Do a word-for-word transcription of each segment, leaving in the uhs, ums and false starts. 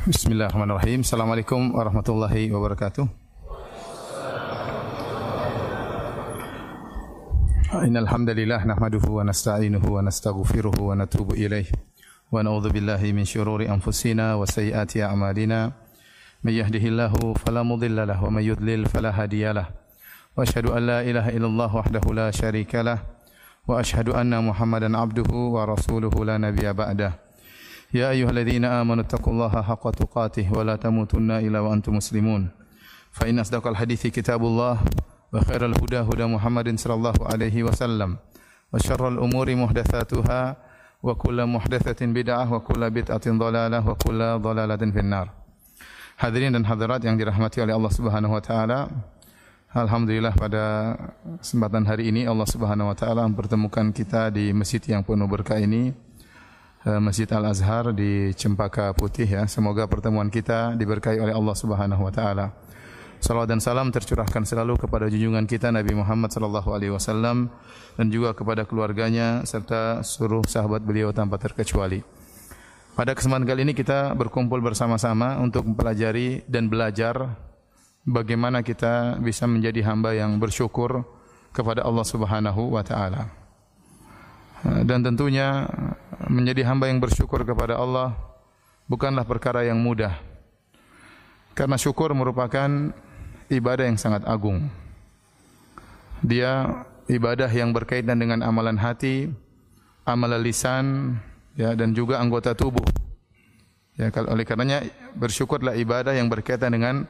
Bismillahirrahmanirrahim. Assalamualaikum warahmatullahi wabarakatuh. Innal hamdalillah nahmaduhu wa nasta'inuhu wa nastaghfiruhu wa natubu ilaih. Wa na'udzu billahi min syururi anfusina wa sayyiati a'malina. May yahdihillahu fala mudilla lahu wa may yudlil fala hadiyalah. Wa asyhadu an la ilaha illallah wahdahu la syarikalah wa asyhadu anna Muhammadan abduhu wa rasuluhu la nabiyya ba'dah. Ya ayyuhalladzina amanu taqullaha haqqa tuqatih wa la tamutunna illa wa antum muslimun. Fa inna asdaqal hadithi kitabullah wa khairal huda huda Muhammadin sallallahu alaihi wasallam wa syarrul umuri muhdatsatuha wa kullu muhdatsatin bid'ah wa kullu bid'atin dhalalah wa kullu dhalalatin finnar. Hadirin dan hadirat yang dirahmati oleh Allah Subhanahu wa taala, alhamdulillah pada kesempatan hari ini Allah Subhanahu wa taala mempertemukan kita di masjid yang penuh berkah ini, Masjid Al-Azhar di Cempaka Putih ya. Semoga pertemuan kita diberkahi oleh Allah Subhanahu wa taala. Salawat dan salam tercurahkan selalu kepada junjungan kita Nabi Muhammad sallallahu alaihi wasallam dan juga kepada keluarganya serta seluruh sahabat beliau tanpa terkecuali. Pada kesempatan kali ini kita berkumpul bersama-sama untuk mempelajari dan belajar bagaimana kita bisa menjadi hamba yang bersyukur kepada Allah Subhanahu wa taala. Dan tentunya menjadi hamba yang bersyukur kepada Allah bukanlah perkara yang mudah. Karena syukur merupakan ibadah yang sangat agung. Dia ibadah yang berkaitan dengan amalan hati, amalan lisan, ya, dan juga anggota tubuh. Ya, oleh karenanya bersyukurlah ibadah yang berkaitan dengan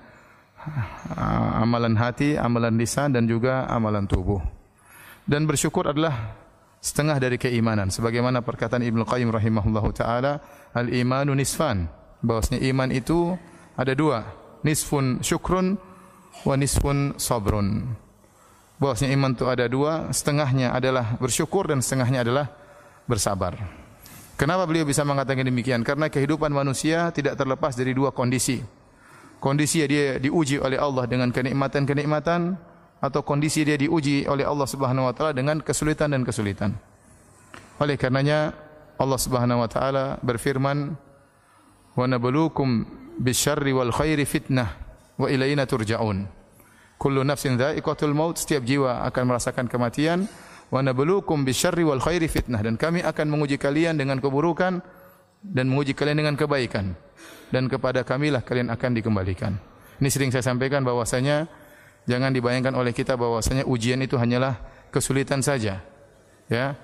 amalan hati, amalan lisan dan juga amalan tubuh. Dan bersyukur adalah setengah dari keimanan, sebagaimana perkataan Ibnu Qayyim rahimahullahu taala, al-imanu nisfan, bahwasanya iman itu ada dua, nisfun syukrun wa nisfun sabrun. Bahwasanya iman itu ada dua, setengahnya adalah bersyukur dan setengahnya adalah bersabar. Kenapa beliau bisa mengatakan demikian? Karena kehidupan manusia tidak terlepas dari dua kondisi. Kondisi dia diuji oleh Allah dengan kenikmatan-kenikmatan, atau kondisi dia diuji oleh Allah Subhanahu wa taala dengan kesulitan dan kesulitan. Oleh karenanya Allah Subhanahu wa taala berfirman, "Wa nabluukum bisyarri wal khairi fitnah wa ilaina turja'un." Kullu nafsin dha'iqatul maut, setiap jiwa akan merasakan kematian. Wa nabluukum bisyarri wal khairi fitnah, dan kami akan menguji kalian dengan keburukan dan menguji kalian dengan kebaikan. Dan kepada kamilah kalian akan dikembalikan. Ini sering saya sampaikan bahwasanya jangan dibayangkan oleh kita bahwasanya ujian itu hanyalah kesulitan saja. Ya.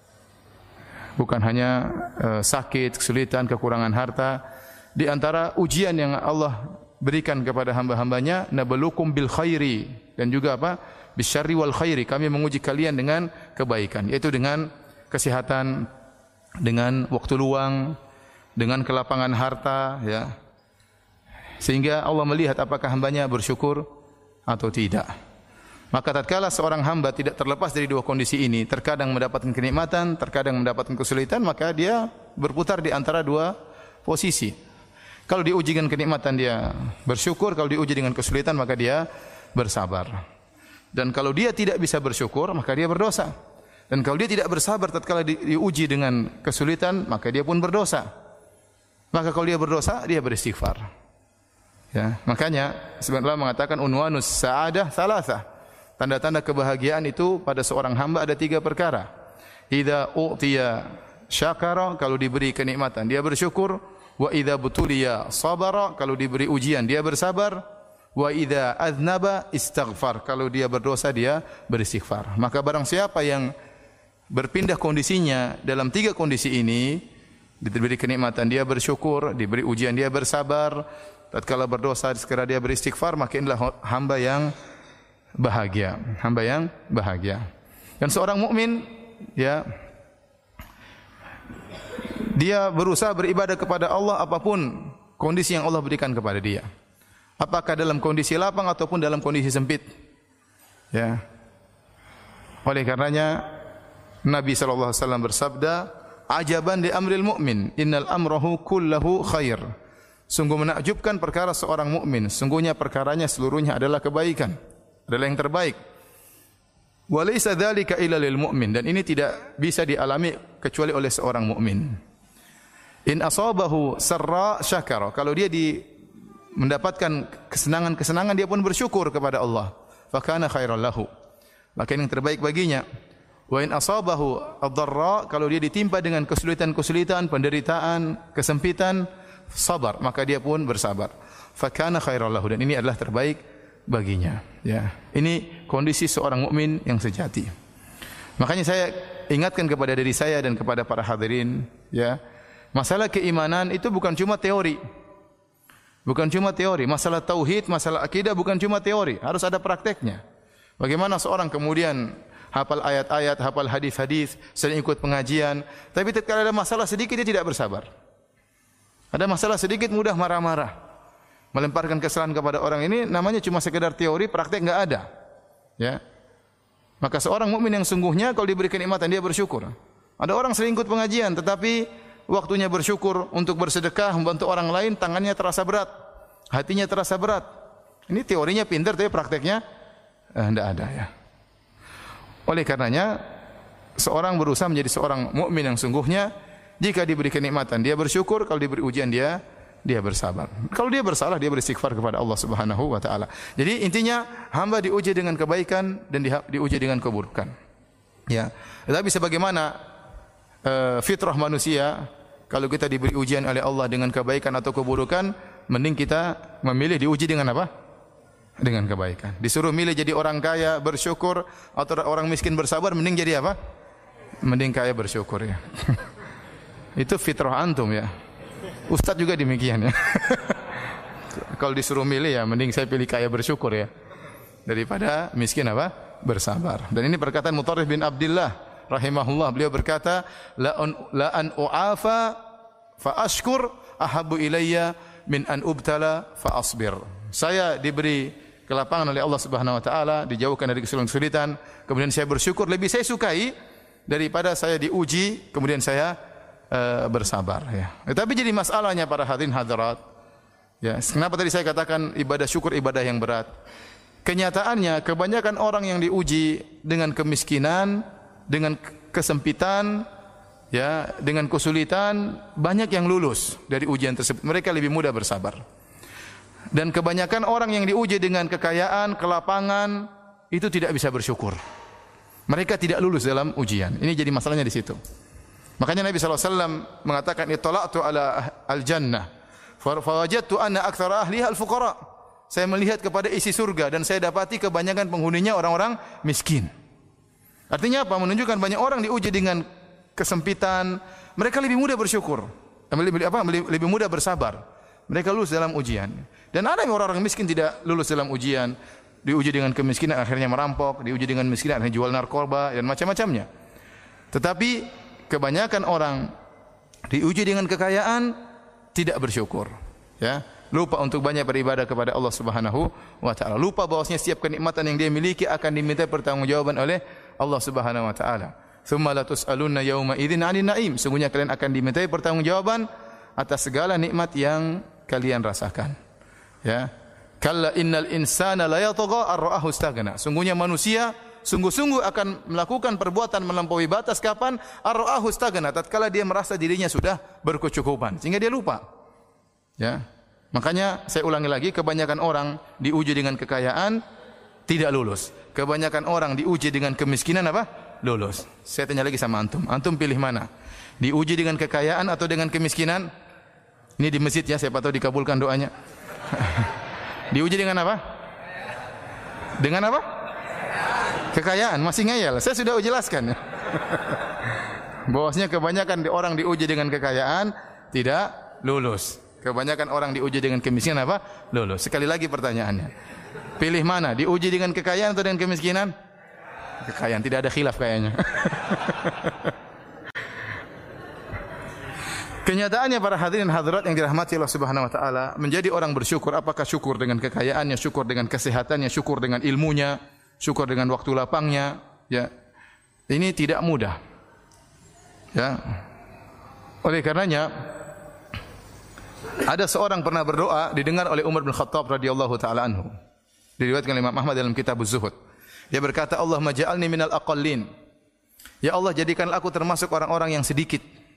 Bukan hanya uh, sakit, kesulitan, kekurangan harta. Di antara ujian yang Allah berikan kepada hamba-hambanya, nabluukum bil khairi, dan juga apa? Bisyarri wal khairi, kami menguji kalian dengan kebaikan, yaitu dengan kesehatan, dengan waktu luang, dengan kelapangan harta, ya. Sehingga Allah melihat apakah hambanya bersyukur atau tidak. Maka tatkala seorang hamba tidak terlepas dari dua kondisi ini, terkadang mendapatkan kenikmatan, terkadang mendapatkan kesulitan, maka dia berputar di antara dua posisi. Kalau diuji dengan kenikmatan dia bersyukur, kalau diuji dengan kesulitan maka dia bersabar. Dan kalau dia tidak bisa bersyukur maka dia berdosa. Dan kalau dia tidak bersabar tatkala di, diuji dengan kesulitan maka dia pun berdosa. Maka kalau dia berdosa dia beristighfar. Ya, makanya sebenarnya mengatakan unwanus sa'adah salasah. Tanda-tanda kebahagiaan itu pada seorang hamba ada tiga perkara. Idza u'tiya syakara, kalau diberi kenikmatan dia bersyukur, wa idza butuliya sabara, kalau diberi ujian dia bersabar, wa idza aznaba istaghfar, kalau dia berdosa dia beristighfar. Maka barang siapa yang berpindah kondisinya dalam tiga kondisi ini, diberi kenikmatan dia bersyukur, diberi ujian dia bersabar, tatkala berdosa segera dia beristighfar, maka inilah hamba yang bahagia, hamba yang bahagia. Dan seorang mukmin, ya, dia berusaha beribadah kepada Allah apapun kondisi yang Allah berikan kepada dia. Apakah dalam kondisi lapang ataupun dalam kondisi sempit. Ya. Oleh karenanya Nabi sallallahu alaihi wasallam bersabda, "Ajaban li amril mu'min, innal amrahu kullahu khair." Sungguh menakjubkan perkara seorang mukmin, sungguhnya perkaranya seluruhnya adalah kebaikan, adalah yang terbaik. Wa laisa dzalika illa lil mu'min, dan ini tidak bisa dialami kecuali oleh seorang mukmin. In asabahu sarra syakara. Kalau dia di mendapatkan kesenangan-kesenangan dia pun bersyukur kepada Allah. Fa kana khairan lahu. Maka yang terbaik baginya. Wa in asabahu ad-dharra, kalau dia ditimpa dengan kesulitan-kesulitan, penderitaan, kesempitan, sabar, maka dia pun bersabar. Fa kana khairan lahu, dan ini adalah terbaik baginya, ya. Ini kondisi seorang mukmin yang sejati. Makanya saya ingatkan kepada diri saya dan kepada para hadirin, ya. Masalah keimanan itu bukan cuma teori. Bukan cuma teori, masalah tauhid, masalah akidah bukan cuma teori, harus ada prakteknya. Bagaimana seorang kemudian hafal ayat-ayat, hafal hadis-hadis, sering ikut pengajian, tapi tatkala ada masalah sedikit dia tidak bersabar. Ada masalah sedikit mudah marah-marah. Melemparkan kesalahan kepada orang ini namanya cuma sekedar teori, praktek enggak ada. Ya. Maka seorang mukmin yang sungguhnya kalau diberi kenikmatan dia bersyukur. Ada orang sering ikut pengajian tetapi waktunya bersyukur untuk bersedekah, membantu orang lain, tangannya terasa berat, hatinya terasa berat. Ini teorinya pintar tapi prakteknya tidak eh, ada, ya. Oleh karenanya seorang berusaha menjadi seorang mukmin yang sungguhnya. Jika diberi kenikmatan dia bersyukur, kalau diberi ujian dia dia bersabar. Kalau dia bersalah dia beristighfar kepada Allah Subhanahu wa taala. Jadi intinya hamba diuji dengan kebaikan dan di, diuji dengan keburukan. Ya. Tetapi sebagaimana uh, fitrah manusia, kalau kita diberi ujian oleh Allah dengan kebaikan atau keburukan, mending kita memilih diuji dengan apa? Dengan kebaikan. Disuruh milih jadi orang kaya bersyukur atau orang miskin bersabar, mending jadi apa? Mending kaya bersyukur, ya. Itu fitrah antum, ya. Ustaz juga demikian, ya. Kalau disuruh milih ya mending saya pilih kaya bersyukur, ya, daripada miskin apa? Bersabar. Dan ini perkataan Mutarrif bin Abdullah rahimahullah. Beliau berkata, la an, la an u'afa fa ashkur ahabbu ilayya min an ubtala fa asbir. Saya diberi kelapangan oleh Allah Subhanahu wa taala, dijauhkan dari kesulitan, kemudian saya bersyukur, lebih saya sukai daripada saya diuji kemudian saya uh, bersabar, ya. Tapi jadi masalahnya para hadirin hadirat, ya, kenapa tadi saya katakan ibadah syukur ibadah yang berat? Kenyataannya kebanyakan orang yang diuji dengan kemiskinan, dengan kesempitan, ya, dengan kesulitan, banyak yang lulus dari ujian tersebut. Mereka lebih mudah bersabar. Dan kebanyakan orang yang diuji dengan kekayaan, kelapangan, itu tidak bisa bersyukur. Mereka tidak lulus dalam ujian. Ini jadi masalahnya di situ. Makanya Nabi sallallahu alaihi wasallam mengatakan, "Ittala'tu ala al-jannah, fa wajadtu anna aktsara ahliha al-fuqara." Saya melihat kepada isi surga dan saya dapati kebanyakan penghuninya orang-orang miskin. Artinya apa? Menunjukkan banyak orang diuji dengan kesempitan, mereka lebih mudah bersyukur, lebih apa? Lebih mudah bersabar. Mereka lulus dalam ujian. Dan ada orang-orang miskin tidak lulus dalam ujian, diuji dengan kemiskinan akhirnya merampok, diuji dengan kemiskinan akhirnya jual narkoba dan macam-macamnya. Tetapi kebanyakan orang diuji dengan kekayaan tidak bersyukur, ya. Lupa untuk banyak beribadah kepada Allah Subhanahu wa taala. Lupa bahwasanya setiap kenikmatan yang dia miliki akan diminta pertanggungjawaban oleh Allah Subhanahu wa taala. Tsumma la tus'alunna yauma idzin 'anil na'im. Sungguhnya kalian akan dimintai pertanggungjawaban atas segala nikmat yang kalian rasakan. Ya. Kalla innal insana la yatgha ar-ra'ahu istaghna. Sungguhnya manusia sungguh-sungguh akan melakukan perbuatan melampaui batas kapan? Ar-ra'ahu istaghna, tatkala dia merasa dirinya sudah berkecukupan sehingga dia lupa. Ya. Makanya saya ulangi lagi, kebanyakan orang diuji dengan kekayaan tidak lulus. Kebanyakan orang diuji dengan kemiskinan apa? Lulus. Saya tanya lagi sama antum. Antum pilih mana? Diuji dengan kekayaan atau dengan kemiskinan? Ini di masjid, ya, siapa tahu dikabulkan doanya. Diuji dengan apa? Dengan apa? Kekayaan. Masih ngeyel. Saya sudah jelaskan. Bahwasanya kebanyakan orang diuji dengan kekayaan tidak lulus. Kebanyakan orang diuji dengan kemiskinan apa? Lulus. Sekali lagi pertanyaannya. Pilih mana? Diuji dengan kekayaan atau dengan kemiskinan? Kekayaan. Tidak ada khilaf kayaknya. Kenyataannya para hadirin hadirat yang dirahmati Allah Subhanahu wa taala, menjadi orang bersyukur, apakah syukur dengan kekayaannya, syukur dengan kesehatannya, syukur dengan ilmunya, syukur dengan waktu lapangnya, ya. Ini tidak mudah. Ya. Oleh karenanya ada seorang pernah berdoa didengar oleh Umar bin Khattab radhiyallahu taala anhu. Diriwayatkan oleh Imam Ahmad dalam kitab Az-Zuhud. Dia berkata, "Allahumma ja'alni minal aqallin." Ya Allah, jadikanlah aku termasuk orang-orang yang sedikit.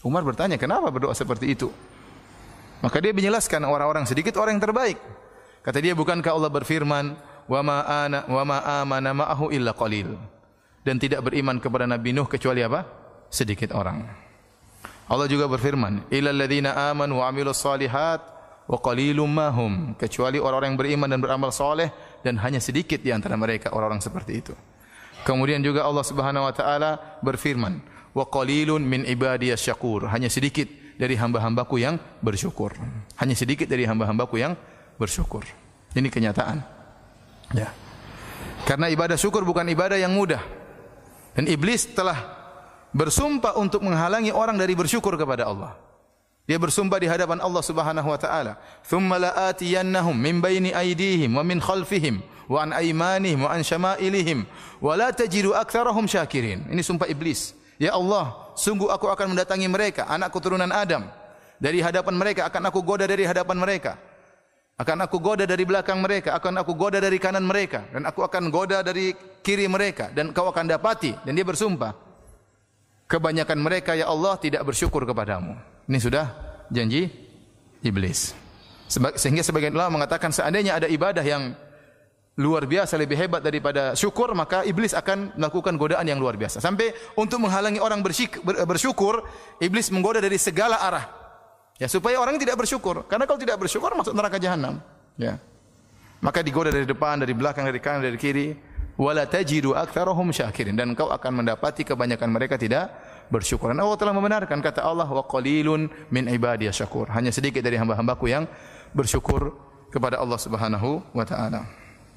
Umar bertanya, kenapa berdoa seperti itu? Maka dia menjelaskan orang-orang sedikit orang yang terbaik. Kata dia, bukankah Allah berfirman, "Wa ma ana wa ma amana ma'ahu illa qalil." Dan tidak beriman kepada Nabi Nuh kecuali apa? Sedikit orang. Allah juga berfirman, "Illal ladzina amanu wa 'amilus shalihat wa qalilum ma hum." Kecuali orang-orang yang beriman dan beramal saleh, dan hanya sedikit di antara mereka orang-orang seperti itu. Kemudian juga Allah Subhanahu wa taala berfirman, "Wa qalilun min ibadiyas syakur." Hanya sedikit dari hamba-hambaku yang bersyukur. Hanya sedikit dari hamba-hambaku yang bersyukur. Ini kenyataan. Ya. Karena ibadah syukur bukan ibadah yang mudah. Dan iblis telah bersumpah untuk menghalangi orang dari bersyukur kepada Allah. Dia bersumpah di hadapan Allah Subhanahu wa taala, "Tsumma la'atiyannahum min baini aydihim wa min khalfihim wa an aymanihim wa an syama'ilihim wa la tajidu aktsarahum syakirin." Ini sumpah iblis. Ya Allah, sungguh aku akan mendatangi mereka, anak keturunan Adam. Dari hadapan mereka akan aku goda dari hadapan mereka. Akan aku goda dari belakang mereka, akan aku goda dari kanan mereka, dan aku akan goda dari kiri mereka, dan kau akan dapati. Dan dia bersumpah, kebanyakan mereka ya Allah tidak bersyukur kepadamu. Ini sudah janji iblis. Sehingga sebagian ulama mengatakan seandainya ada ibadah yang luar biasa lebih hebat daripada syukur, maka iblis akan melakukan godaan yang luar biasa. Sampai untuk menghalangi orang bersyukur, iblis menggoda dari segala arah. Ya, supaya orang tidak bersyukur. Karena kalau tidak bersyukur masuk neraka jahanam. Ya. Maka digoda dari depan, dari belakang, dari kanan, dari kiri. Wala tajidu aktsarahum syakirin, dan engkau akan mendapati kebanyakan mereka tidak bersyukur. Dan Allah telah membenarkan kata Allah, wa qalilun min ibadiyas syakur. Hanya sedikit dari hamba-hambaku yang bersyukur kepada Allah Subhanahu wa taala.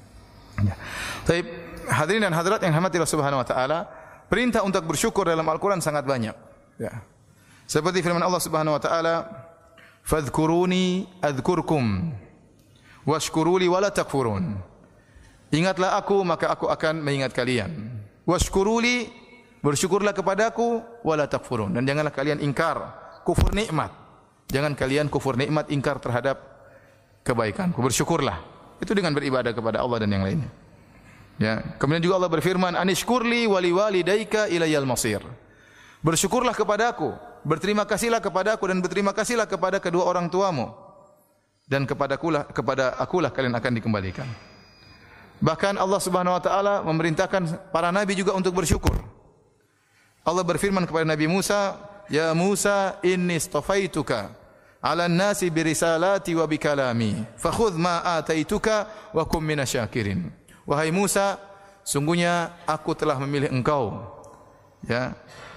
Ya. Baik, hadirin dan hadirat yang dirahmati Allah Subhanahu wa taala, perintah untuk bersyukur dalam Al-Qur'an sangat banyak. Ya. Seperti firman Allah Subhanahu wa taala, "Fadhkuruni adzkurkum washkuruli wala takfurun." Ingatlah aku maka aku akan mengingat kalian. Washkuruli, bersyukurlah kepadaku, wala takfurun, dan janganlah kalian ingkar, kufur nikmat. Jangan kalian kufur nikmat, ingkar terhadap kebaikanku. Bersyukurlah. Itu dengan beribadah kepada Allah dan yang lainnya. Ya, kemudian juga Allah berfirman, "Anishkurli wali walidayka ilayal masir." Bersyukurlah kepadaku, berterima kasihlah kepadaku, dan berterima kasihlah kepada kedua orang tuamu, dan kepadakulah kepada akulah kalian akan dikembalikan. Bahkan Allah Subhanahu wa taala memerintahkan para nabi juga untuk bersyukur. Allah berfirman kepada Nabi Musa, "Ya Musa, inni istafaituka 'alan nasi bi risalati wa bi kalami, fakhudh ma ataituka wa kum minasyakirin." Wahai Musa, sungguhnya aku telah memilih engkau, ya,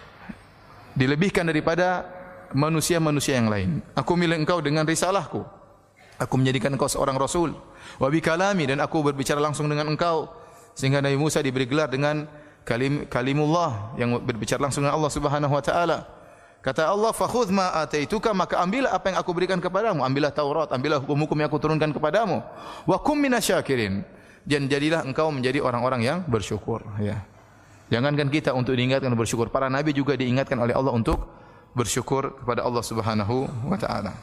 dilebihkan daripada manusia-manusia yang lain. Aku milih engkau dengan risalahku. Aku menjadikan engkau seorang rasul. Wa bi kalami, dan aku berbicara langsung dengan engkau. Sehingga Nabi Musa diberi gelar dengan kalim kalimullah, yang berbicara langsung dengan Allah Subhanahu wa taala. Kata Allah, "Fakhudh ma ataituka," maka ambillah apa yang aku berikan kepadamu, ambillah Taurat, ambillah hukum-hukum yang aku turunkan kepadamu. Wa kum minasyakirin, dan jadilah engkau menjadi orang-orang yang bersyukur, ya. Jangankan kita untuk diingatkan bersyukur, para nabi juga diingatkan oleh Allah untuk bersyukur kepada Allah Subhanahu wa taala.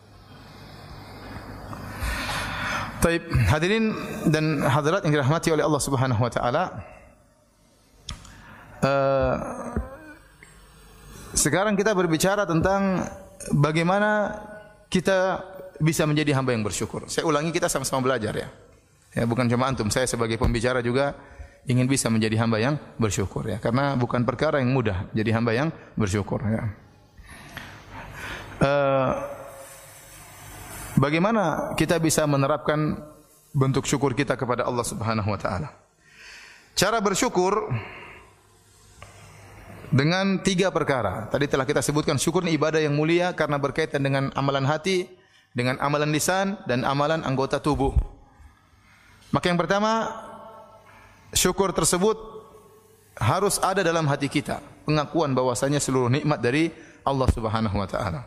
Baik, hadirin dan hadirat yang dirahmati oleh Allah Subhanahu wa taala. Uh, sekarang kita berbicara tentang bagaimana kita bisa menjadi hamba yang bersyukur. Saya ulangi, kita sama-sama belajar, ya. Ya, bukan cuma antum, saya sebagai pembicara juga ingin bisa menjadi hamba yang bersyukur, ya. Karena bukan perkara yang mudah jadi hamba yang bersyukur, ya. Uh, Bagaimana kita bisa menerapkan bentuk syukur kita kepada Allah Subhanahu wa taala? Cara bersyukur dengan tiga perkara. Tadi telah kita sebutkan, syukur ini ibadah yang mulia karena berkaitan dengan amalan hati, dengan amalan lisan, dan amalan anggota tubuh. Maka yang pertama, syukur tersebut harus ada dalam hati kita, pengakuan bahwasanya seluruh nikmat dari Allah Subhanahu wa taala.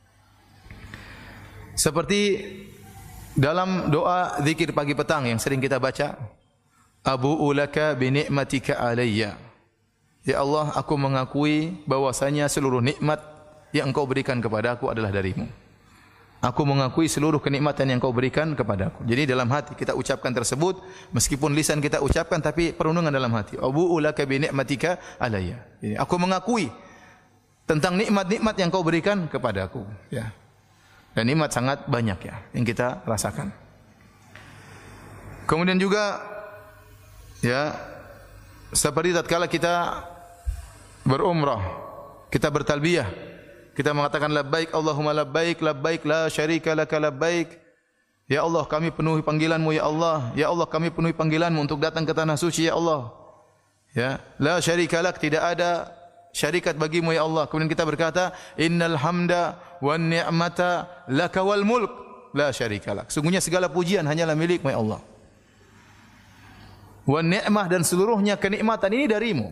Seperti dalam doa zikir pagi petang yang sering kita baca, "Abu'u laka bi ni'matika alayya." Ya Allah, aku mengakui bahwasanya seluruh nikmat yang Engkau berikan kepadaku adalah darimu. Aku mengakui seluruh kenikmatan yang Engkau berikan kepadaku. Jadi dalam hati kita ucapkan tersebut, meskipun lisan kita ucapkan tapi perenungan dalam hati. Abu'u laka bi ni'matika alayya. Jadi aku mengakui tentang nikmat-nikmat yang kau berikan kepadaku, ya. Dan nikmat sangat banyak ya yang kita rasakan. Kemudian juga ya seperti tatkala kita berumrah, kita bertalbiyah, kita mengatakan labbaik Allahumma labbaik, labbaik la syarika laka labbaik. Ya Allah, kami penuhi panggilan-Mu ya Allah. Ya Allah, kami penuhi panggilan-Mu untuk datang ke tanah suci ya Allah. Ya, la syarika lak, tidak ada syarikat bagimu ya Allah. Kemudian kita berkata, innal hamda wan ni'mata laka wal mulk la syarika lak. Sungguhnya segala pujian hanyalah milik-Mu ya Allah. Wan ni'mah, dan seluruhnya kenikmatan ini darimu.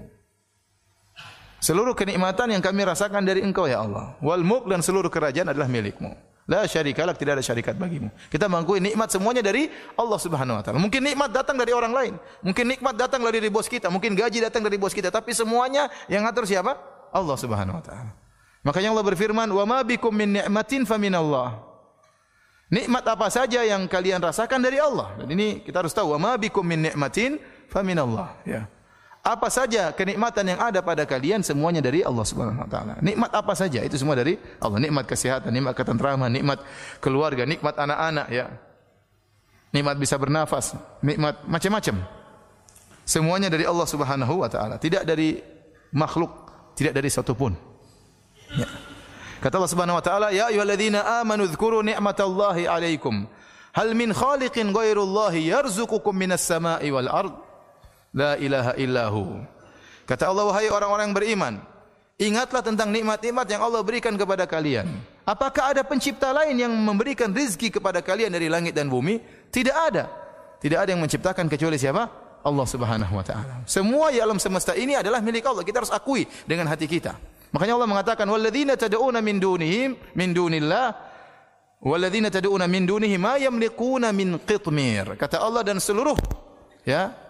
Seluruh kenikmatan yang kami rasakan dari Engkau ya Allah. Wal mulk, dan seluruh kerajaan adalah milik-Mu. La syarika lak, tidak ada syarikat bagimu. Kita mengakui nikmat semuanya dari Allah Subhanahu wa taala. Mungkin nikmat datang dari orang lain, mungkin nikmat datang dari bos kita, mungkin gaji datang dari bos kita, tapi semuanya yang ngatur siapa? Allah Subhanahu wa taala. Makanya Allah berfirman, "Wa ma bikum min ni'matin faminallah." Nikmat apa saja yang kalian rasakan dari Allah. Dan ini kita harus tahu, "Wa ma bikum min ni'matin faminallah." Ya. Apa saja kenikmatan yang ada pada kalian semuanya dari Allah Subhanahu wa taala. Nikmat apa saja itu semua dari Allah. Nikmat kesehatan, nikmat ketentraman, nikmat keluarga, nikmat anak-anak ya. Nikmat bisa bernafas, nikmat macam-macam. Semuanya dari Allah Subhanahu wa taala, tidak dari makhluk, tidak dari satu pun. Ya. Kata Allah Subhanahu wa taala, "Ya ayyuhalladzina amanu dzkuru ni'matallahi 'alaikum. Hal min khaliqin ghairullahi yarzuqukum minas sama'i wal ard." La ilaha illahu. Kata Allah, wahai orang-orang yang beriman, ingatlah tentang nikmat-nikmat yang Allah berikan kepada kalian. Apakah ada pencipta lain yang memberikan rizki kepada kalian dari langit dan bumi? Tidak ada. Tidak ada yang menciptakan kecuali siapa? Allah Subhanahu wa taala. Semua di alam semesta ini adalah milik Allah. Kita harus akui dengan hati kita. Makanya Allah mengatakan, walladzina tad'una min dunihim min dunillah walladzina tad'una min dunihi ma yamliquna min qitmir. Kata Allah, dan seluruh ya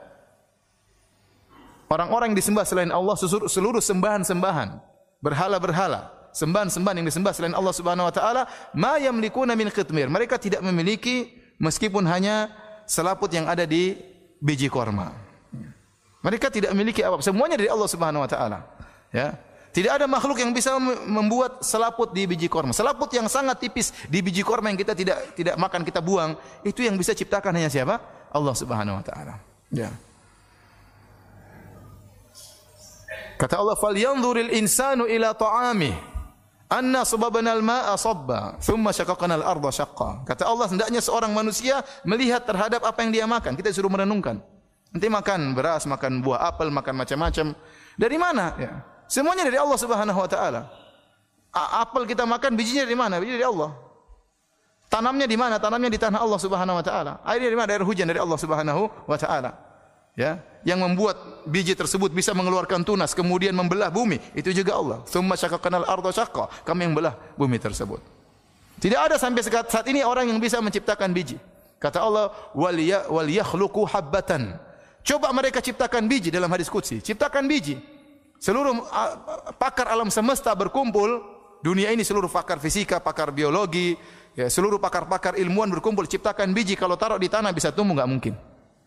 orang-orang yang disembah selain Allah, seluruh sembahan-sembahan, berhala-berhala, sembahan-sembahan yang disembah selain Allah Subhanahu wa taala, ma yamlikuna min qitmir. Mereka tidak memiliki meskipun hanya selaput yang ada di biji korma. Mereka tidak memiliki apa-apa, semuanya dari Allah Subhanahu wa taala. Ya. Tidak ada makhluk yang bisa membuat selaput di biji korma. Selaput yang sangat tipis di biji korma yang kita tidak tidak makan, kita buang, itu yang bisa ciptakan hanya siapa? Allah Subhanahu wa taala. Ya. Kata Allah, "Falyanzuril insanu ila ta'amih, anna sababna al-ma'a sabba, thumma syaqaqna al-ardha syaqqa." Kata Allah, hendaknya seorang manusia melihat terhadap apa yang dia makan. Kita disuruh merenungkan. Nanti makan beras, makan buah apel, makan macam-macam. Dari mana? Ya. Semuanya dari Allah Subhanahu wa taala. Apel kita makan, bijinya dari mana? Biji dari Allah. Tanamnya di mana? Tanamnya di tanah Allah Subhanahu wa taala. Airnya dari mana? Air hujan dari Allah Subhanahu wa taala. Ya, yang membuat biji tersebut bisa mengeluarkan tunas kemudian membelah bumi, itu juga Allah. Tsumma syaqaqnal ardha syaqqa, kami yang belah bumi tersebut. Tidak ada sampai saat ini orang yang bisa menciptakan biji. Kata Allah, wal ya wal yakhluqu habbatan. Coba mereka ciptakan biji dalam hadis qudsi, ciptakan biji. Seluruh pakar alam semesta berkumpul, dunia ini seluruh pakar fisika, pakar biologi, ya, seluruh pakar-pakar ilmuwan berkumpul ciptakan biji, kalau taruh di tanah bisa tumbuh, enggak mungkin.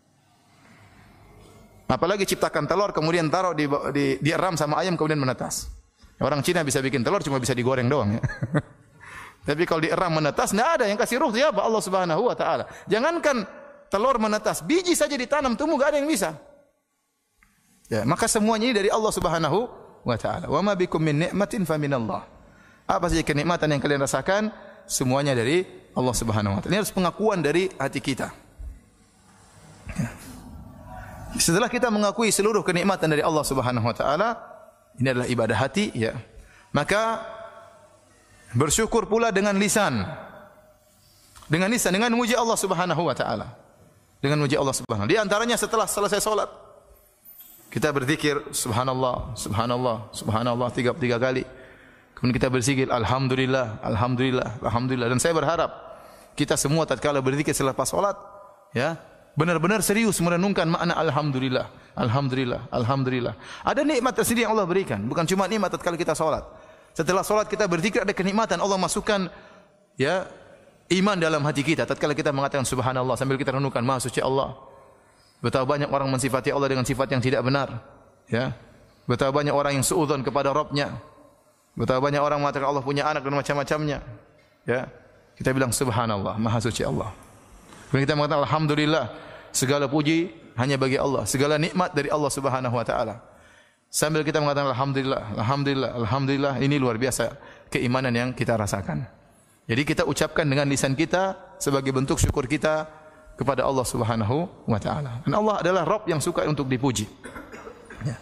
Apalagi ciptakan telur kemudian taruh di, di dieram sama ayam kemudian menetas. Orang Cina bisa bikin telur cuma bisa digoreng doang ya. Tapi kalau dieram menetas enggak ada, yang kasih ruh siapa? Allah Subhanahu wa taala. Jangankan telur menetas, biji saja ditanam tumbuh enggak ada yang bisa. Ya, maka semuanya ini dari Allah Subhanahu wa taala. Wa ma bikum min ni'matin faminallah. Apa saja kenikmatan yang kalian rasakan semuanya dari Allah Subhanahu wa taala. Ini harus pengakuan dari hati kita. Ya. Setelah kita mengakui seluruh kenikmatan dari Allah Subhanahu wa taala, ini adalah ibadah hati ya. Maka bersyukur pula dengan lisan. Dengan lisan, dengan memuji Allah Subhanahu wa taala. Dengan memuji Allah Subhanahu. Di antaranya setelah selesai salat kita berzikir subhanallah, subhanallah, subhanallah tiga puluh tiga kali. Kemudian kita berzikir alhamdulillah, alhamdulillah, alhamdulillah. Dan saya berharap kita semua tatkala berzikir selepas salat ya, benar-benar serius merenungkan makna alhamdulillah, alhamdulillah, alhamdulillah. Ada nikmat tersendiri yang Allah berikan, bukan cuma nikmat tatkala kita salat. Setelah salat kita berzikir, ada kenikmatan Allah masukkan ya iman dalam hati kita tatkala kita mengatakan subhanallah sambil kita renungkan maha suci Allah. Betapa banyak orang mensifati Allah dengan sifat yang tidak benar ya. Betapa banyak orang yang suudzon kepada Rabbnya. Betapa banyak orang mengatakan Allah punya anak dan macam-macamnya. Ya. Kita bilang subhanallah, maha suci Allah. Kemudian kita mengatakan alhamdulillah, segala puji hanya bagi Allah, segala nikmat dari Allah Subhanahu wa taala. Sambil kita mengatakan alhamdulillah, alhamdulillah, alhamdulillah, ini luar biasa keimanan yang kita rasakan. Jadi kita ucapkan dengan lisan kita sebagai bentuk syukur kita kepada Allah Subhanahu wa taala. Dan Allah adalah Rabb yang suka untuk dipuji. Ya.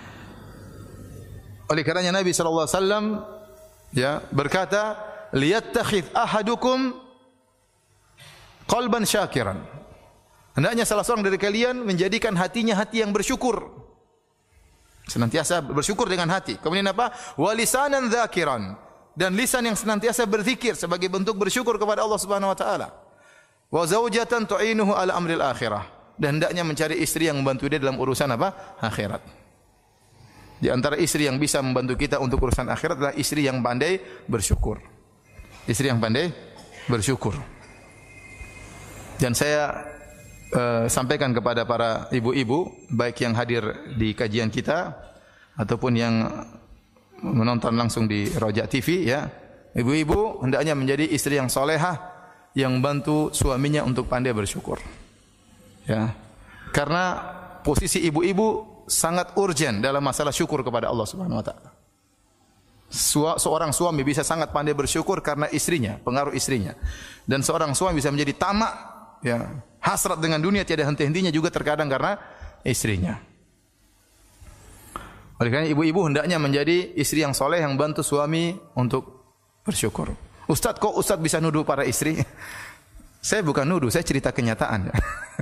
Oleh karenanya Nabi sallallahu alaihi wasallam ya berkata, "Liyattakhidh ahadukum qalban syakiran." Hendaknya salah seorang dari kalian menjadikan hatinya hati yang bersyukur. Senantiasa bersyukur dengan hati. Kemudian apa? Wa lisanan dzakiran. Dan lisan yang senantiasa berzikir sebagai bentuk bersyukur kepada Allah Subhanahu wa taala. Wa zaujatan tu'inuhu ala amril akhirah. Dan hendaknya mencari istri yang membantu dia dalam urusan apa? Akhirat. Di antara istri yang bisa membantu kita untuk urusan akhirat adalah istri yang pandai bersyukur. Istri yang pandai bersyukur. Dan saya uh, sampaikan kepada para ibu-ibu, baik yang hadir di kajian kita ataupun yang menonton langsung di Roja T V ya. Ibu-ibu hendaknya menjadi istri yang solehah yang membantu suaminya untuk pandai bersyukur. Ya. Karena posisi ibu-ibu sangat urgent dalam masalah syukur kepada Allah Subhanahu wa taala. Seorang suami bisa sangat pandai bersyukur karena istrinya, pengaruh istrinya. Dan seorang suami bisa menjadi tamak, ya, hasrat dengan dunia tiada henti-hentinya juga terkadang karena istrinya. Oleh karena ibu-ibu hendaknya menjadi istri yang soleh yang bantu suami untuk bersyukur. Ustaz, kok Ustaz bisa nuduh para istri? Saya bukan nuduh, saya cerita kenyataan.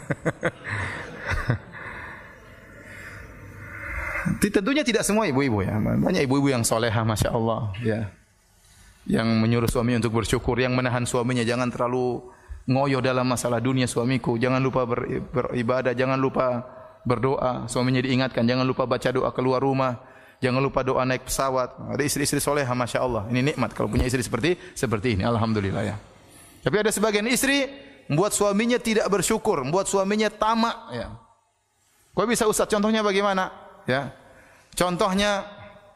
Tentunya tidak semua ibu-ibu ya. Banyak ibu-ibu yang solehah, masya Allah, ya, yang menyuruh suami untuk bersyukur, yang menahan suaminya jangan terlalu ngoyo dalam masalah dunia suamiku. Jangan lupa ber, beribadah, jangan lupa berdoa. Suaminya diingatkan, jangan lupa baca doa keluar rumah, jangan lupa doa naik pesawat. Ada istri-istri solehah, masya Allah. Ini nikmat kalau punya istri seperti seperti ini. Alhamdulillah ya. Tapi ada sebagian istri membuat suaminya tidak bersyukur, membuat suaminya tamak. Ya. Kok bisa Ustaz? Contohnya bagaimana? Ya, contohnya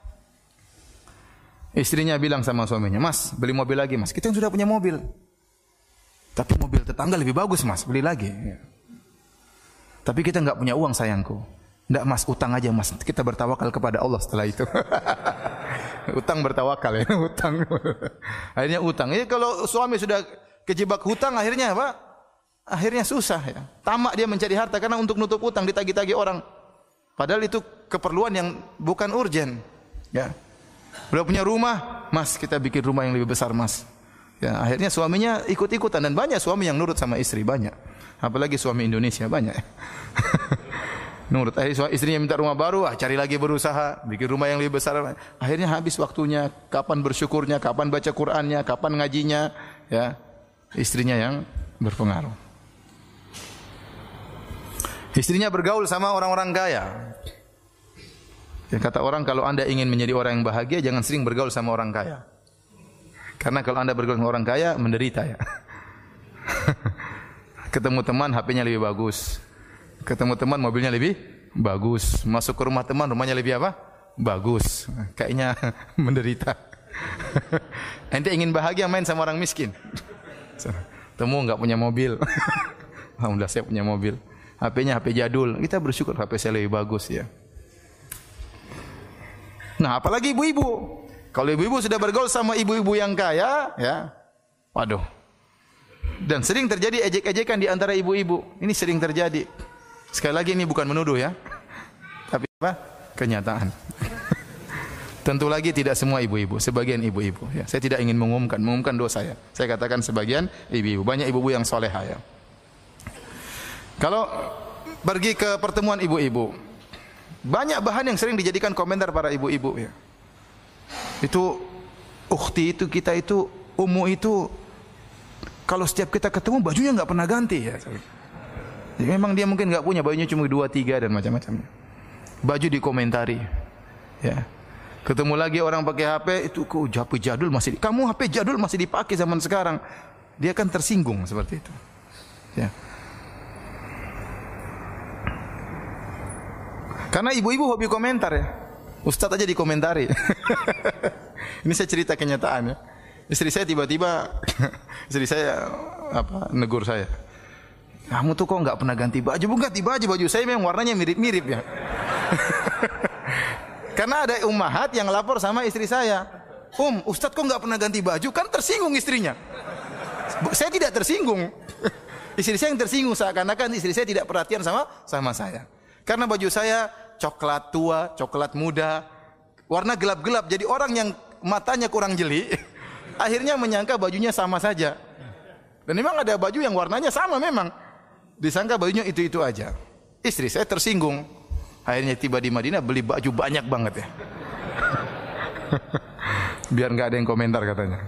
istrinya bilang sama suaminya, Mas, beli mobil lagi, Mas. Kita yang sudah punya mobil, tapi mobil tetangga lebih bagus, Mas, beli lagi. Ya. Tapi kita enggak punya uang, sayangku. Enggak, Mas, utang aja, Mas. Kita bertawakal kepada Allah setelah itu. Utang bertawakal ya, utang. Akhirnya utang. Jadi kalau suami sudah kejebak hutang, akhirnya apa? Akhirnya susah ya. Tamak dia mencari harta karena untuk nutup utang ditagih-tagih orang. Padahal itu keperluan yang bukan urgen. Ya. Beliau punya rumah, Mas, kita bikin rumah yang lebih besar, Mas. Ya, akhirnya suaminya ikut-ikutan dan banyak suami yang nurut sama istri, banyak. Apalagi suami Indonesia banyak. Nurut. Akhirnya istrinya minta rumah baru, ah, cari lagi berusaha bikin rumah yang lebih besar. Akhirnya habis waktunya, kapan bersyukurnya, kapan baca Qur'annya, kapan ngajinya, ya. Istrinya yang berpengaruh. Istrinya bergaul sama orang-orang kaya. Ya, kata orang, kalau Anda ingin menjadi orang yang bahagia, jangan sering bergaul sama orang kaya. Karena kalau Anda bergaul sama orang kaya, menderita ya. Ketemu teman, H P-nya lebih bagus. Ketemu teman, mobilnya lebih bagus. Masuk ke rumah teman, rumahnya lebih apa? Bagus. Kayaknya menderita. Ente ingin bahagia, main sama orang miskin. Temu enggak punya mobil. Alhamdulillah saya punya mobil. H P-nya H P jadul. Kita bersyukur H P saya lebih bagus ya. Nah, apalagi ibu-ibu. Kalau ibu-ibu sudah bergaul sama ibu-ibu yang kaya, ya. Waduh. Dan sering terjadi ejek-ejekan di antara ibu-ibu. Ini sering terjadi. Sekali lagi ini bukan menuduh ya. Tapi apa? Kenyataan. Tentu lagi tidak semua ibu-ibu, sebagian ibu-ibu ya. Saya tidak ingin mengumumkan, mengumumkan dosa ya. Saya katakan sebagian ibu-ibu. Banyak ibu-ibu yang solehah ya. Kalau pergi ke pertemuan ibu-ibu, banyak bahan yang sering dijadikan komentar para ibu-ibu ya. Itu ukhti itu, kita itu, ummu itu, kalau setiap kita ketemu bajunya enggak pernah ganti ya. Jadi memang dia mungkin enggak punya, bajunya cuma dua tiga dan macam-macamnya. Baju dikomentari. Ya. Ketemu lagi orang pakai H P, itu kok H P jadul masih, kamu H P jadul masih dipakai zaman sekarang. Dia kan tersinggung seperti itu. Ya. Karena ibu-ibu hobi komentar ya. Ustaz aja dikomentari. Ini saya cerita kenyataan ya. Istri saya tiba-tiba, istri saya apa negur saya. Kamu tuh kok nggak pernah ganti baju? Bu, ganti baju, baju saya memang warnanya mirip-mirip ya. Karena ada ummahat yang lapor sama istri saya. Um, Ustadz kok nggak pernah ganti baju? Kan tersinggung istrinya. Saya tidak tersinggung. Istri saya yang tersinggung seakan-akan istri saya tidak perhatian sama sama saya. Karena baju saya coklat tua, coklat muda, warna gelap-gelap. Jadi orang yang matanya kurang jeli, akhirnya menyangka bajunya sama saja. Dan memang ada baju yang warnanya sama memang. Disangka bajunya itu-itu aja. Istri saya tersinggung. Akhirnya tiba di Madinah beli baju banyak banget ya. Biar nggak ada yang komentar katanya.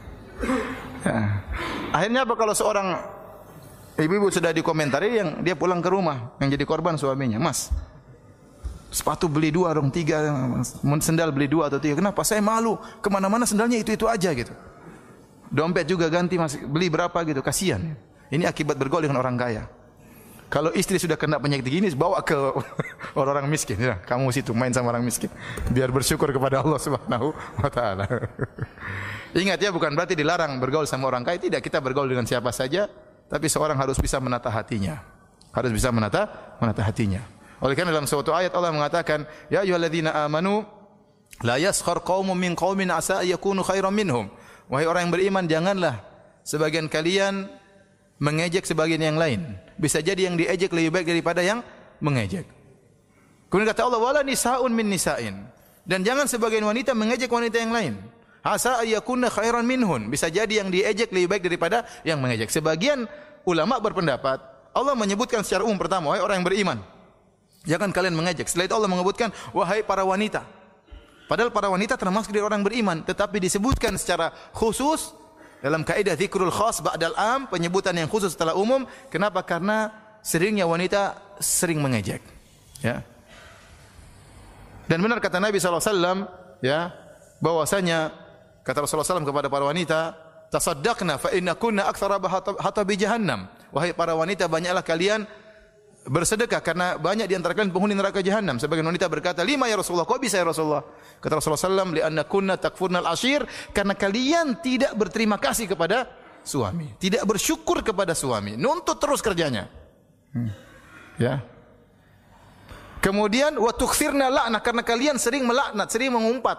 Ya. Akhirnya apa kalau seorang ibu-ibu sudah dikomentari yang dia pulang ke rumah yang jadi korban suaminya, Mas, sepatu beli dua dong, tiga, sendal beli dua atau tiga. Kenapa? Saya malu. Kemana-mana sendalnya itu-itu aja gitu. Dompet juga ganti, Mas, beli berapa gitu. Kasihan. Ini akibat bergaul dengan orang kaya. Kalau istri sudah kena penyakit gini, bawa ke orang-orang miskin. Ya, kamu situ main sama orang miskin, biar bersyukur kepada Allah Subhanahu wa Ta'ala. Ingat ya, bukan berarti dilarang bergaul sama orang kaya. Tidak, kita bergaul dengan siapa saja, tapi seorang harus bisa menata hatinya. Harus bisa menata menata hatinya. Oleh karena dalam suatu ayat Allah mengatakan, ya ayyuhalladzina amanu la yaskhar qaumun min qaumin asa yakunu khairan minhum. Wahai orang yang beriman, janganlah sebagian kalian mengejek sebagian yang lain. Bisa jadi yang diejek lebih baik daripada yang mengejek. Kemudian kata Allah, wala nisaun min nisain. Dan jangan sebagian wanita mengejek wanita yang lain. Asa ayakunna khairan minhun. Bisa jadi yang diejek lebih baik daripada yang mengejek. Sebagian ulama berpendapat, Allah menyebutkan secara umum pertama, wahai orang yang beriman, jangan kalian mengejek. Setelah itu Allah menyebutkan, wahai para wanita. Padahal para wanita termasuk dari orang beriman, tetapi disebutkan secara khusus dalam kaidah dzikrul khas ba'dal am, penyebutan yang khusus setelah umum. Kenapa? Karena seringnya wanita sering mengejek. Ya. Dan benar kata Nabi sallallahu alaihi wasallam, ya, bahwasanya kata Rasulullah sallallahu alaihi wasallam kepada para wanita, tasaddaqna fa inna kunna aktsara hatabi jahannam. Wahai para wanita, banyaklah kalian bersedekah karena banyak di antara kalian penghuni neraka jahanam. Sebagian wanita berkata, lima ya Rasulullah, kok bisa ya Rasulullah? Kata Rasulullah sallallahu alaihi wasallam, li'anna kunna takfurnal ashir, karena kalian tidak berterima kasih kepada suami, tidak bersyukur kepada suami, nuntut terus kerjanya. Hmm. Ya. Kemudian wa tukthirna la'nah, karena kalian sering melaknat, sering mengumpat.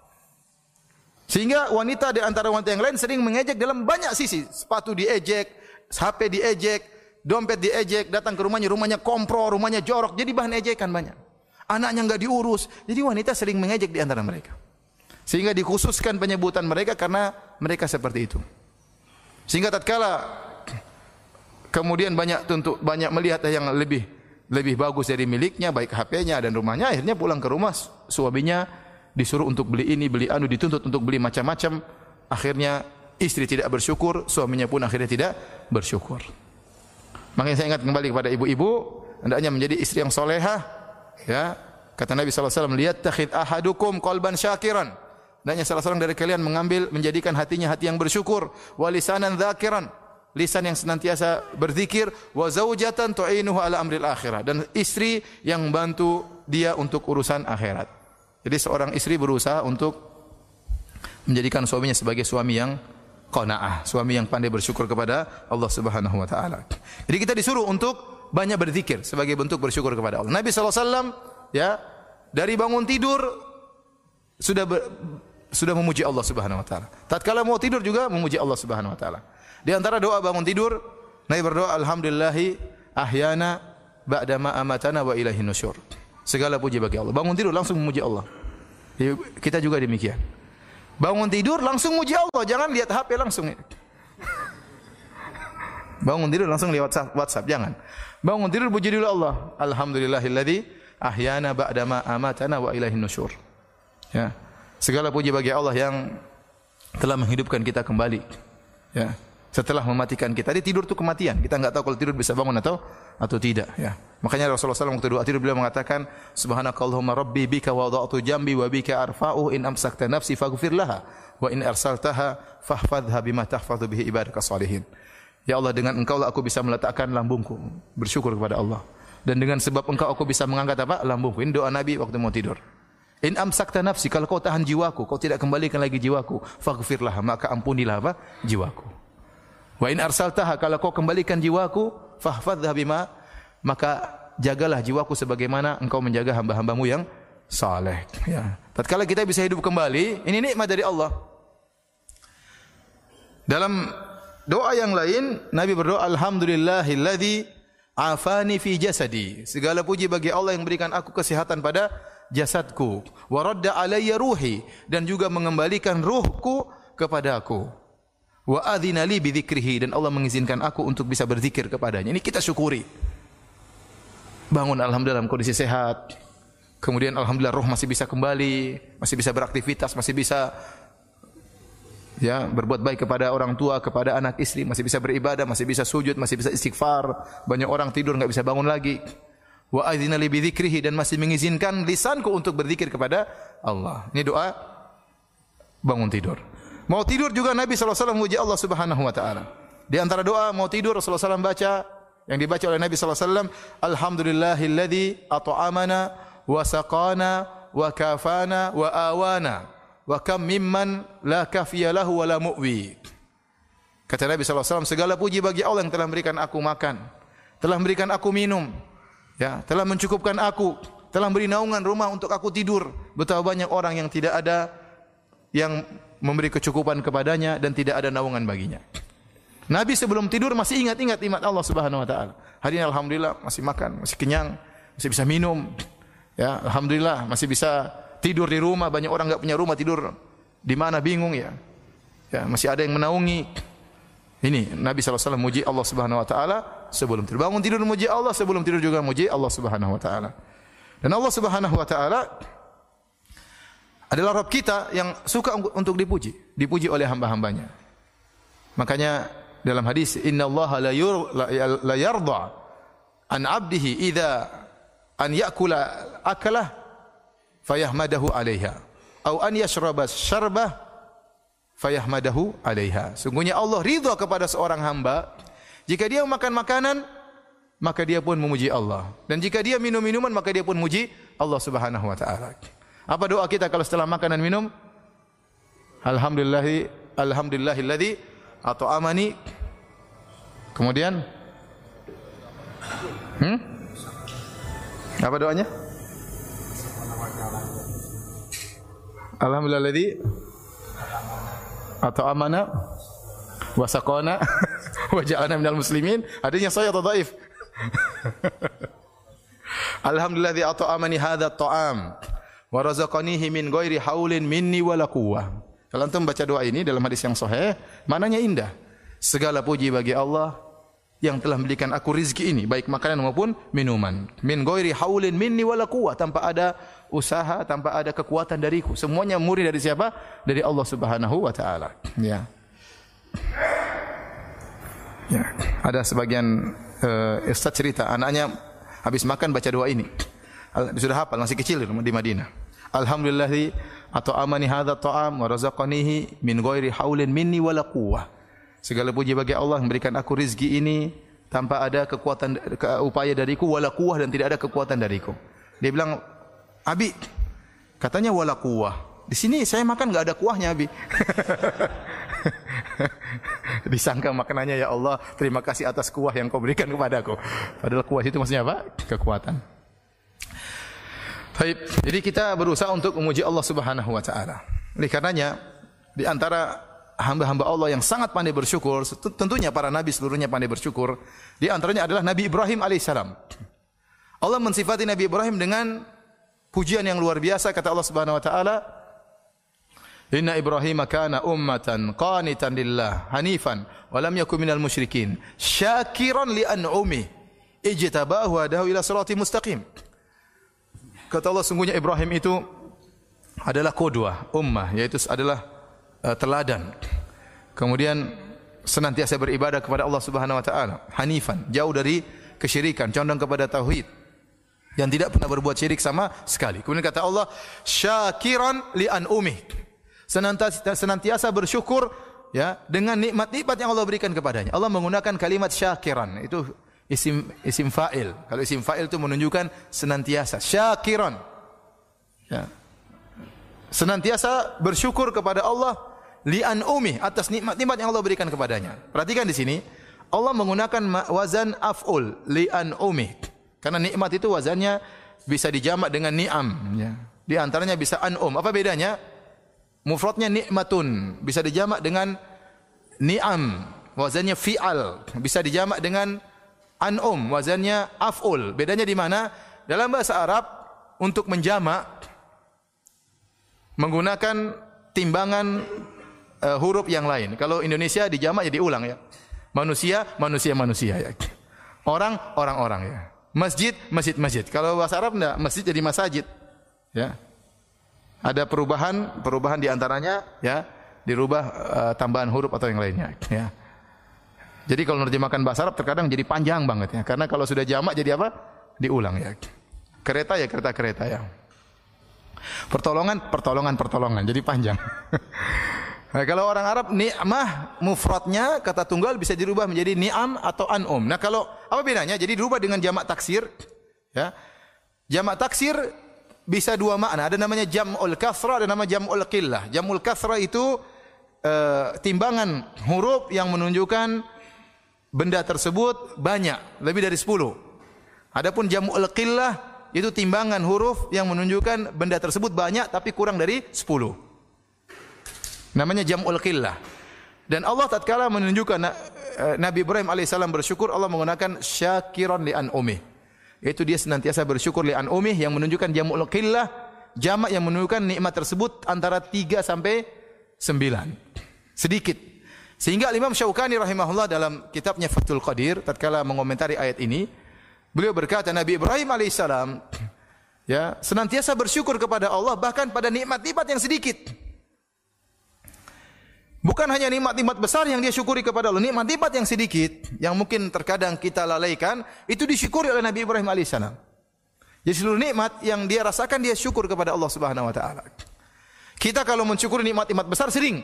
Sehingga wanita di antara wanita yang lain sering mengejek dalam banyak sisi. Sepatu diejek, H P diejek, dompet diejek, datang ke rumahnya, rumahnya kompro, rumahnya jorok, jadi bahan ejekan banyak. Anaknya enggak diurus, jadi wanita sering mengejek di antara mereka. Sehingga dikhususkan penyebutan mereka karena mereka seperti itu. Sehingga tatkala kemudian banyak tuntut, banyak melihat yang lebih lebih bagus dari miliknya, baik H P-nya dan rumahnya, akhirnya pulang ke rumah suaminya disuruh untuk beli ini, beli anu, dituntut untuk beli macam-macam. Akhirnya istri tidak bersyukur, suaminya pun akhirnya tidak bersyukur. Makanya saya ingat kembali kepada ibu-ibu, hendaknya menjadi istri yang solehah. Ya, kata Nabi sallallahu alaihi wasallam, liyattakhid ahadukum qalban syakiran. Hendaknya salah seorang dari kalian mengambil, menjadikan hatinya hati yang bersyukur, wa lisanan dzakiran, lisan yang senantiasa berzikir, wa zaujatan tu'inuhu ala amril akhirah, dan istri yang membantu dia untuk urusan akhirat. Jadi seorang istri berusaha untuk menjadikan suaminya sebagai suami yang qanaah, suami yang pandai bersyukur kepada Allah Subhanahu wa taala. Jadi kita disuruh untuk banyak berzikir sebagai bentuk bersyukur kepada Allah. Nabi sallallahu alaihi wasallam, ya, dari bangun tidur sudah ber, sudah memuji Allah Subhanahu wa taala. Tatkala mau tidur juga memuji Allah Subhanahu wa taala. Di antara doa bangun tidur, Nabi berdoa, alhamdulillahi ahyana ba'da ma amatana wa ilaihin nusyur. Segala puji bagi Allah. Bangun tidur langsung memuji Allah. Kita juga demikian. Bangun tidur langsung muji Allah, jangan lihat H P langsung. Bangun tidur langsung lihat WhatsApp, WhatsApp jangan. Bangun tidur puji dulu Allah. Alhamdulillahilladzi ahyana ba'da ma amatana wa ilaihin nusyur. Ya. Segala puji bagi Allah yang telah menghidupkan kita kembali. Ya. Setelah mematikan kita. Jadi tidur itu kematian. Kita enggak tahu kalau tidur bisa bangun atau atau tidak, ya. Makanya Rasulullah sallallahu alaihi wasallam waktu doa tidur beliau mengatakan, subhanakallahumma rabbi bika wada'tu jambi wa bika arfa'u in amsakta nafsi faghfir laha wa in arsaltaha fahfadhha bima tahfadhu bihi ibadaka shalihin. Ya Allah, dengan Engkau lah aku bisa meletakkan lambungku, bersyukur kepada Allah. Dan dengan sebab Engkau aku bisa mengangkat apa? Lambungku. Ini doa Nabi waktu mau tidur. In amsakta nafsi, kalau kau tahan jiwaku, kau tidak kembalikan lagi jiwaku, faghfirlah, maka ampunilah apa? Jiwaku. Wa in arsaltaha, kalau kau kembalikan jiwaku, fahfadhha bima, maka jagalah jiwaku sebagaimana engkau menjaga hamba-hambamu yang saleh. Ya. Tatkala kita bisa hidup kembali, ini nikmat dari Allah. Dalam doa yang lain, Nabi berdoa, alhamdulillahilladzi afani fi jasadi. Segala puji bagi Allah yang berikan aku kesehatan pada jasadku. Wa radda alayya ruhi, dan juga mengembalikan ruhku kepada aku. Wa adzina li bi dzikrihi, dan Allah mengizinkan aku untuk bisa berzikir kepadanya. Ini kita syukuri. Bangun alhamdulillah dalam kondisi sehat. Kemudian alhamdulillah roh masih bisa kembali, masih bisa beraktivitas, masih bisa ya berbuat baik kepada orang tua, kepada anak istri, masih bisa beribadah, masih bisa sujud, masih bisa istighfar. Banyak orang tidur enggak bisa bangun lagi. Wa adzina li bi dzikrihi, dan masih mengizinkan lisanku untuk berzikir kepada Allah. Ini doa bangun tidur. Mau tidur juga Nabi sallallahu alaihi wasallam memuji Allah Subhanahu wa taala. Di antara doa mau tidur Rasulullah sallallahu alaihi wasallam baca yang dibaca oleh Nabi sallallahu alaihi wasallam, alhamdulillahilladzi at'amana wa saqana wa kafana wa awana. Wa kam mimman la kafiya lahu wa la mu'wi. Kata Nabi sallallahu alaihi wasallam, segala puji bagi Allah yang telah memberikan aku makan, telah memberikan aku minum, ya, telah mencukupkan aku, telah beri naungan rumah untuk aku tidur. Betapa banyak orang yang tidak ada yang memberi kecukupan kepadanya dan tidak ada naungan baginya. Nabi sebelum tidur masih ingat-ingat nikmat Allah Subhanahu wa taala. Hari ini alhamdulillah masih makan, masih kenyang, masih bisa minum. Ya, alhamdulillah masih bisa tidur di rumah. Banyak orang enggak punya rumah, tidur di mana bingung ya. Ya, masih ada yang menaungi. Ini Nabi sallallahu alaihi wasallam muji Allah Subhanahu wa taala sebelum tidur. Bangun tidur muji Allah, sebelum tidur juga muji Allah Subhanahu wa taala. Dan Allah Subhanahu wa taala adalah Rabb kita yang suka untuk dipuji, dipuji oleh hamba-hambanya. Makanya dalam hadis, innallaha la yur la yarda an 'abdihi idza an ya'kula akalah fayahmadahu 'alaiha au an yashraba syarbah fayahmadahu 'alaiha. Sungguhnya Allah ridha kepada seorang hamba jika dia makan makanan maka dia pun memuji Allah, dan jika dia minum minuman maka dia pun muji Allah Subhanahu wa taala. Apa doa kita kalau setelah makan dan minum? Alhamdulillahi alhamdulillahilladzi at'amani. Kemudian hmm? Apa doanya? Alhamdulillahilladzi at'amana wa saqana wa ja'alna minal muslimin. Adanya sahih atau dhaif? Alhamdulilladzi at'amani hadzal ta'am wa razaqanihi min ghairi haulin minni wala quwwah. Kalau antum baca doa ini dalam hadis yang sahih, maknanya indah. Segala puji bagi Allah yang telah memberikan aku rizki ini, baik makanan maupun minuman. Min ghairi haulin minni wala quwwah, tanpa ada usaha, tanpa ada kekuatan dariku. Semuanya murni dari siapa? Dari Allah Subhanahu wa taala. Ya. Ya, ada sebagian uh, ustaz cerita anaknya habis makan baca doa ini. Sudah hafal, masih kecil di Madinah. Alhamdulillah at'amani hadzal ta'am wa razaqanihi min ghairi haulin minni wala quwwah. Segala puji bagi Allah yang memberikan aku rezeki ini tanpa ada kekuatan upaya dariku, wala quwwah, dan tidak ada kekuatan dariku. Dia bilang, "Abi, katanya wala quwwah. Di sini saya makan enggak ada kuahnya, Abi." Disangka makanannya, ya Allah, terima kasih atas kuah yang kau berikan kepadaku. Padahal kuah itu maksudnya apa? Kekuatan. Baik, jadi kita berusaha untuk memuji Allah Subhanahu wa taala. Oleh karenanya di antara hamba-hamba Allah yang sangat pandai bersyukur, tentunya para nabi seluruhnya pandai bersyukur, di antaranya adalah Nabi Ibrahim alaihissalam. Allah mensifati Nabi Ibrahim dengan pujian yang luar biasa. Kata Allah Subhanahu wa taala, "Inna Ibrahim kana ummatan qanitan lillah hanifan wa lam yakun minal musyrikin syakiran li an'umi ijtabahu wa hadahu ila siratal mustaqim." Kata Allah, sungguhnya Ibrahim itu adalah qudwah, ummah, yaitu adalah uh, teladan. Kemudian senantiasa beribadah kepada Allah Subhanahu wa taala, hanifan, jauh dari kesyirikan, condong kepada tauhid, yang tidak pernah berbuat syirik sama sekali. Kemudian kata Allah, syakiran li an'umih, senantiasa, senantiasa bersyukur ya dengan nikmat-nikmat yang Allah berikan kepadanya. Allah menggunakan kalimat syakiran, itu isim isim fa'il. Kalau isim fa'il itu menunjukkan senantiasa, syakiran. Ya. senantiasa bersyukur kepada Allah li'an umih atas nikmat-nikmat yang Allah berikan kepadanya. Perhatikan di sini, Allah menggunakan wazan af'ul li'an umih. Karena nikmat itu wazannya bisa dijamak dengan ni'am, ya. Di antaranya bisa an'um. Apa bedanya? Mufradnya nikmatun, bisa dijamak dengan ni'am, wazannya fi'al, bisa dijamak dengan an'um, wazannya af'ul. Bedanya di mana? Dalam bahasa Arab untuk menjamak menggunakan timbangan uh, huruf yang lain. Kalau Indonesia dijamak jadi ulang, ya. Manusia, manusia, manusia, ya. Orang, orang-orang, ya. Masjid, masjid, masjid. Kalau bahasa Arab enggak, masjid jadi masajid. Ya. Ada perubahan, perubahan di antaranya, ya, dirubah uh, tambahan huruf atau yang lainnya, ya. Jadi kalau menerjemahkan bahasa Arab terkadang jadi panjang banget, ya. Karena kalau sudah jamak jadi apa? Diulang, ya. Kereta ya kereta-kereta, ya. Pertolongan, pertolongan, pertolongan. Jadi panjang. Nah, kalau orang Arab ni'mah mufradnya kata tunggal bisa dirubah menjadi ni'am atau an'um. Nah, kalau apa bedanya? Jadi dirubah dengan jamak taksir, ya. Jamak taksir bisa dua makna. Ada namanya jam'ul kasrah, ada nama jam'ul qillah. Jam'ul kasrah itu uh, timbangan huruf yang menunjukkan benda tersebut banyak, lebih dari sepuluh. Adapun jam'ul qillah itu timbangan huruf yang menunjukkan benda tersebut banyak tapi kurang dari sepuluh. Namanya jam'ul qillah. Dan Allah tatkala menunjukkan Nabi Ibrahim alaihissalam bersyukur, Allah menggunakan syakiran li an'umih. Yaitu dia senantiasa bersyukur li an'umih yang menunjukkan jam'ul qillah, jamak yang menunjukkan nikmat tersebut antara tiga sampai sembilan. Sedikit. Sehingga Imam Syaukani rahimahullah dalam kitabnya Fathul Qadir tatkala mengomentari ayat ini, beliau berkata Nabi Ibrahim alaihissalam, ya, senantiasa bersyukur kepada Allah bahkan pada nikmat-nikmat yang sedikit. Bukan hanya nikmat-nikmat besar yang dia syukuri kepada Allah, nikmat-nikmat yang sedikit yang mungkin terkadang kita lalaikan itu disyukuri oleh Nabi Ibrahim alaihissalam. Jadi seluruh nikmat yang dia rasakan dia syukur kepada Allah Subhanahu wa taala. Kita kalau mensyukuri nikmat-nikmat besar sering,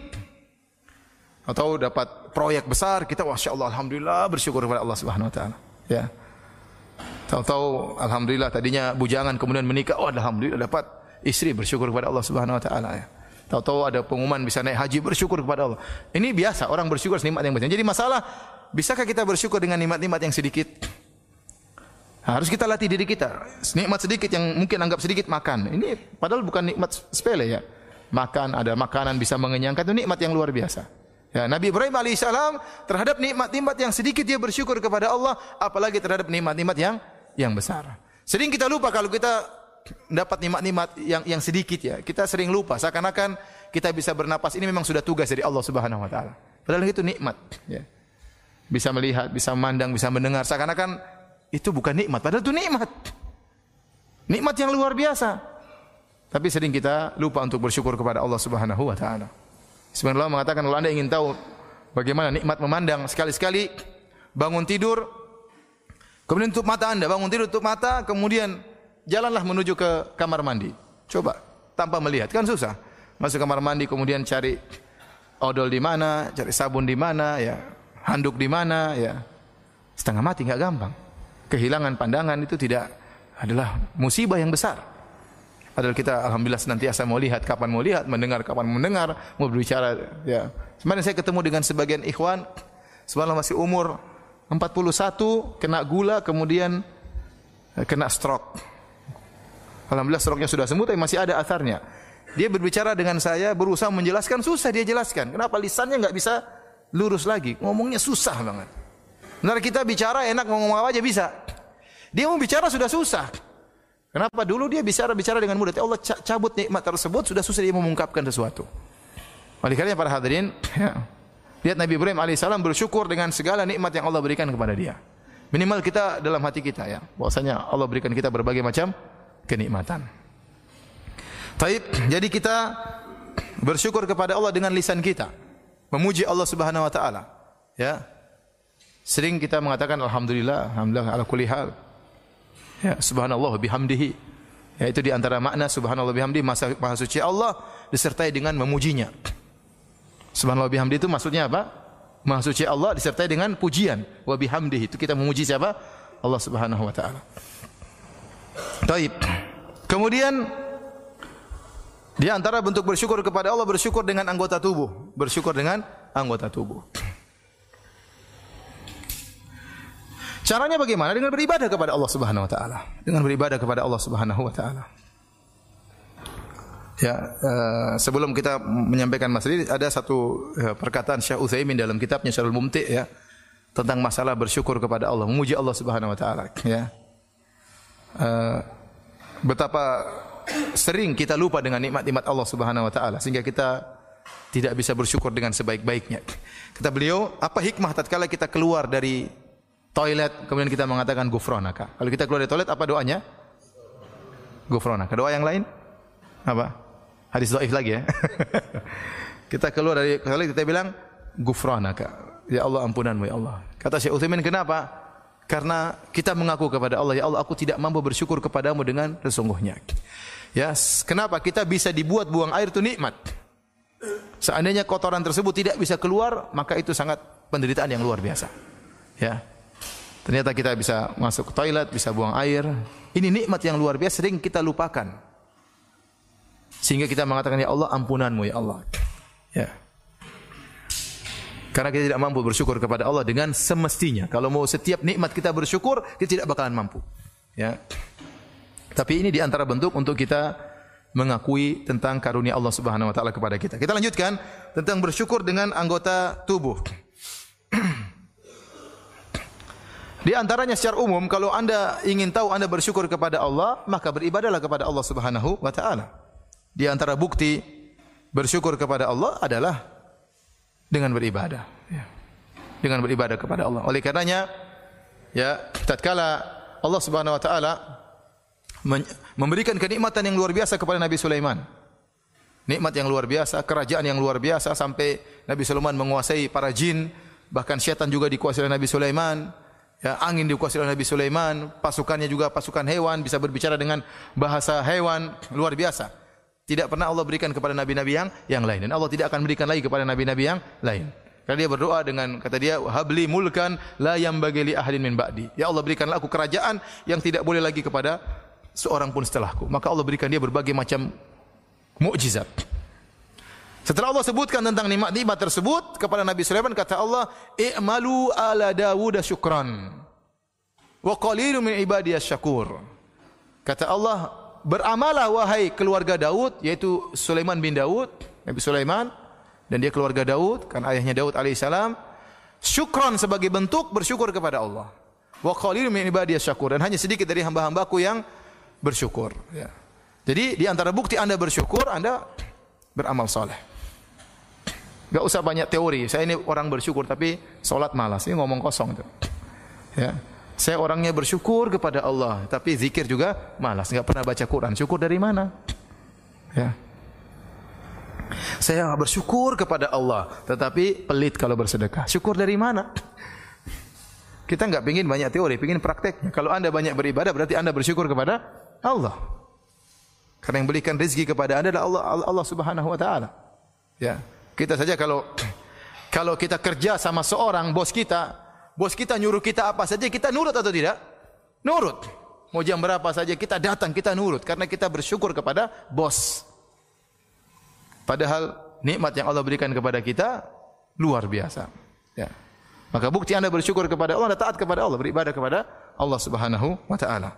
atau dapat proyek besar kita masyaallah alhamdulillah bersyukur kepada Allah Subhanahu wa taala, ya. Tahu-tahu alhamdulillah tadinya bujangan kemudian menikah, oh alhamdulillah dapat istri, bersyukur kepada Allah Subhanahu wa taala, ya. Tahu-tahu ada pengumuman bisa naik haji, bersyukur kepada Allah. Ini biasa orang bersyukur nikmat yang besar. Jadi masalah, bisakah kita bersyukur dengan nikmat-nikmat yang sedikit? Nah, harus kita latih diri kita. Nikmat sedikit yang mungkin anggap sedikit makan. Ini padahal bukan nikmat sepele, ya. Makan, ada makanan bisa mengenyangkan, itu nikmat yang luar biasa. Ya, Nabi Ibrahim alaihissalam terhadap nikmat-nikmat yang sedikit dia bersyukur kepada Allah, apalagi terhadap nikmat-nikmat yang yang besar. Sering kita lupa kalau kita dapat nikmat-nikmat yang yang sedikit, ya. Kita sering lupa seakan-akan kita bisa bernapas ini memang sudah tugas dari Allah Subhanahu wa taala. Padahal itu nikmat, ya. Bisa melihat, bisa memandang, bisa mendengar, seakan-akan itu bukan nikmat, padahal itu nikmat. Nikmat yang luar biasa. Tapi sering kita lupa untuk bersyukur kepada Allah Subhanahu wa taala. Sebenarnya Allah mengatakan kalau Anda ingin tahu bagaimana nikmat memandang, sekali-sekali bangun tidur kemudian tutup mata Anda, bangun tidur tutup mata, kemudian jalanlah menuju ke kamar mandi. Coba tanpa melihat, kan susah. Masuk kamar mandi kemudian cari odol di mana, cari sabun di mana, ya, handuk di mana, ya. Setengah mati, enggak gampang. Kehilangan pandangan itu tidak adalah musibah yang besar. Padahal kita alhamdulillah senantiasa mau lihat kapan mau lihat, mendengar kapan mau mendengar, mau berbicara, ya. Kemarin saya ketemu dengan sebagian ikhwan, subhanallah masih umur empat puluh satu, kena gula kemudian kena stroke. Alhamdulillah stroke-nya sudah sembuh tapi masih ada atharnya. Dia berbicara dengan saya, berusaha menjelaskan, susah dia jelaskan. Kenapa lisannya enggak bisa lurus lagi? Ngomongnya susah banget. Benar kita bicara enak, ngomong apa aja bisa. Dia mau bicara sudah susah. Kenapa? Dulu dia bicara-bicara dengan mudah. Allah cabut nikmat tersebut, sudah susah dia mengungkapkan sesuatu. Oleh karena para hadirin, ya, lihat Nabi Ibrahim alaihissalam bersyukur dengan segala nikmat yang Allah berikan kepada dia. Minimal kita dalam hati kita, ya, bahwasanya Allah berikan kita berbagai macam kenikmatan. Taib, jadi kita bersyukur kepada Allah dengan lisan kita, memuji Allah Subhanahu wa taala, ya. Sering kita mengatakan alhamdulillah, alhamdulillah ala kulli hal. Ya, subhanallah bihamdihi. Ya, itu di antara makna subhanallah bihamdihi, maha, maha suci Allah disertai dengan memujinya. Subhanallah bihamdihi itu maksudnya apa? Maha suci Allah disertai dengan pujian. Wa bihamdihi itu kita memuji siapa? Allah Subhanahu wa taala. Taib. Kemudian Di antara bentuk bersyukur kepada Allah, bersyukur dengan anggota tubuh. Bersyukur dengan anggota tubuh. Caranya bagaimana? Dengan beribadah kepada Allah Subhanahu wa taala. Dengan beribadah kepada Allah Subhanahu wa taala. Ya, uh, sebelum kita menyampaikan masalah ini, ada satu uh, perkataan Syekh Utsaimin dalam kitabnya Syarhul Mumti' ya, tentang masalah bersyukur kepada Allah, memuji Allah Subhanahu wa taala ya. Uh, betapa sering kita lupa dengan nikmat-nikmat Allah Subhanahu wa taala sehingga kita tidak bisa bersyukur dengan sebaik-baiknya. Kata beliau, apa hikmah tatkala kita keluar dari toilet kemudian kita mengatakan ghufranaka. Kalau kita keluar dari toilet apa doanya? Ghufranaka. Doa yang lain? Apa? Hadis dhaif lagi ya. Kita keluar dari toilet kita bilang ghufranaka. Ya Allah, ampunanmu ya Allah. Kata Syekh Utsaimin, kenapa? Karena kita mengaku kepada Allah, ya Allah, aku tidak mampu bersyukur kepadamu dengan sesungguhnya. Ya, kenapa? Kita bisa dibuat buang air itu nikmat. Seandainya kotoran tersebut tidak bisa keluar, maka itu sangat penderitaan yang luar biasa. Ya. Ternyata kita bisa masuk ke toilet, bisa buang air. Ini nikmat yang luar biasa, sering kita lupakan. Sehingga kita mengatakan, ya Allah, ampunanmu ya Allah. Ya. Karena kita tidak mampu bersyukur kepada Allah dengan semestinya. Kalau mau setiap nikmat kita bersyukur, kita tidak bakalan mampu. Ya. Tapi ini di antara bentuk untuk kita mengakui tentang karunia Allah Subhanahu wa taala kepada kita. Kita lanjutkan tentang bersyukur dengan anggota tubuh. Di antaranya secara umum, kalau Anda ingin tahu Anda bersyukur kepada Allah, maka beribadahlah kepada Allah Subhanahu wa taala. Di antara bukti bersyukur kepada Allah adalah dengan beribadah, ya. Dengan beribadah kepada Allah. Oleh karenanya, ya, tatkala Allah Subhanahu wa taala memberikan kenikmatan yang luar biasa kepada Nabi Sulaiman. Nikmat yang luar biasa, kerajaan yang luar biasa sampai Nabi Sulaiman menguasai para jin, bahkan syaitan juga dikuasai oleh Nabi Sulaiman. Ya, angin dikuasai oleh Nabi Sulaiman, pasukannya juga pasukan hewan, bisa berbicara dengan bahasa hewan, luar biasa. Tidak pernah Allah berikan kepada nabi-nabi yang yang lain, dan Allah tidak akan berikan lagi kepada nabi-nabi yang lain. Karena dia berdoa dengan kata dia, habli mulkan la yambagi li ahadin min ba'di. Ya Allah, berikanlah aku kerajaan yang tidak boleh lagi kepada seorang pun setelahku. Maka Allah berikan dia berbagai macam mukjizat. Setelah Allah sebutkan tentang nikmat-nikmat tersebut kepada Nabi Sulaiman, kata Allah, i'malu ala Dawud syukran wa qalilun min ibadiyas syakur. Kata Allah, beramalah wahai keluarga Daud, yaitu Sulaiman bin Daud, Nabi Sulaiman dan dia keluarga Daud, kan ayahnya Daud alaihissalam, syukran sebagai bentuk bersyukur kepada Allah. Wa qalilun min ibadiyas syakur, dan hanya sedikit dari hamba-hambaku yang bersyukur. Ya. Jadi di antara bukti Anda bersyukur, Anda beramal saleh. Enggak usah banyak teori. Saya ini orang bersyukur tapi salat malas. Ini ngomong kosong itu. Ya. Saya orangnya bersyukur kepada Allah, tapi zikir juga malas, enggak pernah baca Quran. Syukur dari mana? Ya. Saya bersyukur kepada Allah, tetapi pelit kalau bersedekah. Syukur dari mana? Kita enggak pengin banyak teori, pengin prakteknya. Kalau Anda banyak beribadah, berarti Anda bersyukur kepada Allah. Karena yang berikan rezeki kepada Anda adalah Allah, Allah Subhanahu wa taala. Ya. Kita saja kalau kalau kita kerja sama seorang bos kita, bos kita nyuruh kita apa saja, kita nurut atau tidak? Nurut. Mau jam berapa saja kita datang, kita nurut karena kita bersyukur kepada bos. Padahal nikmat yang Allah berikan kepada kita luar biasa. Ya. Maka bukti Anda bersyukur kepada Allah, Anda taat kepada Allah, beribadah kepada Allah Subhanahu wa taala.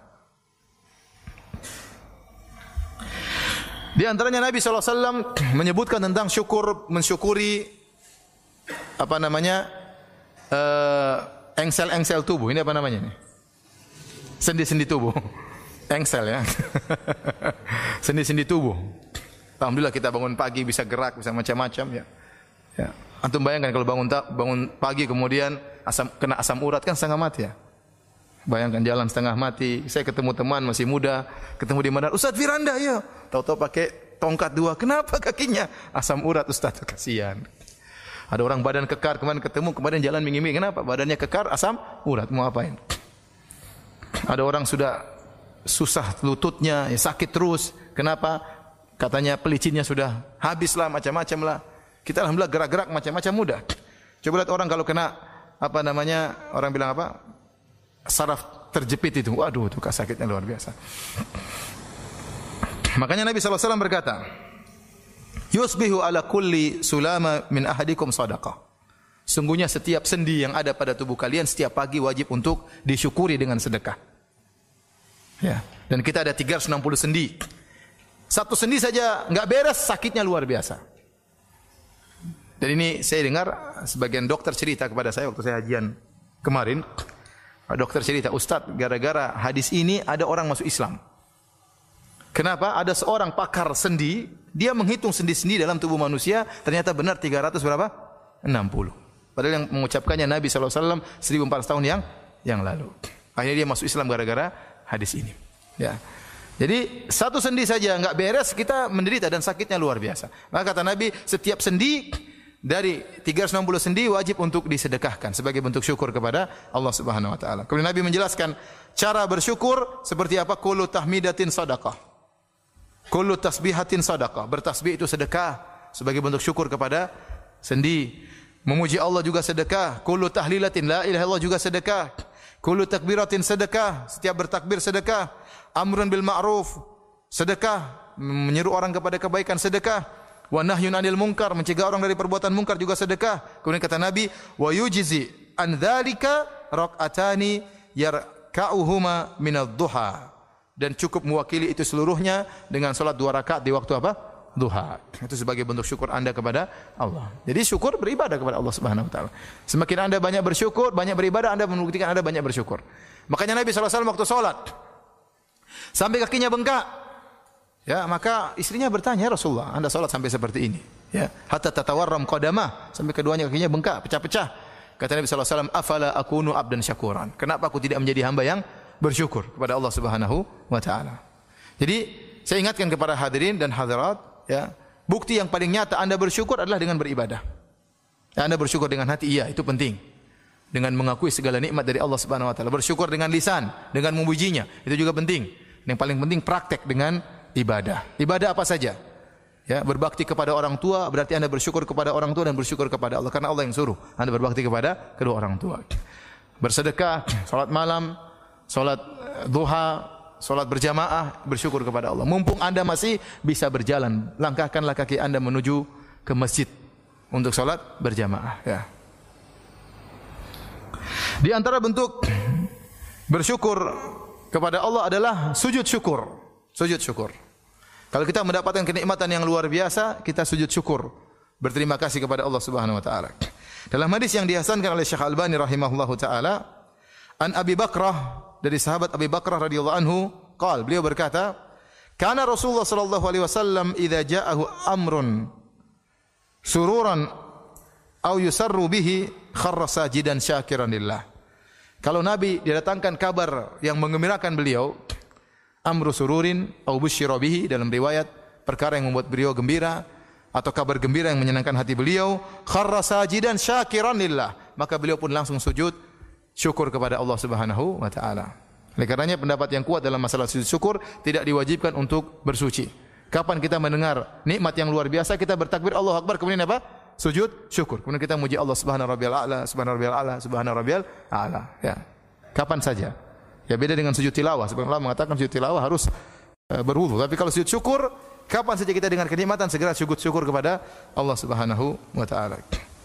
Di antaranya Nabi sallallahu alaihi wasallam menyebutkan tentang syukur, mensyukuri apa namanya uh, engsel-engsel tubuh. Ini apa namanya ini? Sendi-sendi tubuh. Engsel ya. Sendi-sendi tubuh. Alhamdulillah kita bangun pagi bisa gerak, bisa macam-macam ya. Ya. Antum bayangkan kalau bangun bangun pagi kemudian asam kena asam urat kan setengah mati ya. Bayangkan jalan setengah mati. Saya ketemu teman masih muda, ketemu di mana? Ustaz Firanda ya. Tahu-tahu pakai tongkat dua. Kenapa kakinya? Asam urat Ustaz, kasihan. Ada orang badan kekar, kemarin ketemu, kemarin jalan minggi-minggi. Kenapa? Badannya kekar, asam urat. Mau apain? Ada orang sudah susah lututnya, ya sakit terus. Kenapa? Katanya pelicinnya sudah habislah, macam-macam lah. Kita alhamdulillah gerak-gerak macam-macam mudah. Coba lihat orang kalau kena apa namanya? Orang bilang apa? Saraf terjepit itu. Waduh, itu sakitnya luar biasa. Makanya Nabi sallallahu alaihi wasallam berkata, Yusbihu ala kulli sulama min ahadikum sadaqah. Sungguhnya setiap sendi yang ada pada tubuh kalian setiap pagi wajib untuk disyukuri dengan sedekah. Ya, dan kita ada tiga ratus enam puluh sendi. Satu sendi saja enggak beres sakitnya luar biasa. Dan ini saya dengar sebagian dokter cerita kepada saya waktu saya hajian kemarin. Dokter cerita, "Ustaz, gara-gara hadis ini ada orang masuk Islam." Kenapa? Ada seorang pakar sendi, dia menghitung sendi-sendi dalam tubuh manusia, ternyata benar tiga ratus berapa? enam puluh. Padahal yang mengucapkannya Nabi sallallahu alaihi wasallam seribu empat ratus tahun yang yang lalu. Akhirnya dia masuk Islam gara-gara hadis ini. Ya. Jadi satu sendi saja enggak beres kita menderita dan sakitnya luar biasa. Maka kata Nabi, setiap sendi dari tiga ratus enam puluh sendi wajib untuk disedekahkan sebagai bentuk syukur kepada Allah Subhanahu wa taala. Kemudian Nabi menjelaskan cara bersyukur seperti apa? Kullu tahmidatin shadaqah. Kullu tasbihatin sadaqah. Bertasbih itu sedekah sebagai bentuk syukur kepada sendi. Memuji Allah juga sedekah. Kullu tahlilatin la ilaha illallah juga sedekah. Kullu takbiratin sedekah. Setiap bertakbir sedekah. Amrun bil ma'ruf sedekah. Menyeru orang kepada kebaikan sedekah. Wa nahyun 'anil munkar, mencegah orang dari perbuatan munkar juga sedekah. Kemudian kata Nabi, wa yujzi an dzalika rak'atani yarka'uhuma minadh duha. Dan cukup mewakili itu seluruhnya dengan salat dua rakaat di waktu apa? Duha. Itu sebagai bentuk syukur Anda kepada Allah. Jadi syukur beribadah kepada Allah Subhanahu wa taala. Semakin Anda banyak bersyukur, banyak beribadah, Anda membuktikan Anda banyak bersyukur. Makanya Nabi sallallahu alaihi wasallam waktu salat sampai kakinya bengkak. Ya, maka istrinya bertanya, "Ya Rasulullah, Anda salat sampai seperti ini?" Ya, hatta tatawarram qadamah, sampai keduanya kakinya bengkak, pecah-pecah. Kata Nabi sallallahu alaihi wasallam, "Afala akunu abdan syakuran?" Kenapa aku tidak menjadi hamba yang bersyukur kepada Allah Subhanahu wa taala. Jadi, saya ingatkan kepada hadirin dan hadirat, ya, bukti yang paling nyata Anda bersyukur adalah dengan beribadah. Ya, Anda bersyukur dengan hati, iya, itu penting. Dengan mengakui segala nikmat dari Allah Subhanahu wa taala. Bersyukur dengan lisan, dengan memujinya, itu juga penting. Yang paling penting praktek dengan ibadah. Ibadah apa saja? Ya, berbakti kepada orang tua berarti Anda bersyukur kepada orang tua dan bersyukur kepada Allah karena Allah yang suruh Anda berbakti kepada kedua orang tua. Bersedekah, salat malam, salat duha, salat berjamaah, bersyukur kepada Allah. Mumpung Anda masih bisa berjalan, langkahkanlah kaki Anda menuju ke masjid untuk salat berjamaah, ya. Di antara bentuk bersyukur kepada Allah adalah sujud syukur. Sujud syukur. Kalau kita mendapatkan kenikmatan yang luar biasa, kita sujud syukur, berterima kasih kepada Allah Subhanahu wa taala. Dalam hadis yang dihasankan oleh Syekh Albani rahimahullahu taala, an Abi Bakrah, dari sahabat Abi Bakrah radhiyallahu anhu, qala, beliau berkata, kana Rasulullah sallallahu alaihi wasallam idza ja'ahu amrun sururan aw yusarru bihi kharra sajidan syakiran lillah. Kalau Nabi didatangkan kabar yang menggembirakan beliau, amru sururin aw busyira bihi, dalam riwayat perkara yang membuat beliau gembira atau kabar gembira yang menyenangkan hati beliau, kharra sajidan syakiran lillah, maka beliau pun langsung sujud syukur kepada Allah Subhanahu wa taala. Oleh karenanya pendapat yang kuat dalam masalah sujud syukur tidak diwajibkan untuk bersuci. Kapan kita mendengar nikmat yang luar biasa kita bertakbir Allahu Akbar, kemudian apa? Sujud syukur. Kemudian kita muji Allah Subhana rabbiyal a'la, subhana rabbiyal a'la, subhana rabbiyal a'la, ya. Kapan saja. Ya, beda dengan sujud tilawah. Sebagian ulama mengatakan sujud tilawah harus uh, berwudu. Tapi kalau sujud syukur, kapan saja kita dengar kenikmatan segera sujud syukur kepada Allah Subhanahu wa taala.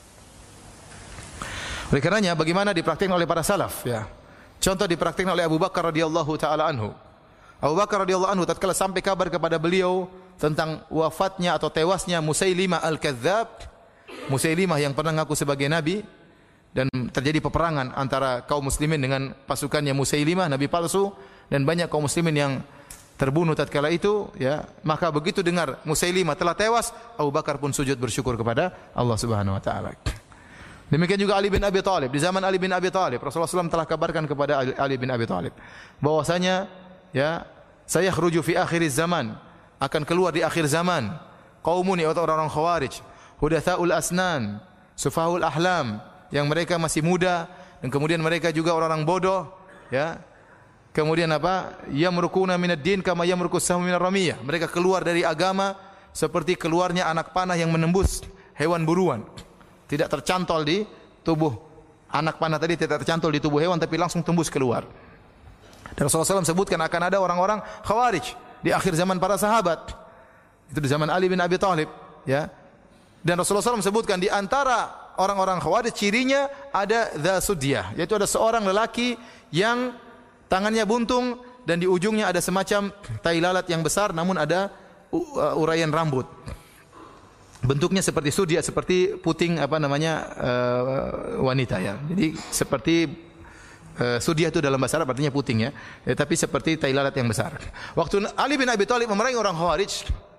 Oleh karenanya bagaimana dipraktikkan oleh para salaf, ya. Contoh dipraktikkan oleh Abu Bakar radhiyallahu taala anhu. Abu Bakar radhiyallahu anhu tatkala sampai kabar kepada beliau tentang wafatnya atau tewasnya Musailimah al-Kadzdzab, Musailimah yang pernah mengaku sebagai nabi, dan terjadi peperangan antara kaum muslimin dengan pasukannya Musailimah, nabi palsu, dan banyak kaum muslimin yang terbunuh tatkala itu, ya. Maka begitu dengar Musailimah telah tewas, Abu Bakar pun sujud bersyukur kepada Allah Subhanahu wa taala. Demikian juga Ali bin Abi Thalib. Di zaman Ali bin Abi Thalib, Rasulullah sallallahu alaihi wasallam telah kabarkan kepada Ali bin Abi Thalib bahwasanya, ya, saya khruju fi akhiriz zaman, akan keluar di akhir zaman qaumun, yaitu orang-orang khawarij, hudatsaul asnan, sufahul ahlam, yang mereka masih muda dan kemudian mereka juga orang-orang bodoh, ya. Kemudian apa? Yamrukuna minad din kama yamrukus sahmu minar ramiyah. Mereka keluar dari agama seperti keluarnya anak panah yang menembus hewan buruan. Tidak tercantol di tubuh anak panah tadi, tidak tercantol di tubuh hewan, tapi langsung tembus keluar. Dan Rasulullah sallallahu alaihi wasallam sebutkan akan ada orang-orang khawarij di akhir zaman para sahabat. Itu di zaman Ali bin Abi Thalib. ya. Dan Rasulullah shallallahu alaihi wasallam sebutkan di antara orang-orang Khawarij cirinya ada dzasudyah, yaitu ada seorang lelaki yang tangannya buntung dan di ujungnya ada semacam tai lalat yang besar namun ada uraian rambut. Bentuknya seperti sudia, seperti puting apa namanya uh, wanita ya. Jadi seperti uh, sudia itu dalam bahasa Arab artinya puting ya. ya. Tapi seperti tai lalat yang besar. Waktu Ali bin Abi Thalib memerangi orang Khawarij,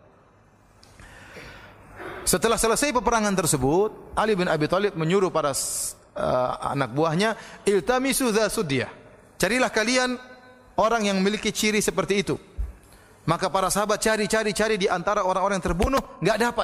setelah selesai peperangan tersebut, Ali bin Abi Thalib menyuruh para uh, anak buahnya, iltamisu dza sudyah. Carilah kalian orang yang memiliki ciri seperti itu. Maka para sahabat cari-cari-cari di antara orang-orang yang terbunuh, enggak dapat.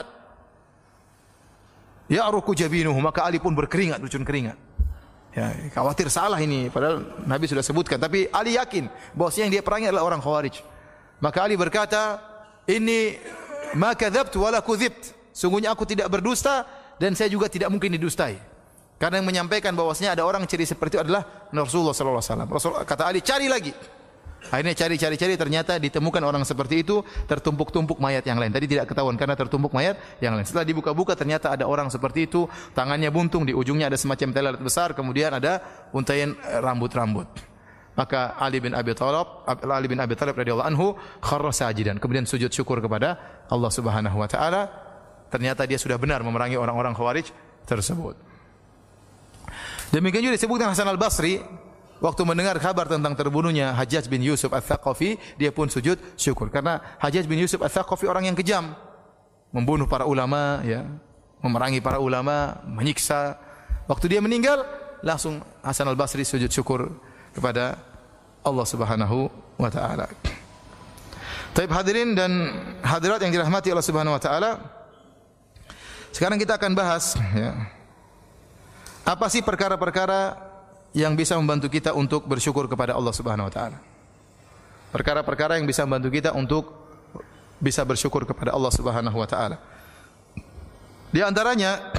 Ya ruku jabinuhu, maka Ali pun berkeringat, bercun keringat. Ya, khawatir salah ini, padahal Nabi sudah sebutkan. Tapi Ali yakin bahwasanya yang dia perangi adalah orang Khawarij. Maka Ali berkata, "Inni ma kadzabtu wala kudzibt." Sungguhnya aku tidak berdusta dan saya juga tidak mungkin didustai. Karena yang menyampaikan bahwasanya ada orang ciri seperti itu adalah Rasulullah sallallahu alaihi wasallam. Rasul kata Ali, "Cari lagi." Akhirnya cari-cari-cari ternyata ditemukan orang seperti itu tertumpuk-tumpuk mayat yang lain. Tadi tidak ketahuan karena tertumpuk mayat yang lain. Setelah dibuka-buka ternyata ada orang seperti itu, tangannya buntung, di ujungnya ada semacam tai lalat besar, kemudian ada untaian rambut-rambut. Maka Ali bin Abi Thalib, Ali bin Abi Thalib radhiyallahu anhu kharra sajidan, kemudian sujud syukur kepada Allah Subhanahu wa taala. Ternyata dia sudah benar memerangi orang-orang Khawarij tersebut. Demikian juga disebutkan Hasan Al-Basri waktu mendengar kabar tentang terbunuhnya Hajjaj bin Yusuf Ats-Tsaqafi, dia pun sujud syukur karena Hajjaj bin Yusuf Ats-Tsaqafi orang yang kejam, membunuh para ulama, ya, memerangi para ulama, menyiksa. Waktu dia meninggal, langsung Hasan Al-Basri sujud syukur kepada Allah Subhanahu wa taala. Taib hadirin dan hadirat yang dirahmati Allah Subhanahu wa taala, sekarang kita akan bahas, ya, apa sih perkara-perkara yang bisa membantu kita untuk bersyukur kepada Allah Subhanahu wa taala. Perkara-perkara yang bisa membantu kita untuk bisa bersyukur kepada Allah Subhanahu wa taala. Di antaranya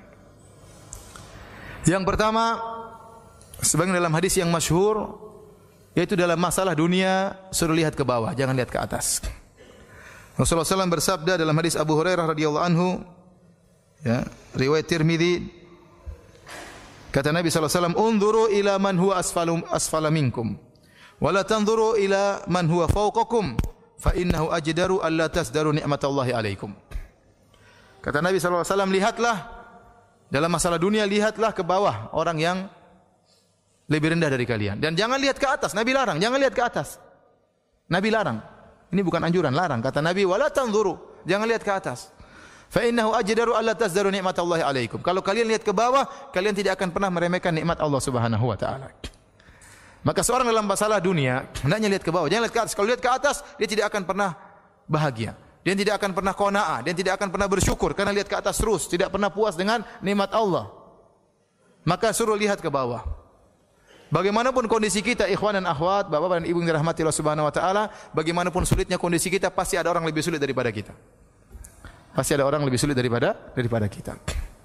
yang pertama, sebagaimana dalam hadis yang masyhur, yaitu dalam masalah dunia suruh lihat ke bawah, jangan lihat ke atas. Rasulullah sallallahu alaihi wasallam bersabda dalam hadis Abu Hurairah radhiyallahu anhu, ya, riwayat Tirmidzi, kata Nabi sallallahu alaihi wasallam, "Unzuru ila man huwa asfalu asfala minkum, wa la tanzuru ila man huwa fawqakum, fa innahu ajdaru alla tasdaru ni'matallahi alaikum." Kata Nabi sallallahu alaihi wasallam, lihatlah dalam masalah dunia, lihatlah ke bawah orang yang lebih rendah dari kalian, dan jangan lihat ke atas. Nabi larang, jangan lihat ke atas. Nabi larang. Ini bukan anjuran, larang. Kata Nabi, "Wa la tanzuru", jangan lihat ke atas. Fa innahu ajdaru alla tasdaru ni'matallahi alaikum. Kalau kalian lihat ke bawah, kalian tidak akan pernah meremehkan nikmat Allah Subhanahu wa taala. Maka seorang dalam masalah dunia hendaknya lihat ke bawah, jangan lihat ke atas. Kalau lihat ke atas, dia tidak akan pernah bahagia. Dia tidak akan pernah qanaah, dia tidak akan pernah bersyukur karena lihat ke atas terus, tidak pernah puas dengan nikmat Allah. Maka suruh lihat ke bawah. Bagaimanapun kondisi kita, ikhwan dan akhwat, bapak dan ibu yang dirahmati Allah Subhanahu wa taala, bagaimanapun sulitnya kondisi kita, pasti ada orang lebih sulit daripada kita. Pasti ada orang lebih sulit daripada daripada kita.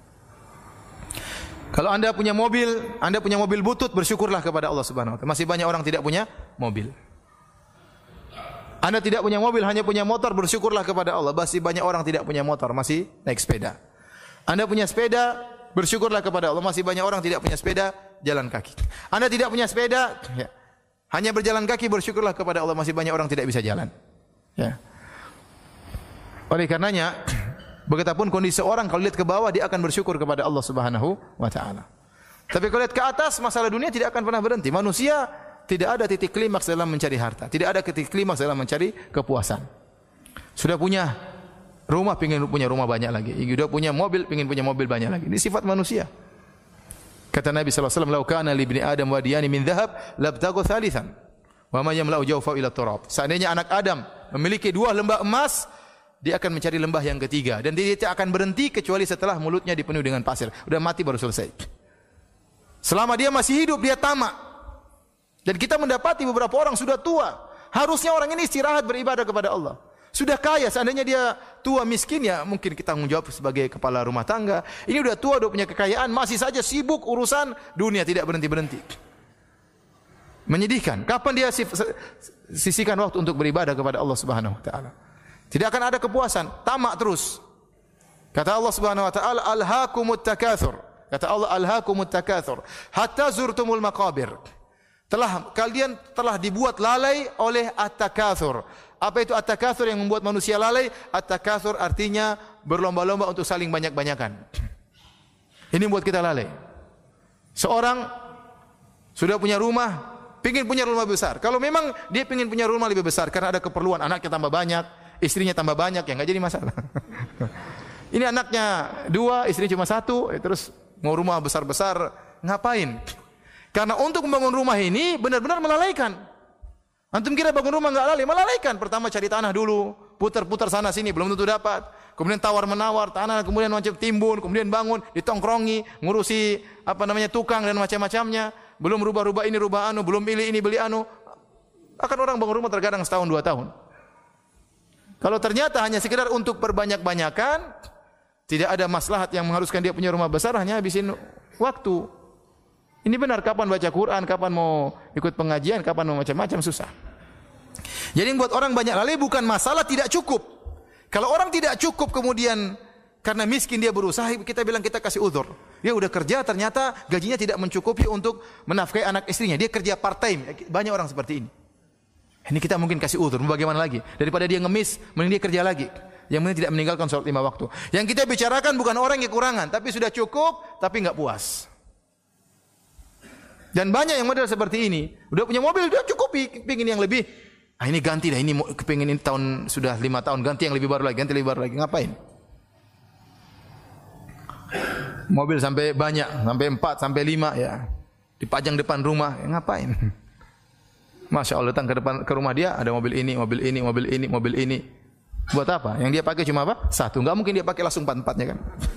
Kalau Anda punya mobil, Anda punya mobil butut, bersyukurlah kepada Allah Subhanahu wa taala. Masih banyak orang tidak punya mobil. Anda tidak punya mobil, hanya punya motor, bersyukurlah kepada Allah. Masih banyak orang tidak punya motor, masih naik sepeda. Anda punya sepeda, bersyukurlah kepada Allah. Masih banyak orang tidak punya sepeda, jalan kaki. Anda tidak punya sepeda, ya, hanya berjalan kaki, bersyukurlah kepada Allah. Masih banyak orang tidak bisa jalan. Ya. Oleh karenanya, begitupun kondisi orang, kalau lihat ke bawah dia akan bersyukur kepada Allah Subhanahu wa taala. Tapi kalau lihat ke atas, masalah dunia tidak akan pernah berhenti. Manusia tidak ada titik klimaks dalam mencari harta, tidak ada titik klimaks dalam mencari kepuasan. Sudah punya rumah, ingin punya rumah banyak lagi. Sudah punya mobil, ingin punya mobil banyak lagi. Ini sifat manusia. Kata Nabi sallallahu alaihi wasallam, "Lau kana li ibni Adam wadiyani min dhahab, labtaghu thalithan, wa ma yamla'u jawfa ila turab." Seandainya anak Adam memiliki dua lembah emas, dia akan mencari lembah yang ketiga, dan dia tidak akan berhenti kecuali setelah mulutnya dipenuhi dengan pasir. Udah mati baru selesai. Selama dia masih hidup, dia tamak. Dan kita mendapati beberapa orang sudah tua, harusnya orang ini istirahat beribadah kepada Allah. Sudah kaya, seandainya dia tua miskin, ya mungkin kita tanggung jawab sebagai kepala rumah tangga. Ini udah tua, udah punya kekayaan, masih saja sibuk urusan dunia, tidak berhenti-berhenti. Menyedihkan. Kapan dia sisihkan waktu untuk beribadah kepada Allah Subhanahu wa taala? Tidak akan ada kepuasan, tamak terus. Kata Allah Subhanahu wa taala, alhaakumut takatsur. Kata Allah, alhaakumut takatsur hatta zurtumul maqabir. Telah kalian telah dibuat lalai oleh at-takatsur. Apa itu at-takatsur yang membuat manusia lalai? At-takatsur artinya berlomba-lomba untuk saling banyak-banyakan. Ini membuat kita lalai. Seorang sudah punya rumah, pingin punya rumah besar. Kalau memang dia pingin punya rumah lebih besar karena ada keperluan, anaknya tambah banyak, istrinya tambah banyak, ya nggak jadi masalah. Ini anaknya dua, istrinya cuma satu, terus mau rumah besar-besar, ngapain? Karena untuk membangun rumah ini benar-benar melalaikan. Antum kira bangun rumah nggak lalai? Melalaikan. Pertama cari tanah dulu, putar-putar sana sini, belum tentu dapat. Kemudian tawar menawar tanah, kemudian macam timbun, kemudian bangun, ditongkrongi, ngurusi apa namanya tukang dan macam-macamnya. Belum rubah-rubah ini, rubah anu, belum beli ini, beli anu. Akan orang bangun rumah terkadang setahun dua tahun. Kalau ternyata hanya sekedar untuk perbanyak-banyakan, tidak ada maslahat yang mengharuskan dia punya rumah besar, hanya habisin waktu. Ini benar, kapan baca Quran, kapan mau ikut pengajian, kapan mau macam-macam, susah. Jadi yang buat orang banyak lalai bukan masalah tidak cukup. Kalau orang tidak cukup kemudian karena miskin dia berusaha, kita bilang kita kasih uzur. Dia udah kerja ternyata gajinya tidak mencukupi untuk menafkahi anak istrinya. Dia kerja part time. Banyak orang seperti ini. Ini kita mungkin kasih uzur. Bagaimana lagi? Daripada dia ngemis, mending dia kerja lagi. Yang penting tidak meninggalkan sholat lima waktu. Yang kita bicarakan bukan orang yang kekurangan, tapi sudah cukup, tapi enggak puas. Dan banyak yang model seperti ini. Udah punya mobil, udah cukupi, pingin yang lebih. Ah ini ganti dah, ini kepingin ini tahun sudah lima tahun, ganti yang lebih baru lagi, ganti lebih baru lagi. Ngapain? Mobil sampai banyak, sampai empat, sampai lima ya. Dipajang depan rumah, ya ngapain? Masya Allah, datang ke depan ke rumah dia ada mobil ini, mobil ini, mobil ini, mobil ini. Buat apa? Yang dia pakai cuma apa? Satu. Enggak mungkin dia pakai langsung empat-empatnya kan.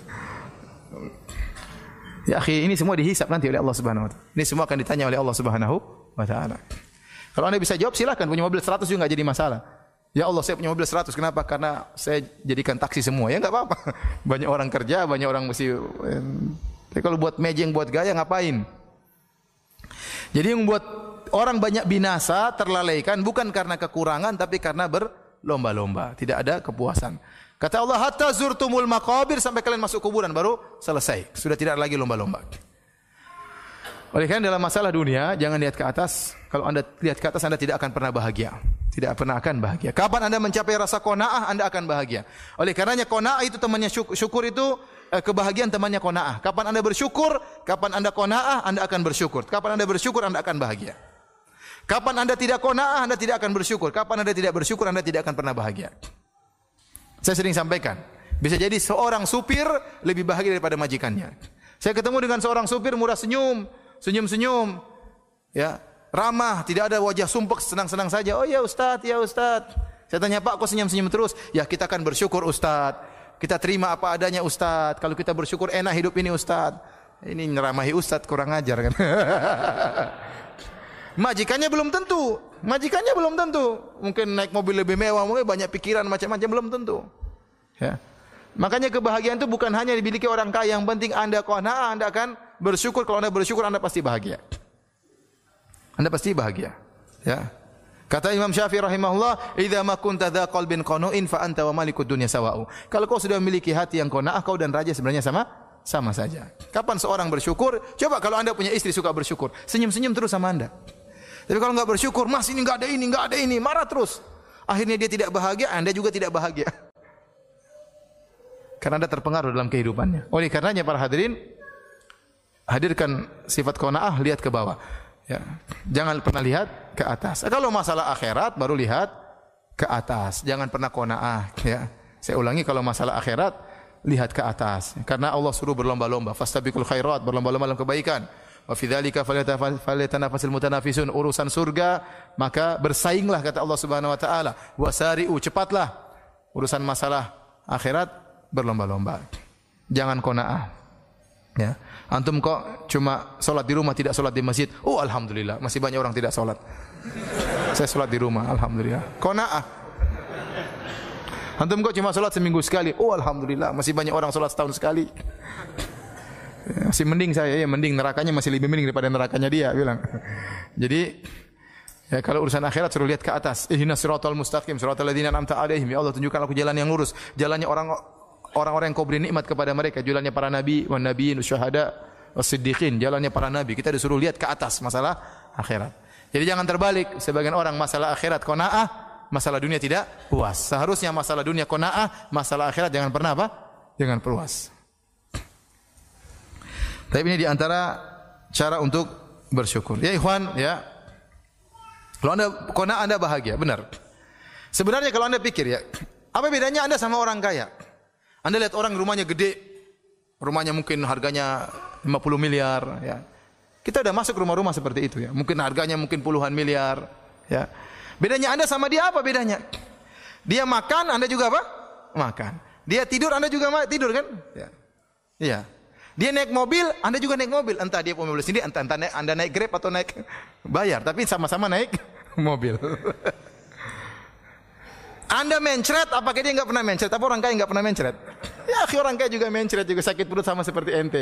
Ya akhi, ini semua dihisab nanti oleh Allah Subhanahu wa taala. Ini semua akan ditanya oleh Allah Subhanahu wa taala. Kalau Anda bisa jawab silakan, punya mobil seratus juga enggak jadi masalah. Ya Allah, saya punya mobil seratus, kenapa? Karena saya jadikan taksi semua. Ya enggak apa-apa. Banyak orang kerja, banyak orang mesti tapi kalau buat mejeng, buat gaya ngapain? Jadi yang membuat orang banyak binasa, terlalaikan bukan karena kekurangan tapi karena berlomba-lomba, tidak ada kepuasan. Kata Allah, hatta zurtumul maqabir, sampai kalian masuk kuburan baru selesai. Sudah tidak lagi lomba-lomba. Oleh karena dalam masalah dunia, jangan lihat ke atas. Kalau Anda lihat ke atas, Anda tidak akan pernah bahagia. Tidak pernah akan bahagia. Kapan Anda mencapai rasa qanaah, Anda akan bahagia. Oleh karenanya qanaah itu temannya syukur, syukur itu eh, kebahagiaan temannya qanaah. Kapan Anda bersyukur, kapan Anda qanaah, Anda akan bersyukur. Kapan Anda bersyukur, Anda akan bahagia. Kapan Anda tidak qanaah, Anda tidak akan bersyukur. Kapan Anda tidak bersyukur, Anda tidak akan pernah bahagia. Saya sering sampaikan, bisa jadi seorang supir lebih bahagia daripada majikannya. Saya ketemu dengan seorang supir murah senyum, senyum-senyum, ya, ramah, tidak ada wajah sumpek, senang-senang saja. Oh ya Ustaz, ya Ustaz. Saya tanya, Pak, kok senyum-senyum terus? Ya kita akan bersyukur Ustaz. Kita terima apa adanya Ustaz. Kalau kita bersyukur enak hidup ini Ustaz. Ini nyeramahi Ustaz, kurang ajar kan. Majikannya belum tentu, majikannya belum tentu. Mungkin naik mobil lebih mewah, mungkin banyak pikiran macam-macam, belum tentu. Ya. Makanya kebahagiaan itu bukan hanya dimiliki orang kaya, yang penting Anda qanaah, Anda akan bersyukur. Kalau Anda bersyukur, Anda pasti bahagia. Anda pasti bahagia. Ya. Kata Imam Syafi'i rahimahullah, "Idza ma kunta dza qalbin qanu'in fa anta wa malikud dunya sawa'u." Kalau kau sudah memiliki hati yang qanaah, kau dan raja sebenarnya sama sama saja. Kapan seorang bersyukur? Coba kalau Anda punya istri suka bersyukur, senyum-senyum terus sama Anda. Tapi kalau enggak bersyukur, Mas ini enggak ada ini, enggak ada ini, marah terus. Akhirnya dia tidak bahagia, Anda juga tidak bahagia. Karena Anda terpengaruh dalam kehidupannya. Oleh karenanya para hadirin, hadirkan sifat qanaah, lihat ke bawah. Ya. Jangan pernah lihat ke atas. Kalau masalah akhirat baru lihat ke atas. Jangan pernah qanaah, ya. Saya ulangi, kalau masalah akhirat lihat ke atas. Karena Allah suruh berlomba-lomba, fastabiqul khairat, berlomba-lomba dalam kebaikan. Wa fi dzalika falyatanafasul mutanafisun, urusan surga maka bersainglah kata Allah Subhanahu wa taala. Wasari'u, cepatlah. Urusan masalah akhirat berlomba-lomba. Jangan qanaah. Ya. Antum kok cuma salat di rumah, tidak salat di masjid. Oh alhamdulillah, masih banyak orang tidak salat. Saya salat di rumah, alhamdulillah. Qanaah. Antum kok cuma salat seminggu sekali. Oh alhamdulillah, masih banyak orang salat setahun sekali. Masih mending saya, ya mending, nerakanya masih lebih mending daripada nerakanya dia bilang. Jadi ya, kalau urusan akhirat suruh lihat ke atas. Ihdinas siratal mustaqim, siratal ladzina an'amta 'alaihim. Ya Allah, tunjukkan aku jalan yang lurus, jalannya orang orang-orang yang kau beri nikmat kepada mereka, jalannya para nabi, wan nabiyyin, syuhada, was-siddiqin, jalannya para nabi. Kita disuruh lihat ke atas masalah akhirat. Jadi jangan terbalik, sebagian orang masalah akhirat qanaah, masalah dunia tidak puas. Seharusnya masalah dunia qanaah, masalah akhirat jangan pernah apa? Jangan puas. Tapi ini di antara cara untuk bersyukur. Ya ikhwan, ya. Kalau Anda qanaah, Anda bahagia, benar. Sebenarnya kalau Anda pikir ya, apa bedanya Anda sama orang kaya? Anda lihat orang rumahnya gede, rumahnya mungkin harganya lima puluh miliar, ya. Kita sudah masuk rumah-rumah seperti itu ya. Mungkin harganya mungkin puluhan miliar, ya. Bedanya Anda sama dia apa bedanya? Dia makan, Anda juga apa? Makan. Dia tidur, Anda juga tidur kan? Ya. Iya. Dia naik mobil, Anda juga naik mobil. Entah dia punya mobil sendiri, entah, entah naik, Anda naik Grab atau naik bayar, tapi sama-sama naik mobil. Anda mencret, apakah dia enggak pernah mencret? Apa orang kaya enggak pernah mencret? Ya, orang kaya juga mencret, juga sakit perut sama seperti ente.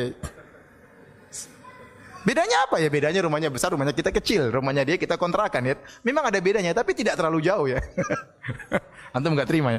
Bedanya apa ya? Bedanya rumahnya besar, rumahnya kita kecil. Rumahnya dia kita kontrakan ya. Memang ada bedanya, tapi tidak terlalu jauh ya. Antum enggak terima ya?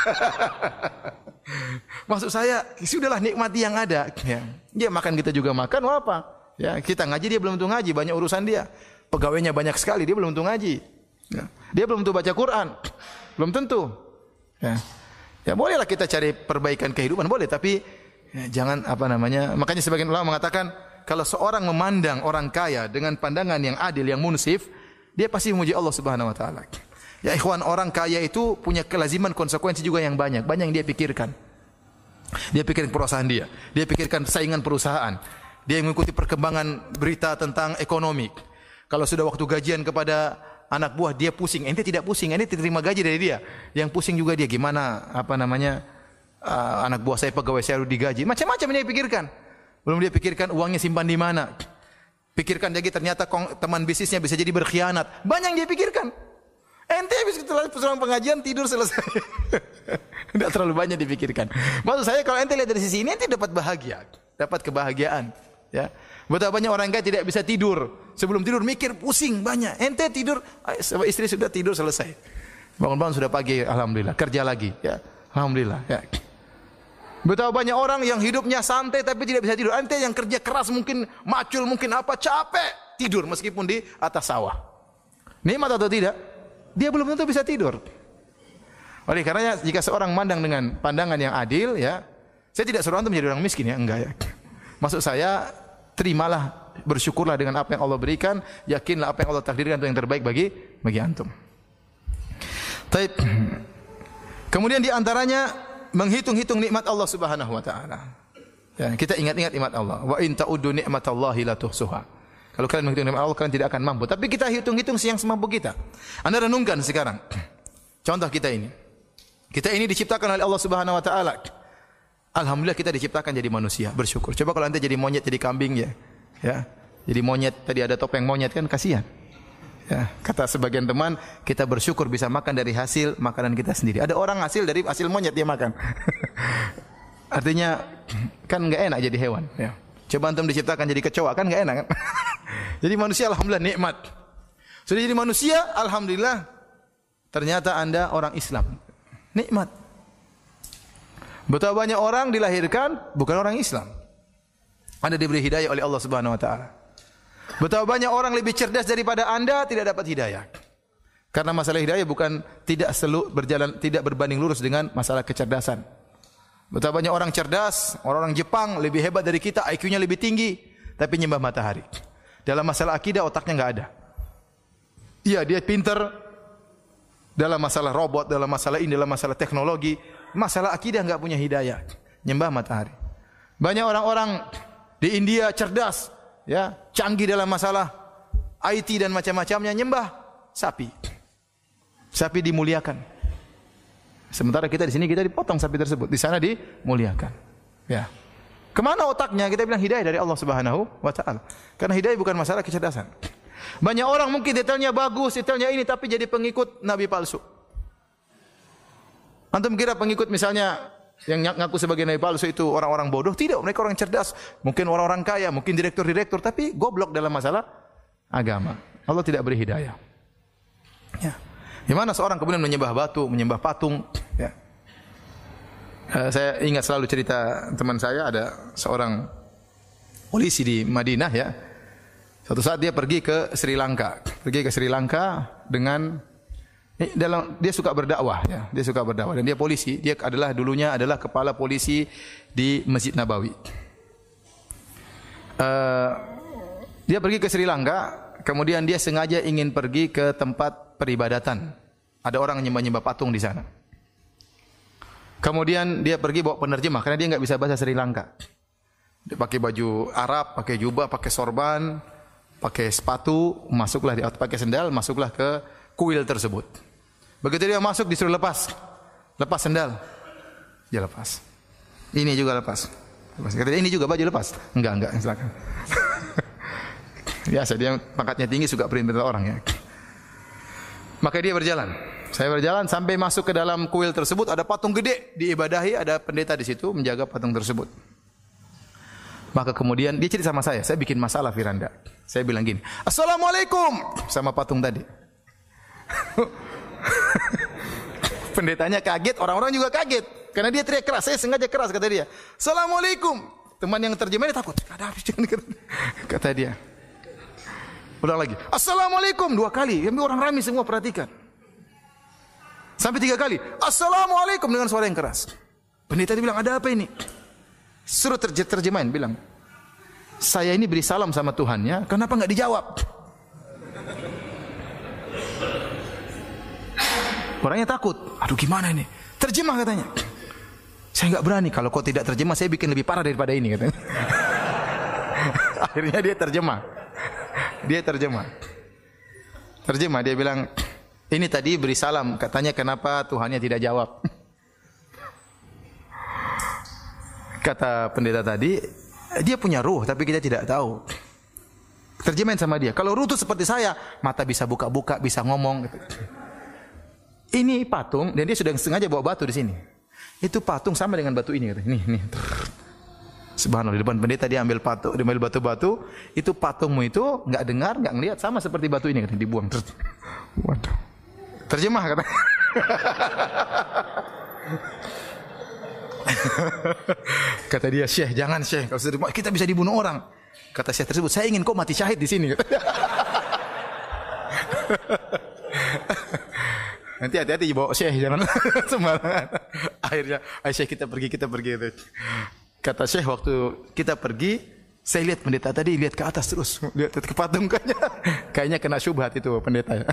Maksud saya, sudahlah nikmati yang ada. Ya. Dia makan, kita juga makan, wah apa? Ya, kita ngaji, dia belum tentu ngaji, banyak urusan dia. Pegawainya banyak sekali, dia belum tentu ngaji. Ya. Dia belum tentu baca Quran. Belum tentu. Ya. Ya bolehlah kita cari perbaikan kehidupan, boleh, tapi ya, jangan apa namanya? Makanya sebagian ulama mengatakan kalau seorang memandang orang kaya dengan pandangan yang adil, yang munsif, dia pasti memuji Allah Subhanahu wa taala. Ya ikhwan, orang kaya itu punya kelaziman konsekuensi juga yang banyak, banyak yang dia pikirkan. Dia pikirkan perusahaan dia, dia pikirkan saingan perusahaan. Dia mengikuti perkembangan berita tentang ekonomi. Kalau sudah waktu gajian kepada anak buah, dia pusing. Ente tidak pusing, ente terima gaji dari dia. Yang pusing juga dia, gimana apa namanya? Uh, anak buah saya, pegawai saya harus digaji. Macam-macam dia pikirkan. Belum dia pikirkan uangnya simpan di mana. Pikirkan lagi ternyata teman bisnisnya bisa jadi berkhianat. Banyak yang dia pikirkan. Ente habis pulang pengajian tidur selesai. Tidak terlalu banyak dipikirkan. Maksud saya kalau ente lihat dari sisi ini, ente dapat bahagia, dapat kebahagiaan. Ya. Betapa banyak orang kaya tidak bisa tidur. Sebelum tidur mikir pusing banyak. Ente tidur, istri sudah tidur selesai. Bangun-bangun sudah pagi, alhamdulillah. Kerja lagi, ya. Alhamdulillah. Ya. Betapa banyak orang yang hidupnya santai tapi tidak bisa tidur. Ente yang kerja keras mungkin macul, mungkin apa, capek tidur meskipun di atas sawah. Nikmat atau tidak? Dia belum tentu bisa tidur. Oleh karenanya jika seorang memandang dengan pandangan yang adil, ya, saya tidak suruh antum menjadi orang miskin ya, enggak ya. Maksud saya, terimalah, bersyukurlah dengan apa yang Allah berikan, yakinlah apa yang Allah takdirkan itu yang terbaik bagi bagi antum. Taib. Kemudian di antaranya menghitung-hitung nikmat Allah Subhanahu wa taala. Ya, kita ingat-ingat nikmat Allah. Wa in ta'uddu nikmatallahi la tuhsuha. Kalau kalian menghitung nikmat Allah, kalian tidak akan mampu. Tapi kita hitung-hitung yang semampu kita. Anda renungkan sekarang. Contoh kita ini. Kita ini diciptakan oleh Allah Subhanahu wa taala. Alhamdulillah kita diciptakan jadi manusia, bersyukur. Coba kalau Anda jadi monyet, jadi kambing ya. Ya. Jadi monyet, tadi ada topeng monyet kan, kasihan. Ya, kata sebagian teman, kita bersyukur bisa makan dari hasil makanan kita sendiri. Ada orang hasil dari hasil monyet dia makan. Artinya kan enggak enak jadi hewan, ya. Coba antum diciptakan jadi kecoa kan enggak enak kan? Jadi manusia alhamdulillah nikmat. Sudah jadi manusia alhamdulillah ternyata Anda orang Islam. Nikmat. Betapa banyak orang dilahirkan bukan orang Islam. Anda diberi hidayah oleh Allah Subhanahu wa taala. Betapa banyak orang lebih cerdas daripada Anda tidak dapat hidayah. Karena masalah hidayah bukan tidak selalu berjalan, tidak berbanding lurus dengan masalah kecerdasan. Betapa banyak orang cerdas, orang-orang Jepang lebih hebat dari kita, I Q-nya lebih tinggi, tapi nyembah matahari. Dalam masalah akidah otaknya enggak ada. Iya, dia pintar dalam masalah robot, dalam masalah ini, dalam masalah teknologi, masalah akidah enggak punya hidayah, nyembah matahari. Banyak orang-orang di India cerdas, ya, canggih dalam masalah I T dan macam-macamnya, nyembah sapi. Sapi dimuliakan. Sementara kita di sini kita dipotong sapi tersebut, di sana dimuliakan. Ya. Kemana otaknya? Kita bilang hidayah dari Allah Subhanahu wa taala. Karena hidayah bukan masalah kecerdasan. Banyak orang mungkin detailnya bagus, detailnya ini, tapi jadi pengikut nabi palsu. Antum kira pengikut misalnya yang ngaku sebagai nabi palsu itu orang-orang bodoh? Tidak, mereka orang cerdas. Mungkin orang-orang kaya, mungkin direktur-direktur, tapi goblok dalam masalah agama. Allah tidak beri hidayah. Ya. Di mana seorang kemudian menyembah batu, menyembah patung, ya. Uh, saya ingat selalu cerita teman saya, ada seorang polisi di Madinah ya. Suatu saat dia pergi ke Sri Lanka, pergi ke Sri Lanka dengan eh, dalam dia suka berdakwah ya, dia suka berdakwah dan dia polisi, dia adalah dulunya adalah kepala polisi di Masjid Nabawi. Uh, dia pergi ke Sri Lanka, kemudian dia sengaja ingin pergi ke tempat peribadatan. Ada orang nyembah-nyembah patung di sana. Kemudian dia pergi bawa penerjemah karena dia enggak bisa bahasa Sri Lanka. Dia pakai baju Arab, pakai jubah, pakai sorban, pakai sepatu, masuklah dia pakai sendal, masuklah ke kuil tersebut. Begitu dia masuk disuruh lepas. Lepas sendal. Dia lepas. Ini juga lepas. Lepas. Kata dia, ini juga baju lepas. Enggak, enggak, silakan. Biasa dia pangkatnya tinggi, suka perintah orang ya. Maka dia berjalan. Saya berjalan sampai masuk ke dalam kuil tersebut, ada patung gede diibadahi, ada pendeta di situ menjaga patung tersebut. Maka kemudian dia cerita sama saya, saya bikin masalah Firanda. Saya bilang gini, "Assalamualaikum," sama patung tadi. Pendetanya kaget, orang-orang juga kaget karena dia teriak keras. Saya sengaja keras kata dia. "Assalamualaikum." Teman yang terjemahnya takut. Kata dia. Ulang lagi. "Assalamualaikum" dua kali. Yang orang ramai semua perhatikan. Sampai tiga kali. "Assalamualaikum" dengan suara yang keras. Pendeta dia bilang, "Ada apa ini?" Suruh terj terjemahin bilang, "Saya ini beri salam sama Tuhannya, kenapa enggak dijawab?" Orangnya takut. Aduh gimana ini? Terjemah katanya. "Saya enggak berani, kalau kau tidak terjemah saya bikin lebih parah daripada ini," katanya. Akhirnya dia terjemah. Dia terjemah. Terjemah dia bilang, "Ini tadi beri salam, katanya kenapa Tuhannya tidak jawab?" Kata pendeta tadi, dia punya ruh tapi kita tidak tahu. Terjemahin sama dia, kalau ruh itu seperti saya, mata bisa buka-buka, bisa ngomong. Ini patung, dan dia sudah sengaja bawa batu di sini. Itu patung sama dengan batu ini, nih, nih. Subhanallah, di depan pendeta dia ambil patung, dia ambil batu-batu, itu patungmu itu nggak dengar, nggak ngelihat, sama seperti batu ini, katanya, dibuang. Waduh. Terjemah kata. Kata dia, "Syekh, jangan Syekh, kalau sudah kita bisa dibunuh orang." Kata Syekh tersebut, "Saya ingin kau mati syahid di sini." Nanti hati-hati bawa Syekh, jangan sembarangan. Akhirnya, "Ayo Syekh kita pergi, kita pergi." Kata Syekh, waktu kita pergi, saya lihat pendeta tadi lihat ke atas terus, lihat ke patung kayaknya, kayaknya kena syubhat itu pendeta.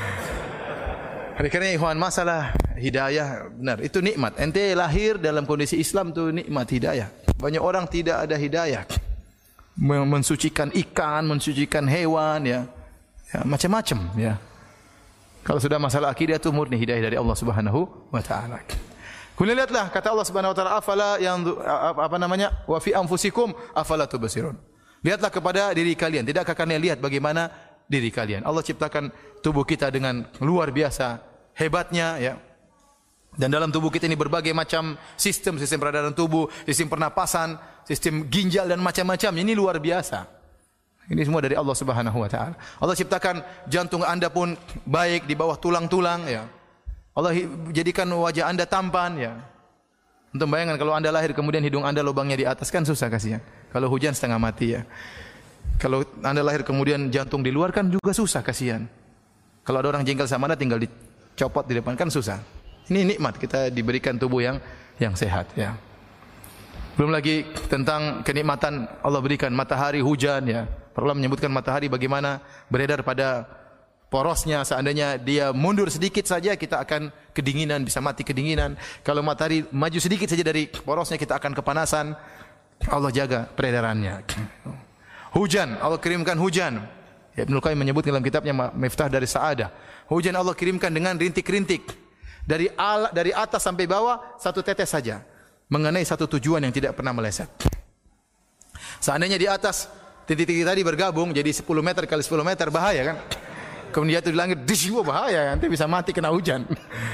Karena ikhwan, masalah hidayah benar itu nikmat. Ente lahir dalam kondisi Islam itu nikmat hidayah. Banyak orang tidak ada hidayah, mensucikan ikan, mensucikan hewan, ya, ya macam-macam, ya. Kalau sudah masalah akidah itu murni hidayah dari Allah Subhanahu wa taala. Kemudian lihatlah kata Allah Subhanahu wa taala, "Afala yang apa namanya? Wa fi anfusikum afala tubsirun." Lihatlah kepada diri kalian, tidakkah kalian lihat bagaimana diri kalian? Allah ciptakan tubuh kita dengan luar biasa hebatnya, ya. Dan dalam tubuh kita ini berbagai macam sistem, sistem peredaran tubuh, sistem pernapasan, sistem ginjal dan macam-macam. Ini luar biasa. Ini semua dari Allah Subhanahu wa taala. Allah ciptakan jantung Anda pun baik di bawah tulang-tulang, ya. Allah jadikan wajah Anda tampan, ya. Untuk bayangkan kalau Anda lahir kemudian hidung Anda lubangnya di atas, kan susah kasihan. Kalau hujan setengah mati, ya. Kalau Anda lahir kemudian jantung di luar, kan juga susah kasihan. Kalau ada orang jengkel sama Anda tinggal dicopot di depan, kan susah. Ini nikmat kita diberikan tubuh yang yang sehat, ya. Belum lagi tentang kenikmatan Allah berikan matahari, hujan, ya. Allah menyebutkan matahari bagaimana beredar pada porosnya, seandainya dia mundur sedikit saja kita akan kedinginan, bisa mati kedinginan. Kalau matahari maju sedikit saja dari porosnya kita akan kepanasan. Allah jaga peredarannya. Hujan, Allah kirimkan hujan. Ibnu Qayyim menyebut dalam kitabnya Miftah dari Sa'adah. Hujan Allah kirimkan dengan rintik-rintik. Dari al, dari atas sampai bawah satu tetes saja. Mengenai satu tujuan yang tidak pernah meleset. Seandainya di atas titik-titik tadi bergabung jadi sepuluh meter kali sepuluh meter, bahaya kan? Kemudian jatuh di langit, dishiwa bahaya, nanti bisa mati kena hujan.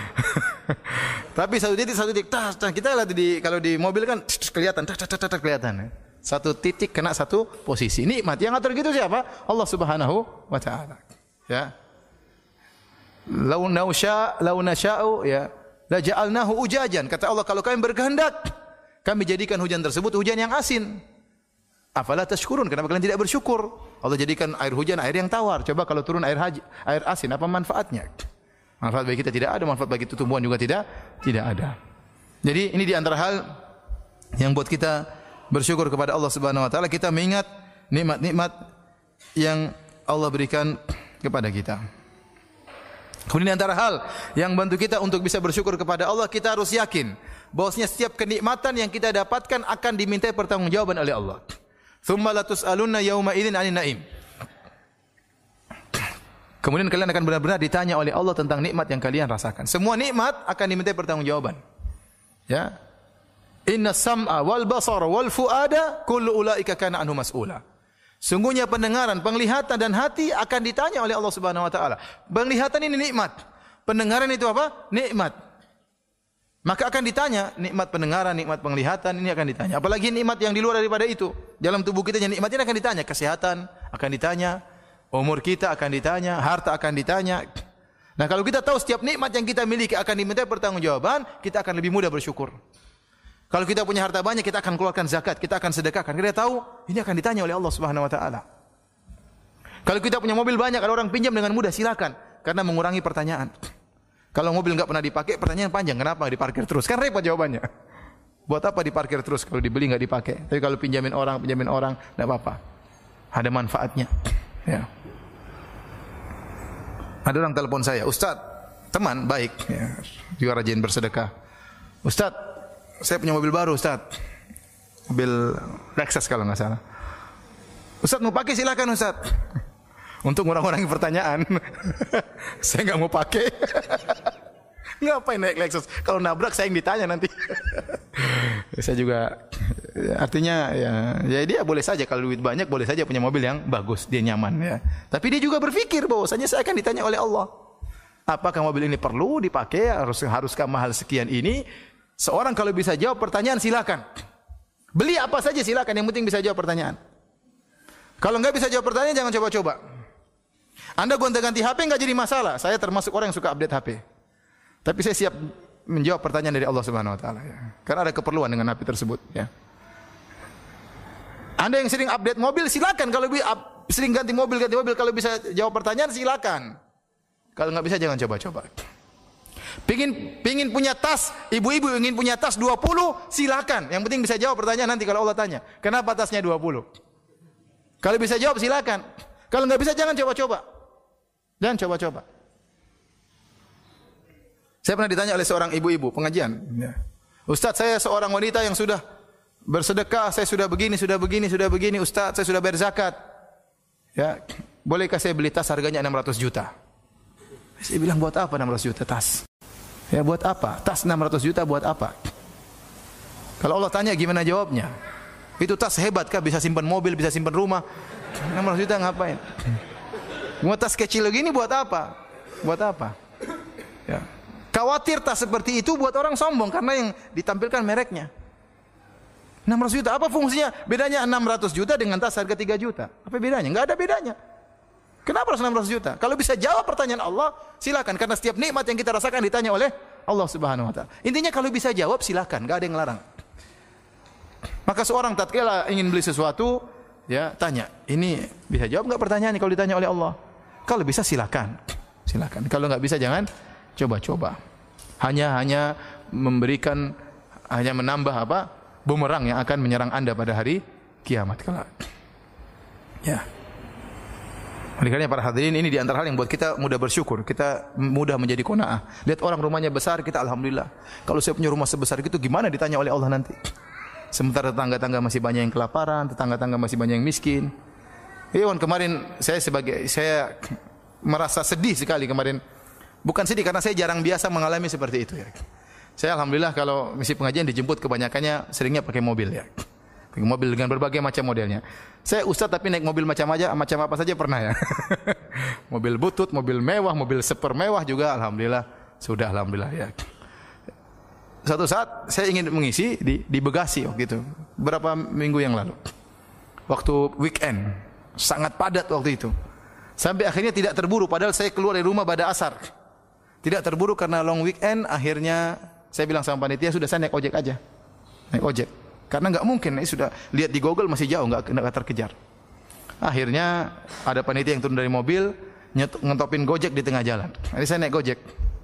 Tapi satu titik satu titik, tas, tas. Kita lihat di kalau di mobil kan kelihatan, tas, tas, tas, tas, kelihatan. Satu titik kena satu posisi. Nikmat yang ngatur gitu siapa? Allah Subhanahu wa taala. Ya. Lau nausya, lau nasya'u, ya. La ja'alnahu ujajan. Kata Allah, kalau kalian berkehendak, kami jadikan hujan tersebut hujan yang asin. Afala tashkurun? Kenapa kalian tidak bersyukur? Allah jadikan air hujan air yang tawar. Coba kalau turun air haji, air asin, apa manfaatnya? Manfaat bagi kita tidak ada, manfaat bagi tumbuhan juga tidak tidak ada. Jadi ini di antara hal yang buat kita bersyukur kepada Allah Subhanahu wa taala, kita mengingat nikmat-nikmat yang Allah berikan kepada kita. Kemudian antara hal yang bantu kita untuk bisa bersyukur kepada Allah, kita harus yakin bahwasanya setiap kenikmatan yang kita dapatkan akan dimintai pertanggungjawaban oleh Allah. Tsumma latus'alunna yauma idzin 'anil na'im. Kemudian kalian akan benar-benar ditanya oleh Allah tentang nikmat yang kalian rasakan. Semua nikmat akan dimintai pertanggungjawaban. Ya. Inna sam'a wal basara wal fuada kullu ulaika kana anhu mas'ula. Sungguhnya pendengaran, penglihatan dan hati akan ditanya oleh Allah Subhanahu wa taala. Penglihatan ini nikmat. Pendengaran itu apa? Nikmat. Maka akan ditanya, nikmat pendengaran, nikmat penglihatan ini akan ditanya. Apalagi nikmat yang di luar daripada itu. Dalam tubuh kita yang nikmat ini akan ditanya, kesehatan akan ditanya, umur kita akan ditanya, harta akan ditanya. Nah, kalau kita tahu setiap nikmat yang kita miliki akan dimintai pertanggungjawaban, kita akan lebih mudah bersyukur. Kalau kita punya harta banyak, kita akan keluarkan zakat, kita akan sedekahkan. Kita tahu ini akan ditanya oleh Allah Subhanahu wa taala. Kalau kita punya mobil banyak, ada orang pinjam dengan mudah, silakan, karena mengurangi pertanyaan. Kalau mobil enggak pernah dipakai, pertanyaan panjang, kenapa diparkir terus? Kan repot jawabannya. Buat apa diparkir terus kalau dibeli enggak dipakai? Tapi kalau pinjamin orang, pinjamin orang, enggak apa-apa. Ada manfaatnya. Ya. Ada orang telepon saya, "Ustaz, teman baik, ya, juga rajin bersedekah. Ustaz, saya punya mobil baru, Ustaz. Mobil Lexus kalau enggak salah. Ustaz mau pakai silakan, Ustaz." Untuk ngurang-ngurangi pertanyaan. Saya enggak mau pakai. Ngapain naik Lexus? Kalau nabrak saya yang ditanya nanti. Saya juga artinya ya, ya dia boleh saja kalau duit banyak boleh saja punya mobil yang bagus, dia nyaman ya. Tapi dia juga berpikir bahwasanya saya akan ditanya oleh Allah. Apakah mobil ini perlu dipakai? Harus haruskah mahal sekian ini? Seorang kalau bisa jawab pertanyaan silakan. Beli apa saja silakan, yang penting bisa jawab pertanyaan. Kalau enggak bisa jawab pertanyaan jangan coba-coba. Anda gonta-ganti H P enggak jadi masalah. Saya termasuk orang yang suka update H P. Tapi saya siap menjawab pertanyaan dari Allah Subhanahu wa taala ya. Karena ada keperluan dengan H P tersebut ya. Anda yang sering update mobil silakan, kalau sering ganti mobil ganti mobil kalau bisa jawab pertanyaan silakan. Kalau enggak bisa jangan coba-coba. Pingin pingin punya tas, ibu-ibu ingin punya tas dua puluh, silakan. Yang penting bisa jawab pertanyaan nanti kalau Allah tanya. Kenapa tasnya dua puluh? Kalau bisa jawab silakan. Kalau enggak bisa jangan coba-coba. Jangan coba-coba. Saya pernah ditanya oleh seorang ibu-ibu pengajian. Ya. Ustaz, saya seorang wanita yang sudah bersedekah, saya sudah begini, sudah begini, sudah begini. Ustaz, saya sudah bayar zakat. Ya, bolehkah saya beli tas harganya enam ratus juta? Saya bilang buat apa enam ratus juta tas? Ya buat apa? Tas enam ratus juta buat apa? Kalau Allah tanya gimana jawabnya? Itu tas hebat kah? Bisa simpan mobil, bisa simpan rumah. enam ratus juta ngapain? Buat tas kecil begini buat apa? Buat apa? Ya. Khawatir tas seperti itu buat orang sombong karena yang ditampilkan mereknya. enam ratus juta, apa fungsinya? Bedanya enam ratus juta dengan tas harga tiga juta. Apa bedanya? Enggak ada bedanya. Kenapa harus enam ratus juta? Kalau bisa jawab pertanyaan Allah, silakan. Karena setiap nikmat yang kita rasakan ditanya oleh Allah Subhanahu wa taala. Intinya kalau bisa jawab silakan, enggak ada yang larang. Maka seorang tatkala ingin beli sesuatu, ya tanya, ini bisa jawab enggak pertanyaannya kalau ditanya oleh Allah? Kalau bisa silakan. Silakan. Kalau enggak bisa jangan coba-coba. Hanya hanya memberikan, hanya menambah apa? Bumerang yang akan menyerang Anda pada hari kiamat kelak. Ya. Oleh karena para hadirin, ini di antara hal yang buat kita mudah bersyukur, kita mudah menjadi qanaah. Lihat orang rumahnya besar, kita alhamdulillah. Kalau saya punya rumah sebesar itu gimana ditanya oleh Allah nanti? Sementara tetangga-tetangga masih banyak yang kelaparan, tetangga-tetangga masih banyak yang miskin. Iwan kemarin saya sebagai saya merasa sedih sekali kemarin. Bukan sedih karena saya jarang biasa mengalami seperti itu ya. Saya alhamdulillah kalau misi pengajian dijemput kebanyakannya seringnya pakai mobil ya. Pakai mobil dengan berbagai macam modelnya. Saya ustaz tapi naik mobil macam aja, macam apa saja pernah ya. Mobil butut, mobil mewah, mobil super mewah juga alhamdulillah sudah alhamdulillah ya. Satu saat saya ingin mengisi di di Bekasi waktu itu, beberapa minggu yang lalu. Waktu weekend, sangat padat waktu itu. Sampai akhirnya tidak terburu padahal saya keluar dari rumah pada asar. Tidak terburu karena long weekend, akhirnya saya bilang sama panitia, sudah saya naik ojek aja. Naik ojek. Karena enggak mungkin, ini sudah lihat di Google masih jauh, enggak enggak terkejar. Akhirnya ada panitia yang turun dari mobil, ngentopin Gojek di tengah jalan. Jadi saya naik Gojek.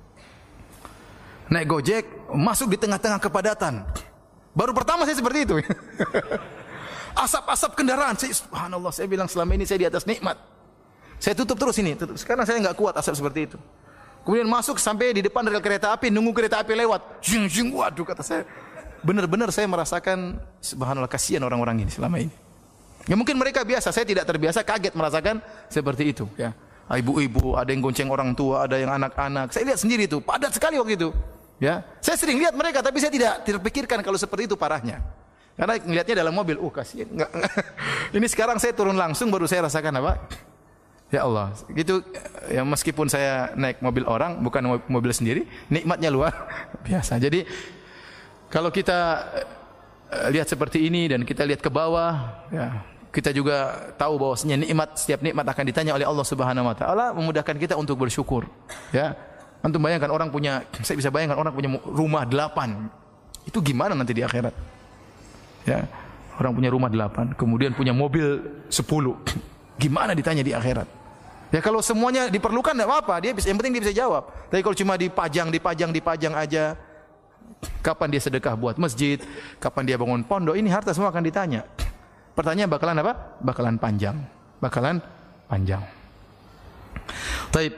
Naik Gojek, masuk di tengah-tengah kepadatan. Baru pertama saya seperti itu. Asap-asap kendaraan. Saya, subhanallah, saya bilang selama ini saya di atas nikmat. Saya tutup terus ini. Tutup. Sekarang saya enggak kuat asap seperti itu. Kemudian masuk sampai di depan rel kereta api, nunggu kereta api lewat. Jing, jing, waduh, kata saya. Benar-benar saya merasakan, subhanallah, kasihan orang-orang ini selama ini. Ya mungkin mereka biasa, saya tidak terbiasa, kaget merasakan seperti itu. Ya, ibu-ibu, ada yang gonceng orang tua, ada yang anak-anak. Saya lihat sendiri itu, padat sekali waktu itu. Ya, saya sering lihat mereka, tapi saya tidak terpikirkan kalau seperti itu parahnya. Karena melihatnya dalam mobil, oh kasihan. Enggak, enggak. Ini sekarang saya turun langsung, baru saya rasakan apa? Ya Allah, gitu ya, meskipun saya naik mobil orang, bukan mobil sendiri, nikmatnya luar biasa. Jadi kalau kita lihat seperti ini dan kita lihat ke bawah, ya, kita juga tahu bahwasanya nikmat, setiap nikmat akan ditanya oleh Allah Subhanahu wa taala, memudahkan kita untuk bersyukur. Ya. Antum bayangkan orang punya, saya bisa bayangkan orang punya rumah delapan. Itu gimana nanti di akhirat? Ya. Orang punya rumah delapan, kemudian punya mobil sepuluh. Gimana ditanya di akhirat? Ya kalau semuanya diperlukan enggak apa-apa, dia bisa, yang penting dia bisa jawab. Tapi kalau cuma dipajang, dipajang, dipajang aja, kapan dia sedekah buat masjid, kapan dia bangun pondok, ini harta semua akan ditanya. Pertanyaan bakalan apa? Bakalan panjang. Bakalan panjang. Taib.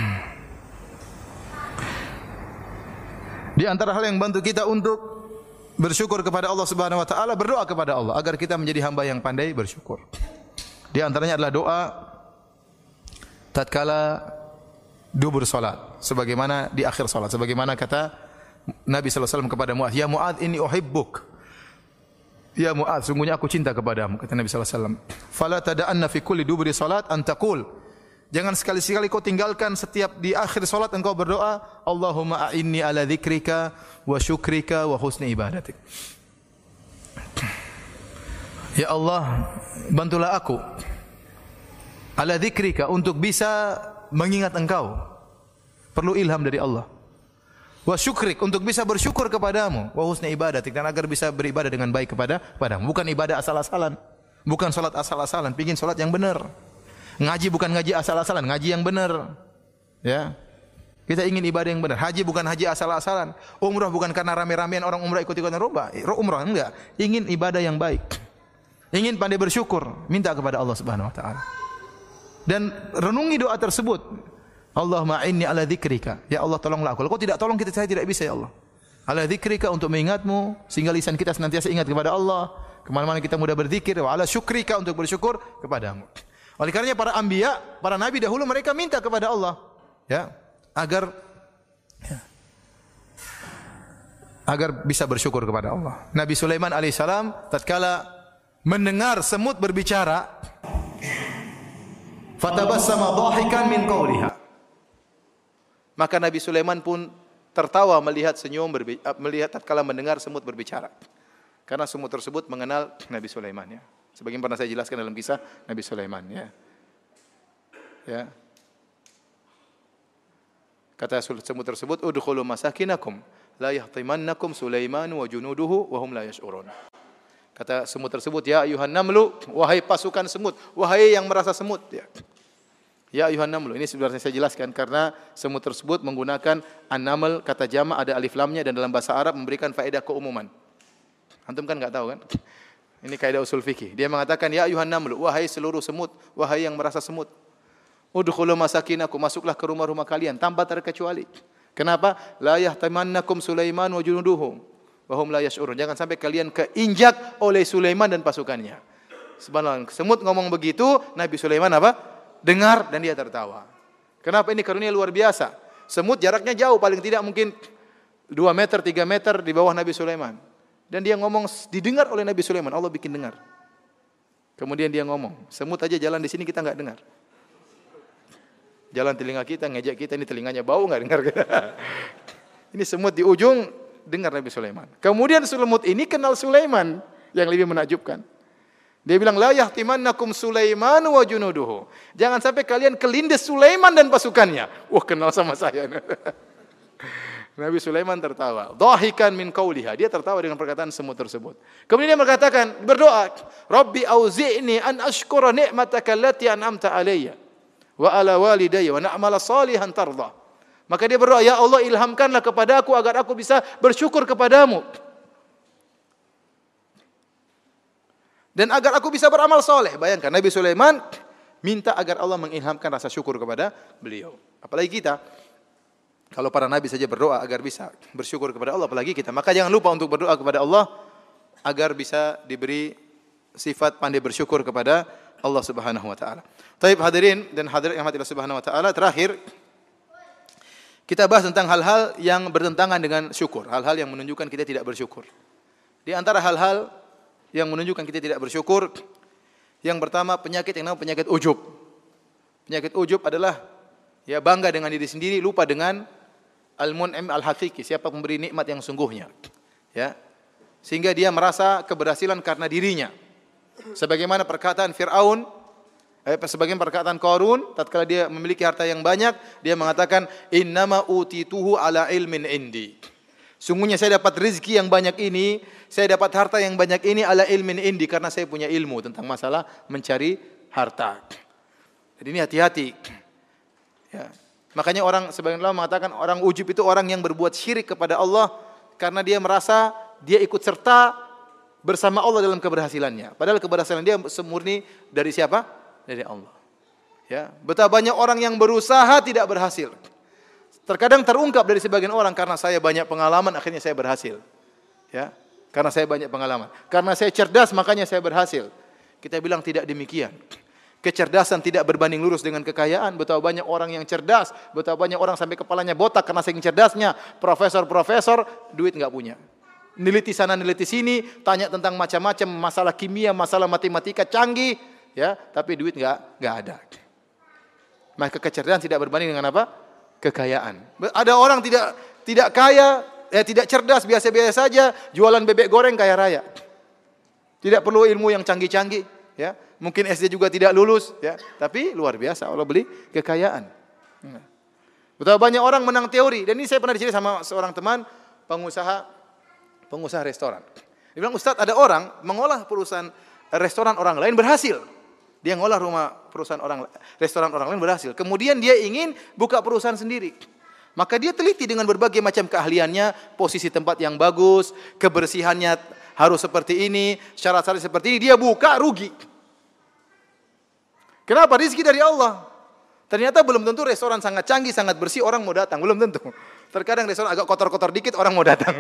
Di antara hal yang bantu kita untuk bersyukur kepada Allah Subhanahu wa taala, berdoa kepada Allah agar kita menjadi hamba yang pandai bersyukur. Di antaranya adalah doa tatkala dubur salat, sebagaimana di akhir salat, sebagaimana kata Nabi sallallahu alaihi wasallam kepada Muadz, "Ya Muadz, inni uhibbuk." Ya Muadz, sungguhnya aku cinta kepadamu, kata Nabi sallallahu alaihi wasallam. "Fala tada'anna fi kulli duburi salat an taqul." Jangan sekali-sekali kau tinggalkan setiap di akhir salat engkau berdoa, "Allahumma a'inni ala dzikrika wa syukrika wa husni ibadatik." Ya Allah, bantulah aku ala dzikrika, untuk bisa mengingat engkau. Perlu ilham dari Allah. Wa syukrik, untuk bisa bersyukur kepadamu. Wa husni ibadatik, dan agar bisa beribadah dengan baik kepada padamu. Bukan ibadah asal-asalan. Bukan salat asal-asalan, pingin salat yang benar. Ngaji bukan ngaji asal-asalan, ngaji yang benar. Ya. Kita ingin ibadah yang benar. Haji bukan haji asal-asalan. Umrah bukan karena rame-ramean orang umrah ikut-ikutan umrah. Umrah enggak. Ingin ibadah yang baik. Ingin pandai bersyukur, minta kepada Allah Subhanahu wa taala. Dan renungi doa tersebut. Allahumma inni ala dzikrika. Ya Allah, tolonglah aku. Kalau kau tidak tolong kita, saya tidak bisa ya Allah. Ala dzikrika, untuk mengingatmu, sehingga lisan kita senantiasa ingat kepada Allah. Kemana-mana kita mudah berzikir. Wa ala syukrika, untuk bersyukur kepadamu. Oleh karenanya para anbiya, para nabi dahulu mereka minta kepada Allah, ya, agar ya, agar bisa bersyukur kepada Allah. Nabi Sulaiman alaihissalam tatkala mendengar semut berbicara, fatabassama dhahikan min qawliha. Maka Nabi Sulaiman pun tertawa melihat senyum melihat tatkala mendengar semut berbicara. Karena semut tersebut mengenal Nabi Sulaiman, ya. Sebagaimana pernah saya jelaskan dalam kisah Nabi Sulaiman, ya. Ya. Kata semut tersebut, udkhulu masakinakum la yahtimannakum Sulaiman wa junuduhu wa hum la yash'urun. Kata semut tersebut, ya ayuhan namlu, wahai pasukan semut, wahai yang merasa semut, ya. Ya ayuhan namlu, ini sebenarnya saya jelaskan karena semut tersebut menggunakan an-naml, kata jama' ada alif lamnya, dan dalam bahasa Arab memberikan faedah keumuman. Antum kan enggak tahu kan? Ini kaidah usul fikih. Dia mengatakan, ya ayuhan namlu, wahai seluruh semut, wahai yang merasa semut. Udkhulu masakinakum, masuklah ke rumah-rumah kalian tanpa terkecuali. Kenapa? La yahtamannakum Sulaiman wa junuduhu wa hum la yash'urun. Jangan sampai kalian keinjak oleh Sulaiman dan pasukannya. Subhanallah, semut ngomong begitu, Nabi Sulaiman apa? Dengar dan dia tertawa. Kenapa? Ini karunia luar biasa. Semut jaraknya jauh, paling tidak mungkin dua meter, tiga meter di bawah Nabi Sulaiman. Dan dia ngomong, didengar oleh Nabi Sulaiman, Allah bikin dengar. Kemudian dia ngomong, semut aja jalan di sini kita enggak dengar. Jalan telinga kita, ngejek kita, ini telinganya bau enggak dengar kita. Ini semut di ujung, dengar Nabi Sulaiman. Kemudian semut ini kenal Sulaiman, yang lebih menakjubkan. Dia bilang, la yahtimannakum Sulaiman wa junuduhu. Jangan sampai kalian kelindes Sulaiman dan pasukannya. Wah, kenal sama saya. Nabi Sulaiman tertawa. Dhahikan min qauliha. Dia tertawa dengan perkataan semut tersebut. Kemudian dia berkatakan, berdoa, Rabbi auzi'ni an ashkura ni'mataka allati an'amta alayya wa ala walidayya wa na'mala salihan tardah. Maka dia berdoa, ya Allah ilhamkanlah kepada aku agar aku bisa bersyukur kepadamu. Dan agar aku bisa beramal soleh. Bayangkan Nabi Sulaiman minta agar Allah mengilhamkan rasa syukur kepada beliau. Apalagi kita. Kalau para nabi saja berdoa agar bisa bersyukur kepada Allah, apalagi kita. Maka jangan lupa untuk berdoa kepada Allah agar bisa diberi sifat pandai bersyukur kepada Allah Subhanahu wa taala. Taib hadirin dan hadirat yang Allah Subhanahu wa taala, terakhir kita bahas tentang hal-hal yang bertentangan dengan syukur, hal-hal yang menunjukkan kita tidak bersyukur. Di antara hal-hal yang menunjukkan kita tidak bersyukur, yang pertama penyakit yang namanya penyakit ujub. Penyakit ujub adalah ya bangga dengan diri sendiri, lupa dengan Al-Mun'im Al-Haqiqi, siapa pemberi nikmat yang sungguhnya. Ya. Sehingga dia merasa keberhasilan karena dirinya. Sebagaimana perkataan Fir'aun, eh, sebagaimana perkataan Qarun, tatkala dia memiliki harta yang banyak, dia mengatakan innama utituhu ala ilmin indi. Sungguhnya saya dapat rezeki yang banyak ini, saya dapat harta yang banyak ini ala ilmin indi, karena saya punya ilmu tentang masalah mencari harta. Jadi ini hati-hati. Ya. Makanya orang sebagian ulama mengatakan orang ujub itu orang yang berbuat syirik kepada Allah karena dia merasa dia ikut serta bersama Allah dalam keberhasilannya. Padahal keberhasilan dia semurni dari siapa? Dari Allah. Ya, betapa banyak orang yang berusaha tidak berhasil. Terkadang terungkap dari sebagian orang, karena saya banyak pengalaman akhirnya saya berhasil. Ya, karena saya banyak pengalaman. Karena saya cerdas makanya saya berhasil. Kita bilang tidak demikian. Kecerdasan tidak berbanding lurus dengan kekayaan. Betapa banyak orang yang cerdas, betapa banyak orang sampai kepalanya botak karena saking cerdasnya. Profesor-profesor duit enggak punya. Neliti sana neliti sini, tanya tentang macam-macam masalah kimia, masalah matematika canggih, ya, tapi duit enggak enggak ada. Maka kecerdasan tidak berbanding dengan apa? Kekayaan. Ada orang tidak tidak kaya, eh, tidak cerdas, biasa-biasa saja, jualan bebek goreng kaya raya. Tidak perlu ilmu yang canggih-canggih, ya. Mungkin S D juga tidak lulus, ya, tapi luar biasa Allah beli kekayaan. Betapa banyak orang menang teori, dan ini saya pernah diceritakan sama seorang teman pengusaha pengusaha restoran. Dia bilang, Ustaz, ada orang mengolah perusahaan restoran orang lain berhasil. Dia ngolah rumah perusahaan orang restoran orang lain berhasil. Kemudian dia ingin buka perusahaan sendiri. Maka dia teliti dengan berbagai macam keahliannya, posisi tempat yang bagus, kebersihannya harus seperti ini, syarat-syarat seperti ini, dia buka rugi. Kenapa? Rezeki dari Allah. Ternyata belum tentu restoran sangat canggih, sangat bersih orang mau datang, belum tentu. Terkadang restoran agak kotor-kotor dikit orang mau datang.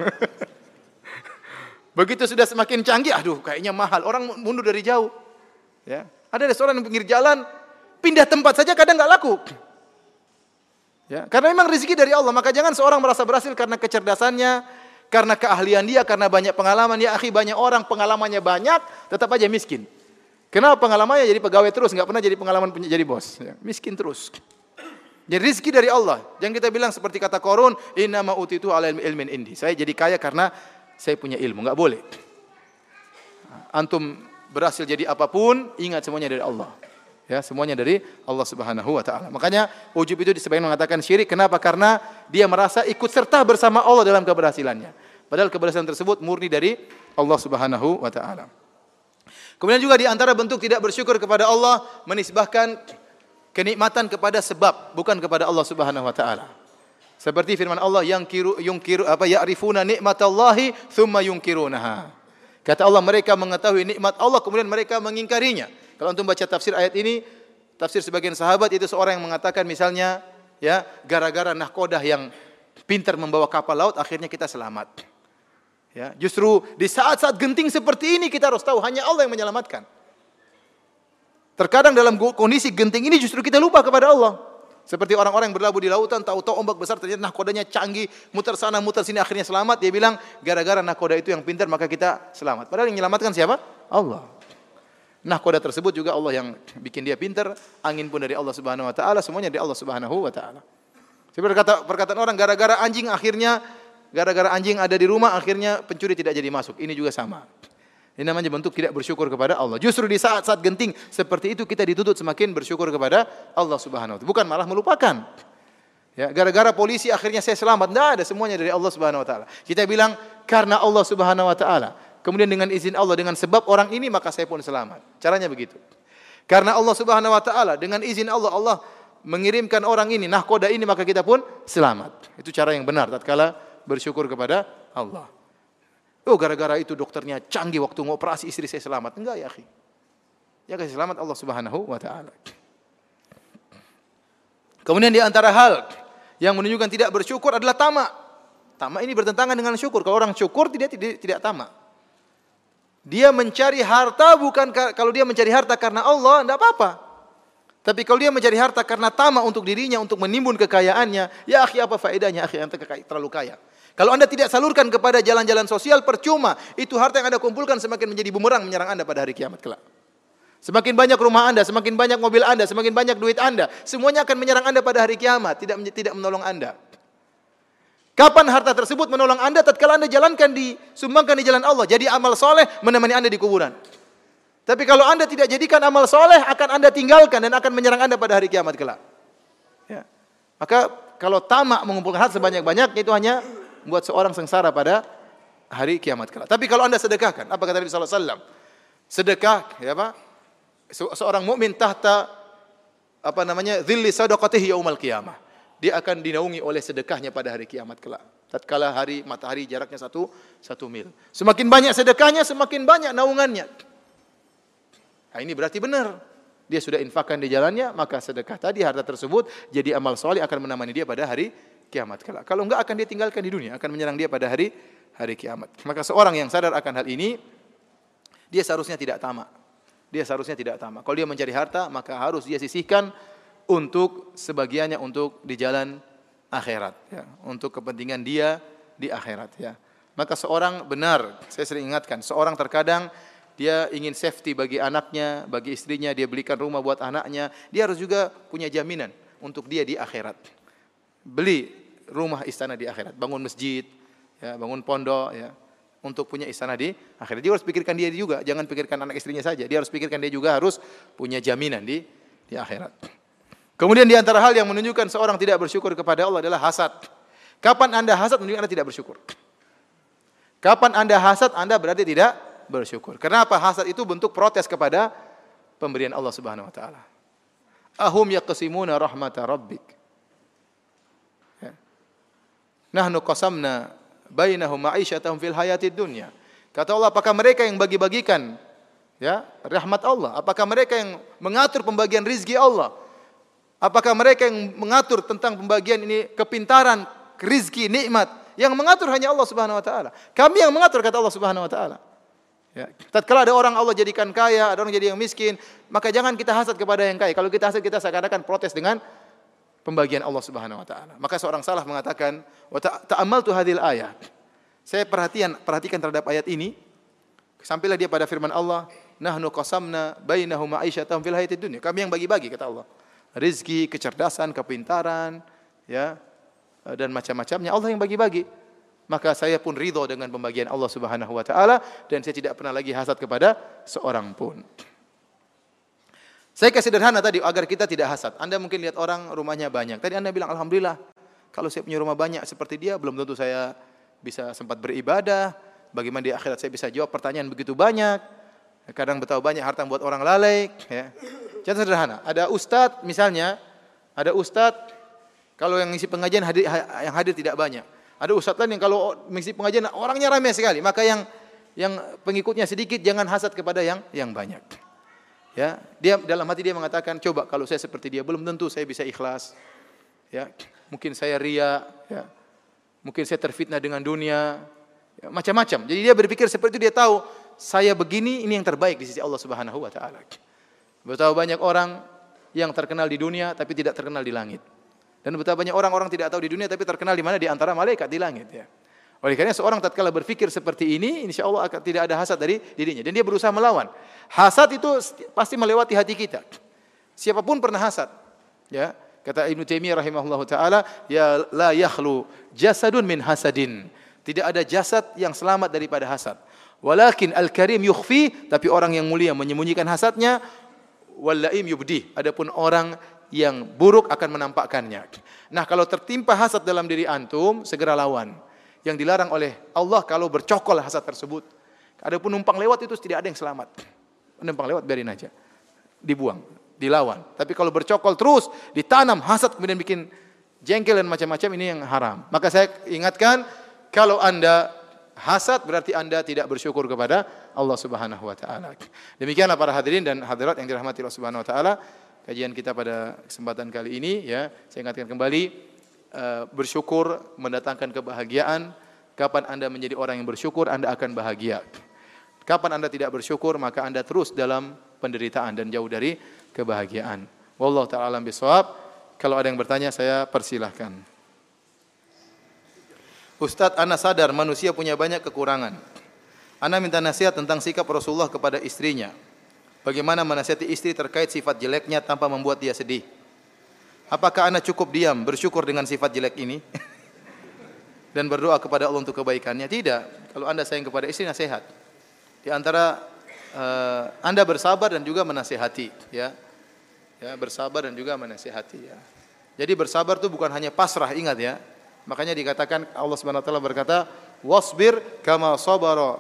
Begitu sudah semakin canggih, aduh kayaknya mahal, orang mundur dari jauh. Ya, ada restoran di pinggir jalan, pindah tempat saja kadang nggak laku. Ya, karena memang rezeki dari Allah. Maka jangan seorang merasa berhasil karena kecerdasannya, karena keahlian dia, karena banyak pengalaman. Ya akhi, banyak orang pengalamannya banyak, tetap aja miskin. Kenapa pengalamannya jadi pegawai terus, nggak pernah jadi pengalaman punya jadi bos, ya, miskin terus. Jadi rezeki dari Allah. Jangan kita bilang seperti kata Qarun, innama utitu ala ilmin indi. Saya jadi kaya karena saya punya ilmu, nggak boleh. Antum berhasil jadi apapun, ingat semuanya dari Allah. Ya, semuanya dari Allah Subhanahu wa taala. Makanya ujub itu sebagian mengatakan syirik. Kenapa? Karena dia merasa ikut serta bersama Allah dalam keberhasilannya. Padahal keberhasilan tersebut murni dari Allah Subhanahu wa taala. Kemudian juga di antara bentuk tidak bersyukur kepada Allah, menisbahkan kenikmatan kepada sebab, bukan kepada Allah Subhanahu wa taala. Seperti firman Allah, yang kiru yungkiru apa ya'rifuna nikmatallahi tsumma yungkirunaha. Kata Allah, mereka mengetahui nikmat Allah kemudian mereka mengingkarinya. Kalau antum baca tafsir ayat ini, tafsir sebagian sahabat itu seorang yang mengatakan misalnya, ya, gara-gara nahkodah yang pintar membawa kapal laut akhirnya kita selamat. Ya, justru di saat-saat genting seperti ini kita harus tahu hanya Allah yang menyelamatkan. Terkadang dalam kondisi genting ini justru kita lupa kepada Allah. Seperti orang-orang yang berlabuh di lautan, tahu-tahu ombak besar, ternyata nahkodanya canggih, muter sana muter sini akhirnya selamat. Dia bilang gara-gara nahkoda itu yang pintar maka kita selamat. Padahal yang menyelamatkan siapa? Allah. Nahkoda tersebut juga Allah yang bikin dia pintar, angin pun dari Allah Subhanahu wa taala, semuanya dari Allah Subhanahu wa taala. Seperti kata perkataan orang, gara-gara anjing akhirnya gara-gara anjing ada di rumah akhirnya pencuri tidak jadi masuk. Ini juga sama. Ini namanya bentuk tidak bersyukur kepada Allah. Justru di saat-saat genting seperti itu kita dituntut semakin bersyukur kepada Allah Subhanahu wa taala, bukan malah melupakan. Ya, gara-gara polisi akhirnya saya selamat. Tidak ada, semuanya dari Allah Subhanahu wa taala. Kita bilang karena Allah Subhanahu wa taala. Kemudian dengan izin Allah, dengan sebab orang ini maka saya pun selamat. Caranya begitu. Karena Allah Subhanahu wa taala, dengan izin Allah, Allah mengirimkan orang ini, nahkoda ini, maka kita pun selamat. Itu cara yang benar tatkala bersyukur kepada Allah. Oh, gara-gara itu dokternya canggih waktu ngoperasi istri saya selamat. Enggak ya, akhi. Ya, kasih selamat Allah Subhanahu wa taala. Kemudian di antara hal yang menunjukkan tidak bersyukur adalah tamak. Tamak ini bertentangan dengan syukur. Kalau orang syukur tidak tidak, tidak tamak. Dia mencari harta bukan kalau dia mencari harta karena Allah, tidak apa-apa. Tapi kalau dia mencari harta karena tamak untuk dirinya, untuk menimbun kekayaannya, ya akhi, apa faedahnya akhi anda terlalu kaya? Kalau anda tidak salurkan kepada jalan-jalan sosial, percuma. Itu harta yang anda kumpulkan semakin menjadi bumerang menyerang anda pada hari kiamat kelak. Semakin banyak rumah anda, semakin banyak mobil anda, semakin banyak duit anda, semuanya akan menyerang anda pada hari kiamat, tidak tidak menolong anda. Kapan harta tersebut menolong anda? Tatkala anda jalankan di, sumbangkan di jalan Allah, jadi amal soleh menemani anda di kuburan. Tapi kalau anda tidak jadikan amal soleh, akan anda tinggalkan dan akan menyerang anda pada hari kiamat kelak. Ya. Maka kalau tamak mengumpulkan harta sebanyak-banyaknya, itu hanya membuat seorang sengsara pada hari kiamat kelak. Tapi kalau anda sedekahkan, apa kata Nabi sallallahu alaihi wasallam? Sedekah, ya Pak? Seorang mukmin tahta apa namanya dhilli sadaqatihi yaumal qiyamah. Dia akan dinaungi oleh sedekahnya pada hari kiamat kelak. Tatkala hari matahari jaraknya satu satu mil. Semakin banyak sedekahnya, semakin banyak naungannya. Nah, ini berarti benar. Dia sudah infakkan di jalannya, maka sedekah tadi, harta tersebut jadi amal soleh akan menemani dia pada hari kiamat kelak. Kalau enggak akan dia tinggalkan di dunia, akan menyerang dia pada hari hari kiamat. Maka seorang yang sadar akan hal ini, dia seharusnya tidak tamak. Dia seharusnya tidak tamak. Kalau dia mencari harta, maka harus dia sisihkan untuk sebagiannya untuk di jalan akhirat, ya, untuk kepentingan dia di akhirat. Ya. Maka seorang benar, saya sering ingatkan, seorang terkadang dia ingin safety bagi anaknya, bagi istrinya, dia belikan rumah buat anaknya, dia harus juga punya jaminan untuk dia di akhirat. Beli rumah istana di akhirat, bangun masjid, ya, bangun pondok, ya, untuk punya istana di akhirat. Dia harus pikirkan dia juga, jangan pikirkan anak istrinya saja. Dia harus pikirkan dia juga harus punya jaminan di di akhirat. Kemudian di antara hal yang menunjukkan seorang tidak bersyukur kepada Allah adalah hasad. Kapan anda hasad menunjukkan anda tidak bersyukur. Kapan anda hasad, anda berarti tidak bersyukur. Kenapa? Hasad itu bentuk protes kepada pemberian Allah Subhanahu wa taala. Ahum yaqsimuna rahmata rabbik. Ya. Nahnu qasamna bainahum ma'isyatahum fil hayatid dunya. Kata Allah, apakah mereka yang bagi-bagikan ya rahmat Allah? Apakah mereka yang mengatur pembagian rizki Allah? Apakah mereka yang mengatur tentang pembagian ini kepintaran, rizki, nikmat? Yang mengatur hanya Allah Subhanahu wa taala. Kami yang mengatur, kata Allah Subhanahu wa taala. Ya, tatkala ada orang Allah jadikan kaya, ada orang jadi yang miskin, maka jangan kita hasad kepada yang kaya. Kalau kita hasad, kita seakan-akan protes dengan pembagian Allah Subhanahu wa taala. Maka seorang salaf mengatakan, "Wa ta'ammaltu hadhil ayat." Saya perhatian perhatikan terhadap ayat ini, sampailah dia pada firman Allah, "Nahnu qasamna bainahum ma'isyatahum fil hayatid dunya." Kami yang bagi-bagi, kata Allah. Rizki, kecerdasan, kepintaran, ya, dan macam-macamnya Allah yang bagi-bagi. Maka saya pun ridho dengan pembagian Allah Subhanahu wa taala dan saya tidak pernah lagi hasad kepada seorang pun. Saya kasih sederhana tadi agar kita tidak hasad. Anda mungkin lihat orang rumahnya banyak. Tadi Anda bilang, alhamdulillah, kalau saya punya rumah banyak seperti dia, belum tentu saya bisa sempat beribadah. Bagaimana di akhirat saya bisa jawab pertanyaan begitu banyak. Kadang betapa banyak harta membuat orang lalai. Ya. Contoh sederhana, ada ustadz misalnya, ada ustadz kalau yang ngisi pengajian hadir, yang hadir tidak banyak. Ada ustadz lain yang kalau mengisi pengajian orangnya ramai sekali. Maka yang yang pengikutnya sedikit, jangan hasad kepada yang yang banyak. Ya, dia dalam hati dia mengatakan, coba kalau saya seperti dia, belum tentu saya bisa ikhlas. Ya, mungkin saya ria, ya. Mungkin saya terfitnah dengan dunia, ya, macam-macam. Jadi dia berpikir seperti itu, dia tahu saya begini, ini yang terbaik di sisi Allah Subhanahu wa taala. Betapa banyak orang yang terkenal di dunia tapi tidak terkenal di langit. Dan betapa banyak orang-orang tidak tahu di dunia tapi terkenal di mana? Di antara malaikat di langit, ya. Oleh karena seorang tatkala berpikir seperti ini, insya Allah akan tidak ada hasad dari dirinya. Dan dia berusaha melawan. Hasad itu pasti melewati hati kita. Siapapun pernah hasad. Ya, kata Ibnu Taimiyah rahimahullah taala, ya la yakhlu jasadun min hasadin. Tidak ada jasad yang selamat daripada hasad. Walakin al-karim yukhfi, tapi orang yang mulia menyembunyikan hasadnya. Wal laim yubdi. Adapun orang yang buruk akan menampakkannya. Nah, kalau tertimpa hasad dalam diri antum, segera lawan. Yang dilarang oleh Allah kalau bercokol hasad tersebut. Adapun numpang lewat itu tidak ada yang selamat. Numpang lewat biarin aja. Dibuang, dilawan. Tapi kalau bercokol terus, ditanam hasad kemudian bikin jengkel dan macam-macam, ini yang haram. Maka saya ingatkan, kalau Anda hasad berarti Anda tidak bersyukur kepada Allah Subhanahu wa taala. Demikianlah para hadirin dan hadirat yang dirahmati Allah Subhanahu wa taala, kajian kita pada kesempatan kali ini ya. Saya ingatkan kembali, uh, bersyukur mendatangkan kebahagiaan. Kapan Anda menjadi orang yang bersyukur, Anda akan bahagia. Kapan Anda tidak bersyukur, maka Anda terus dalam penderitaan dan jauh dari kebahagiaan. Wallahu taala alam bisawab. Kalau ada yang bertanya, saya persilahkan. Ustadz, ana sadar manusia punya banyak kekurangan. Ana minta nasihat tentang sikap Rasulullah kepada istrinya. Bagaimana menasihati istri terkait sifat jeleknya tanpa membuat dia sedih? Apakah ana cukup diam, bersyukur dengan sifat jelek ini? Dan berdoa kepada Allah untuk kebaikannya? Tidak. Kalau Anda sayang kepada istri, nasihat. Di antara uh, Anda bersabar dan juga menasihati, ya. Ya, bersabar dan juga menasihati, ya. Jadi bersabar itu bukan hanya pasrah, ingat ya. Makanya dikatakan Allah Subhanahu wa taala berkata, "Wasbir kama sabara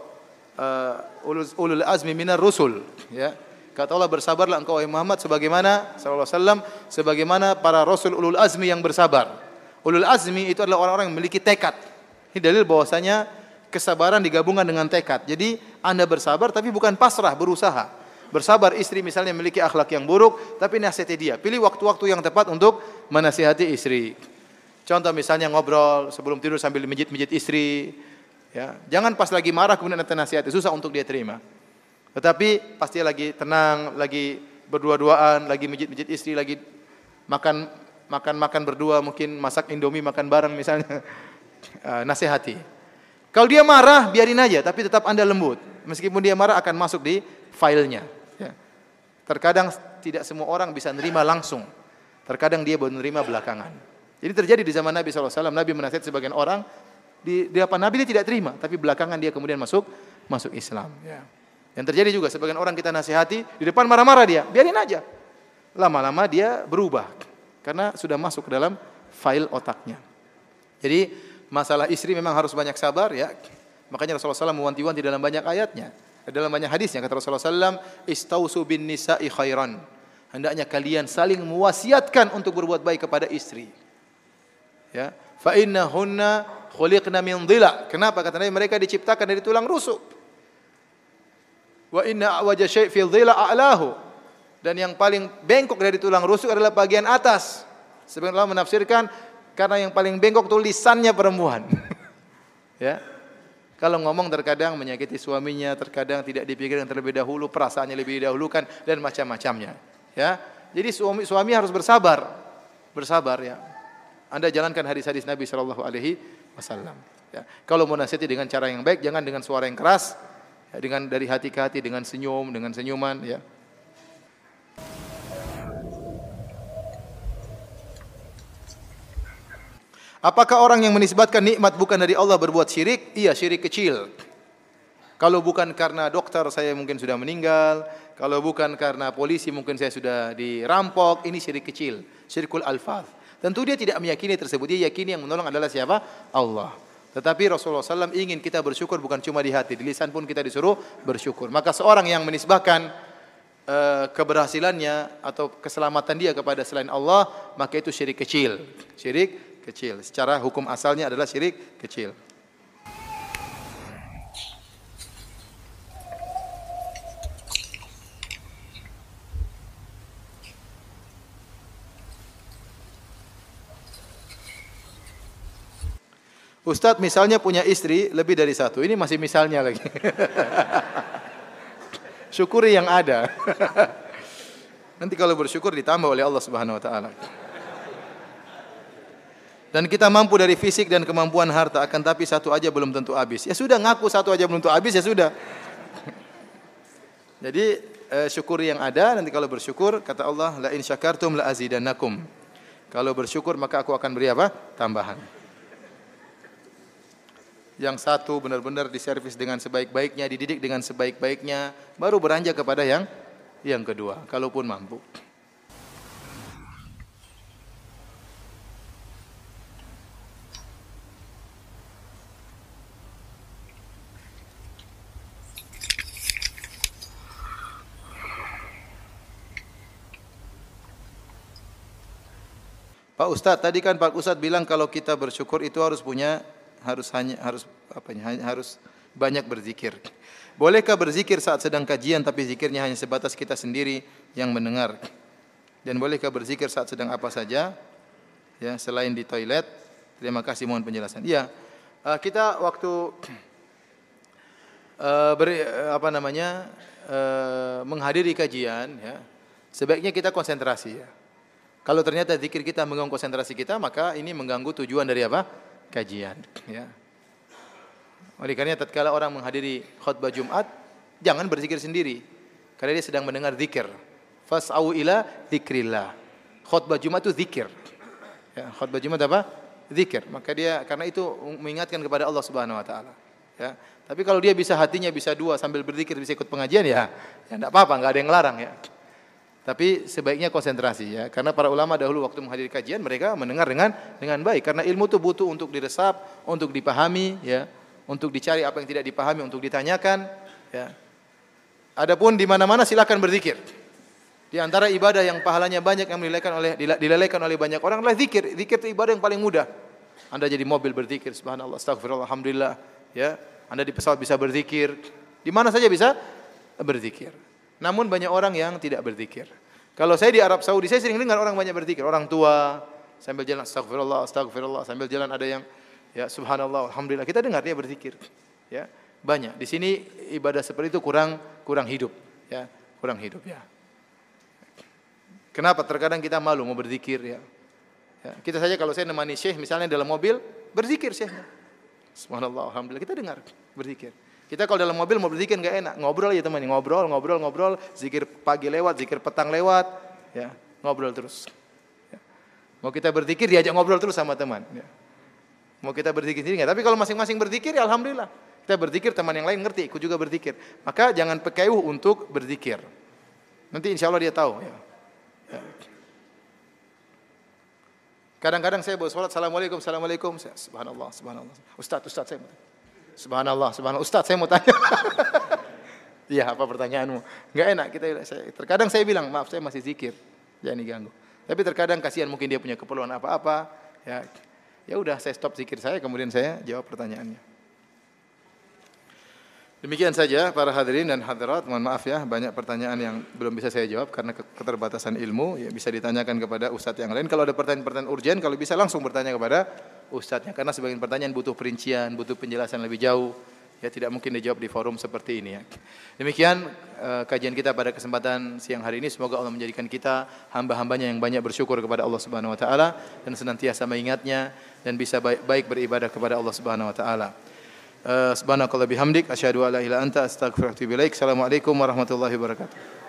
uh, ulul azmi minar rusul." Ya. Kata Allah, bersabarlah engkau wahai Muhammad sebagaimana sallallahu alaihi wasallam sebagaimana para rasul ulul azmi yang bersabar. Ulul azmi itu adalah orang-orang yang memiliki tekad. Ini dalil bahwasanya kesabaran digabungkan dengan tekad. Jadi Anda bersabar tapi bukan pasrah, berusaha. Bersabar istri misalnya memiliki akhlak yang buruk, tapi nasihati dia. Pilih waktu-waktu yang tepat untuk menasihati istri. Contoh misalnya ngobrol sebelum tidur sambil mijit-mijit istri. Ya. Jangan pas lagi marah kemudian anda nasihati, susah untuk dia terima. Tetapi pasti lagi tenang, lagi berdua-duaan, lagi mijit-mijit istri, lagi makan makan-makan berdua, mungkin masak Indomie makan bareng misalnya. Uh, nasihati. Kalau dia marah, biarin aja, tapi tetap anda lembut. Meskipun dia marah akan masuk di filenya. Ya. Terkadang tidak semua orang bisa nerima langsung. Terkadang dia baru nerima belakangan. Jadi terjadi di zaman Nabi shallallahu alaihi wasallam. Nabi menasihati sebagian orang, di, di depan Nabi dia tidak terima, tapi belakangan dia kemudian masuk masuk Islam. Ya. Yang terjadi juga sebagian orang kita nasihati, di depan marah-marah dia, biarin aja. Lama-lama dia berubah, karena sudah masuk ke dalam file otaknya. Jadi masalah istri memang harus banyak sabar ya. Makanya Rasulullah shallallahu alaihi wasallam mewanti-wanti dalam banyak ayatnya. Dalam banyak hadisnya kata Rasulullah shallallahu alaihi wasallam, "Istausu bin nisa'i khairan." Hendaknya kalian saling mewasiatkan untuk berbuat baik kepada istri. Ya, fa innahunna khuliqna min dhila. Kenapa? Kata Nabi, mereka diciptakan dari tulang rusuk. Wa inna awja syai' fi dhila a'lahu. Dan yang paling bengkok dari tulang rusuk adalah bagian atas. Sebagian ulama menafsirkan karena yang paling bengkok itu lisannya perempuan. Ya. Kalau ngomong terkadang menyakiti suaminya, terkadang tidak dipikirkan terlebih dahulu, perasaannya lebih didahulukan dan macam-macamnya. Ya. Jadi suami suami harus bersabar. Bersabar ya. Anda jalankan hadis-hadis Nabi sallallahu alaihi wasallam. Ya. Kalau mau nasihati dengan cara yang baik, jangan dengan suara yang keras, ya, dengan dari hati ke hati, dengan senyum, dengan senyuman ya. Apakah orang yang menisbatkan nikmat bukan dari Allah berbuat syirik? Iya, syirik kecil. Kalau bukan karena dokter saya mungkin sudah meninggal, kalau bukan karena polisi mungkin saya sudah dirampok, ini syirik kecil, syirkul alfaz. Tentu dia tidak meyakini tersebut, dia yakini yang menolong adalah siapa? Allah. Tetapi Rasulullah shallallahu alaihi wasallam ingin kita bersyukur bukan cuma di hati, di lisan pun kita disuruh bersyukur. Maka seorang yang menisbahkan uh, keberhasilannya atau keselamatan dia kepada selain Allah, maka itu syirik kecil. Syirik kecil. Secara hukum asalnya adalah syirik kecil. Ustadz misalnya punya istri lebih dari satu. Ini masih misalnya lagi. Syukuri yang ada. Nanti kalau bersyukur ditambah oleh Allah Subhanahu wa taala. Dan kita mampu dari fisik dan kemampuan harta, akan tapi satu aja belum tentu habis. Ya sudah, ngaku satu aja belum tentu habis, ya sudah. Jadi eh, syukuri yang ada, nanti kalau bersyukur kata Allah, la in syakartum la azidannakum. Kalau bersyukur maka aku akan beri apa? Tambahan. Yang satu benar-benar diservis dengan sebaik-baiknya, dididik dengan sebaik-baiknya, baru beranjak kepada yang yang kedua, kalaupun mampu. Pak Ustadz, tadi kan Pak Ustadz bilang kalau kita bersyukur itu harus punya harus hanya harus apanya harus banyak berzikir. Bolehkah berzikir saat sedang kajian tapi zikirnya hanya sebatas kita sendiri yang mendengar? Dan bolehkah berzikir saat sedang apa saja? Ya, selain di toilet. Terima kasih, mohon penjelasan. Ya, kita waktu uh, ber, apa namanya uh, menghadiri kajian, ya, sebaiknya kita konsentrasi. Ya. Kalau ternyata zikir kita mengganggu konsentrasi kita, maka ini mengganggu tujuan dari apa? Kajian. Ya. Oleh karena tatkala orang menghadiri khutbah Jumat, jangan berzikir sendiri, karena dia sedang mendengar zikir. Fas'au ila dzikrillah. Khutbah Jumat itu zikir. Ya, khutbah Jumat apa? Zikir. Maka dia karena itu mengingatkan kepada Allah Subhanahu wa taala. Ya. Tapi kalau dia bisa hatinya bisa dua sambil berzikir bisa ikut pengajian ya, ya enggak apa-apa, enggak ada yang larang ya. Tapi sebaiknya konsentrasi ya, karena para ulama dahulu waktu menghadiri kajian mereka mendengar dengan dengan baik, karena ilmu itu butuh untuk diresap, untuk dipahami ya, untuk dicari apa yang tidak dipahami, untuk ditanyakan ya. Adapun di mana-mana silakan berzikir. Di antara ibadah yang pahalanya banyak yang dilelehkan oleh dilelehkan oleh banyak orang adalah zikir. Zikir itu ibadah yang paling mudah. Anda jadi mobil berzikir, subhanallah, astagfirullah, alhamdulillah ya. Anda di pesawat bisa berzikir, di mana saja bisa berzikir. Namun banyak orang yang tidak berzikir. Kalau saya di Arab Saudi, saya sering dengar orang banyak berzikir. Orang tua sambil jalan astagfirullah, astagfirullah, sambil jalan ada yang ya subhanallah, alhamdulillah. Kita dengar dia berzikir. Ya, banyak. Di sini ibadah seperti itu kurang kurang hidup, ya, kurang hidup ya. Kenapa? Terkadang kita malu mau berzikir ya. Ya, kita saja kalau saya nemani syekh misalnya dalam mobil, berzikir syekhnya. Subhanallah, alhamdulillah, kita dengar berzikir. Kita kalau dalam mobil mau berzikir enggak enak, ngobrol aja teman, ngobrol, ngobrol, ngobrol, zikir pagi lewat, zikir petang lewat, ya, ngobrol terus. Ya. Mau kita berzikir diajak ngobrol terus sama teman. Ya. Mau kita berzikir sendiri enggak? Tapi kalau masing-masing berzikir, ya alhamdulillah. Kita berzikir, teman yang lain ngerti, ikut juga berzikir. Maka jangan pekeuh untuk berzikir. Nanti insya Allah dia tahu. Ya. Ya. Kadang-kadang saya bawa sholat, assalamualaikum, assalamualaikum, saya, subhanallah, subhanallah. Ustaz, Ustaz saya mau tanya. Subhanallah, subhanallah. Ustaz, saya mau tanya. Iya, apa pertanyaanmu? Enggak enak kita. Saya, terkadang saya bilang, maaf, saya masih zikir, jangan diganggu. Tapi terkadang kasihan mungkin dia punya keperluan apa-apa. Ya, ya udah, saya stop zikir saya, kemudian saya jawab pertanyaannya. Demikian saja para hadirin dan hadirat. Mohon maaf ya, banyak pertanyaan yang belum bisa saya jawab karena keterbatasan ilmu. Ya, bisa ditanyakan kepada ustadz yang lain. Kalau ada pertanyaan-pertanyaan urgen, kalau bisa langsung bertanya kepada ustadznya. Karena sebagian pertanyaan butuh perincian, butuh penjelasan lebih jauh. Ya, tidak mungkin dijawab di forum seperti ini ya. Demikian uh, kajian kita pada kesempatan siang hari ini. Semoga Allah menjadikan kita hamba-hambanya yang banyak bersyukur kepada Allah Subhanahu Wa Taala dan senantiasa mengingatnya dan bisa baik, baik beribadah kepada Allah Subhanahu Wa Taala. Uh, Subhanakallah bihamdik, asyhadu an la ilaha illa anta, astaghfiruka wa atubu ilaik. Assalamualaikum warahmatullahi wabarakatuh.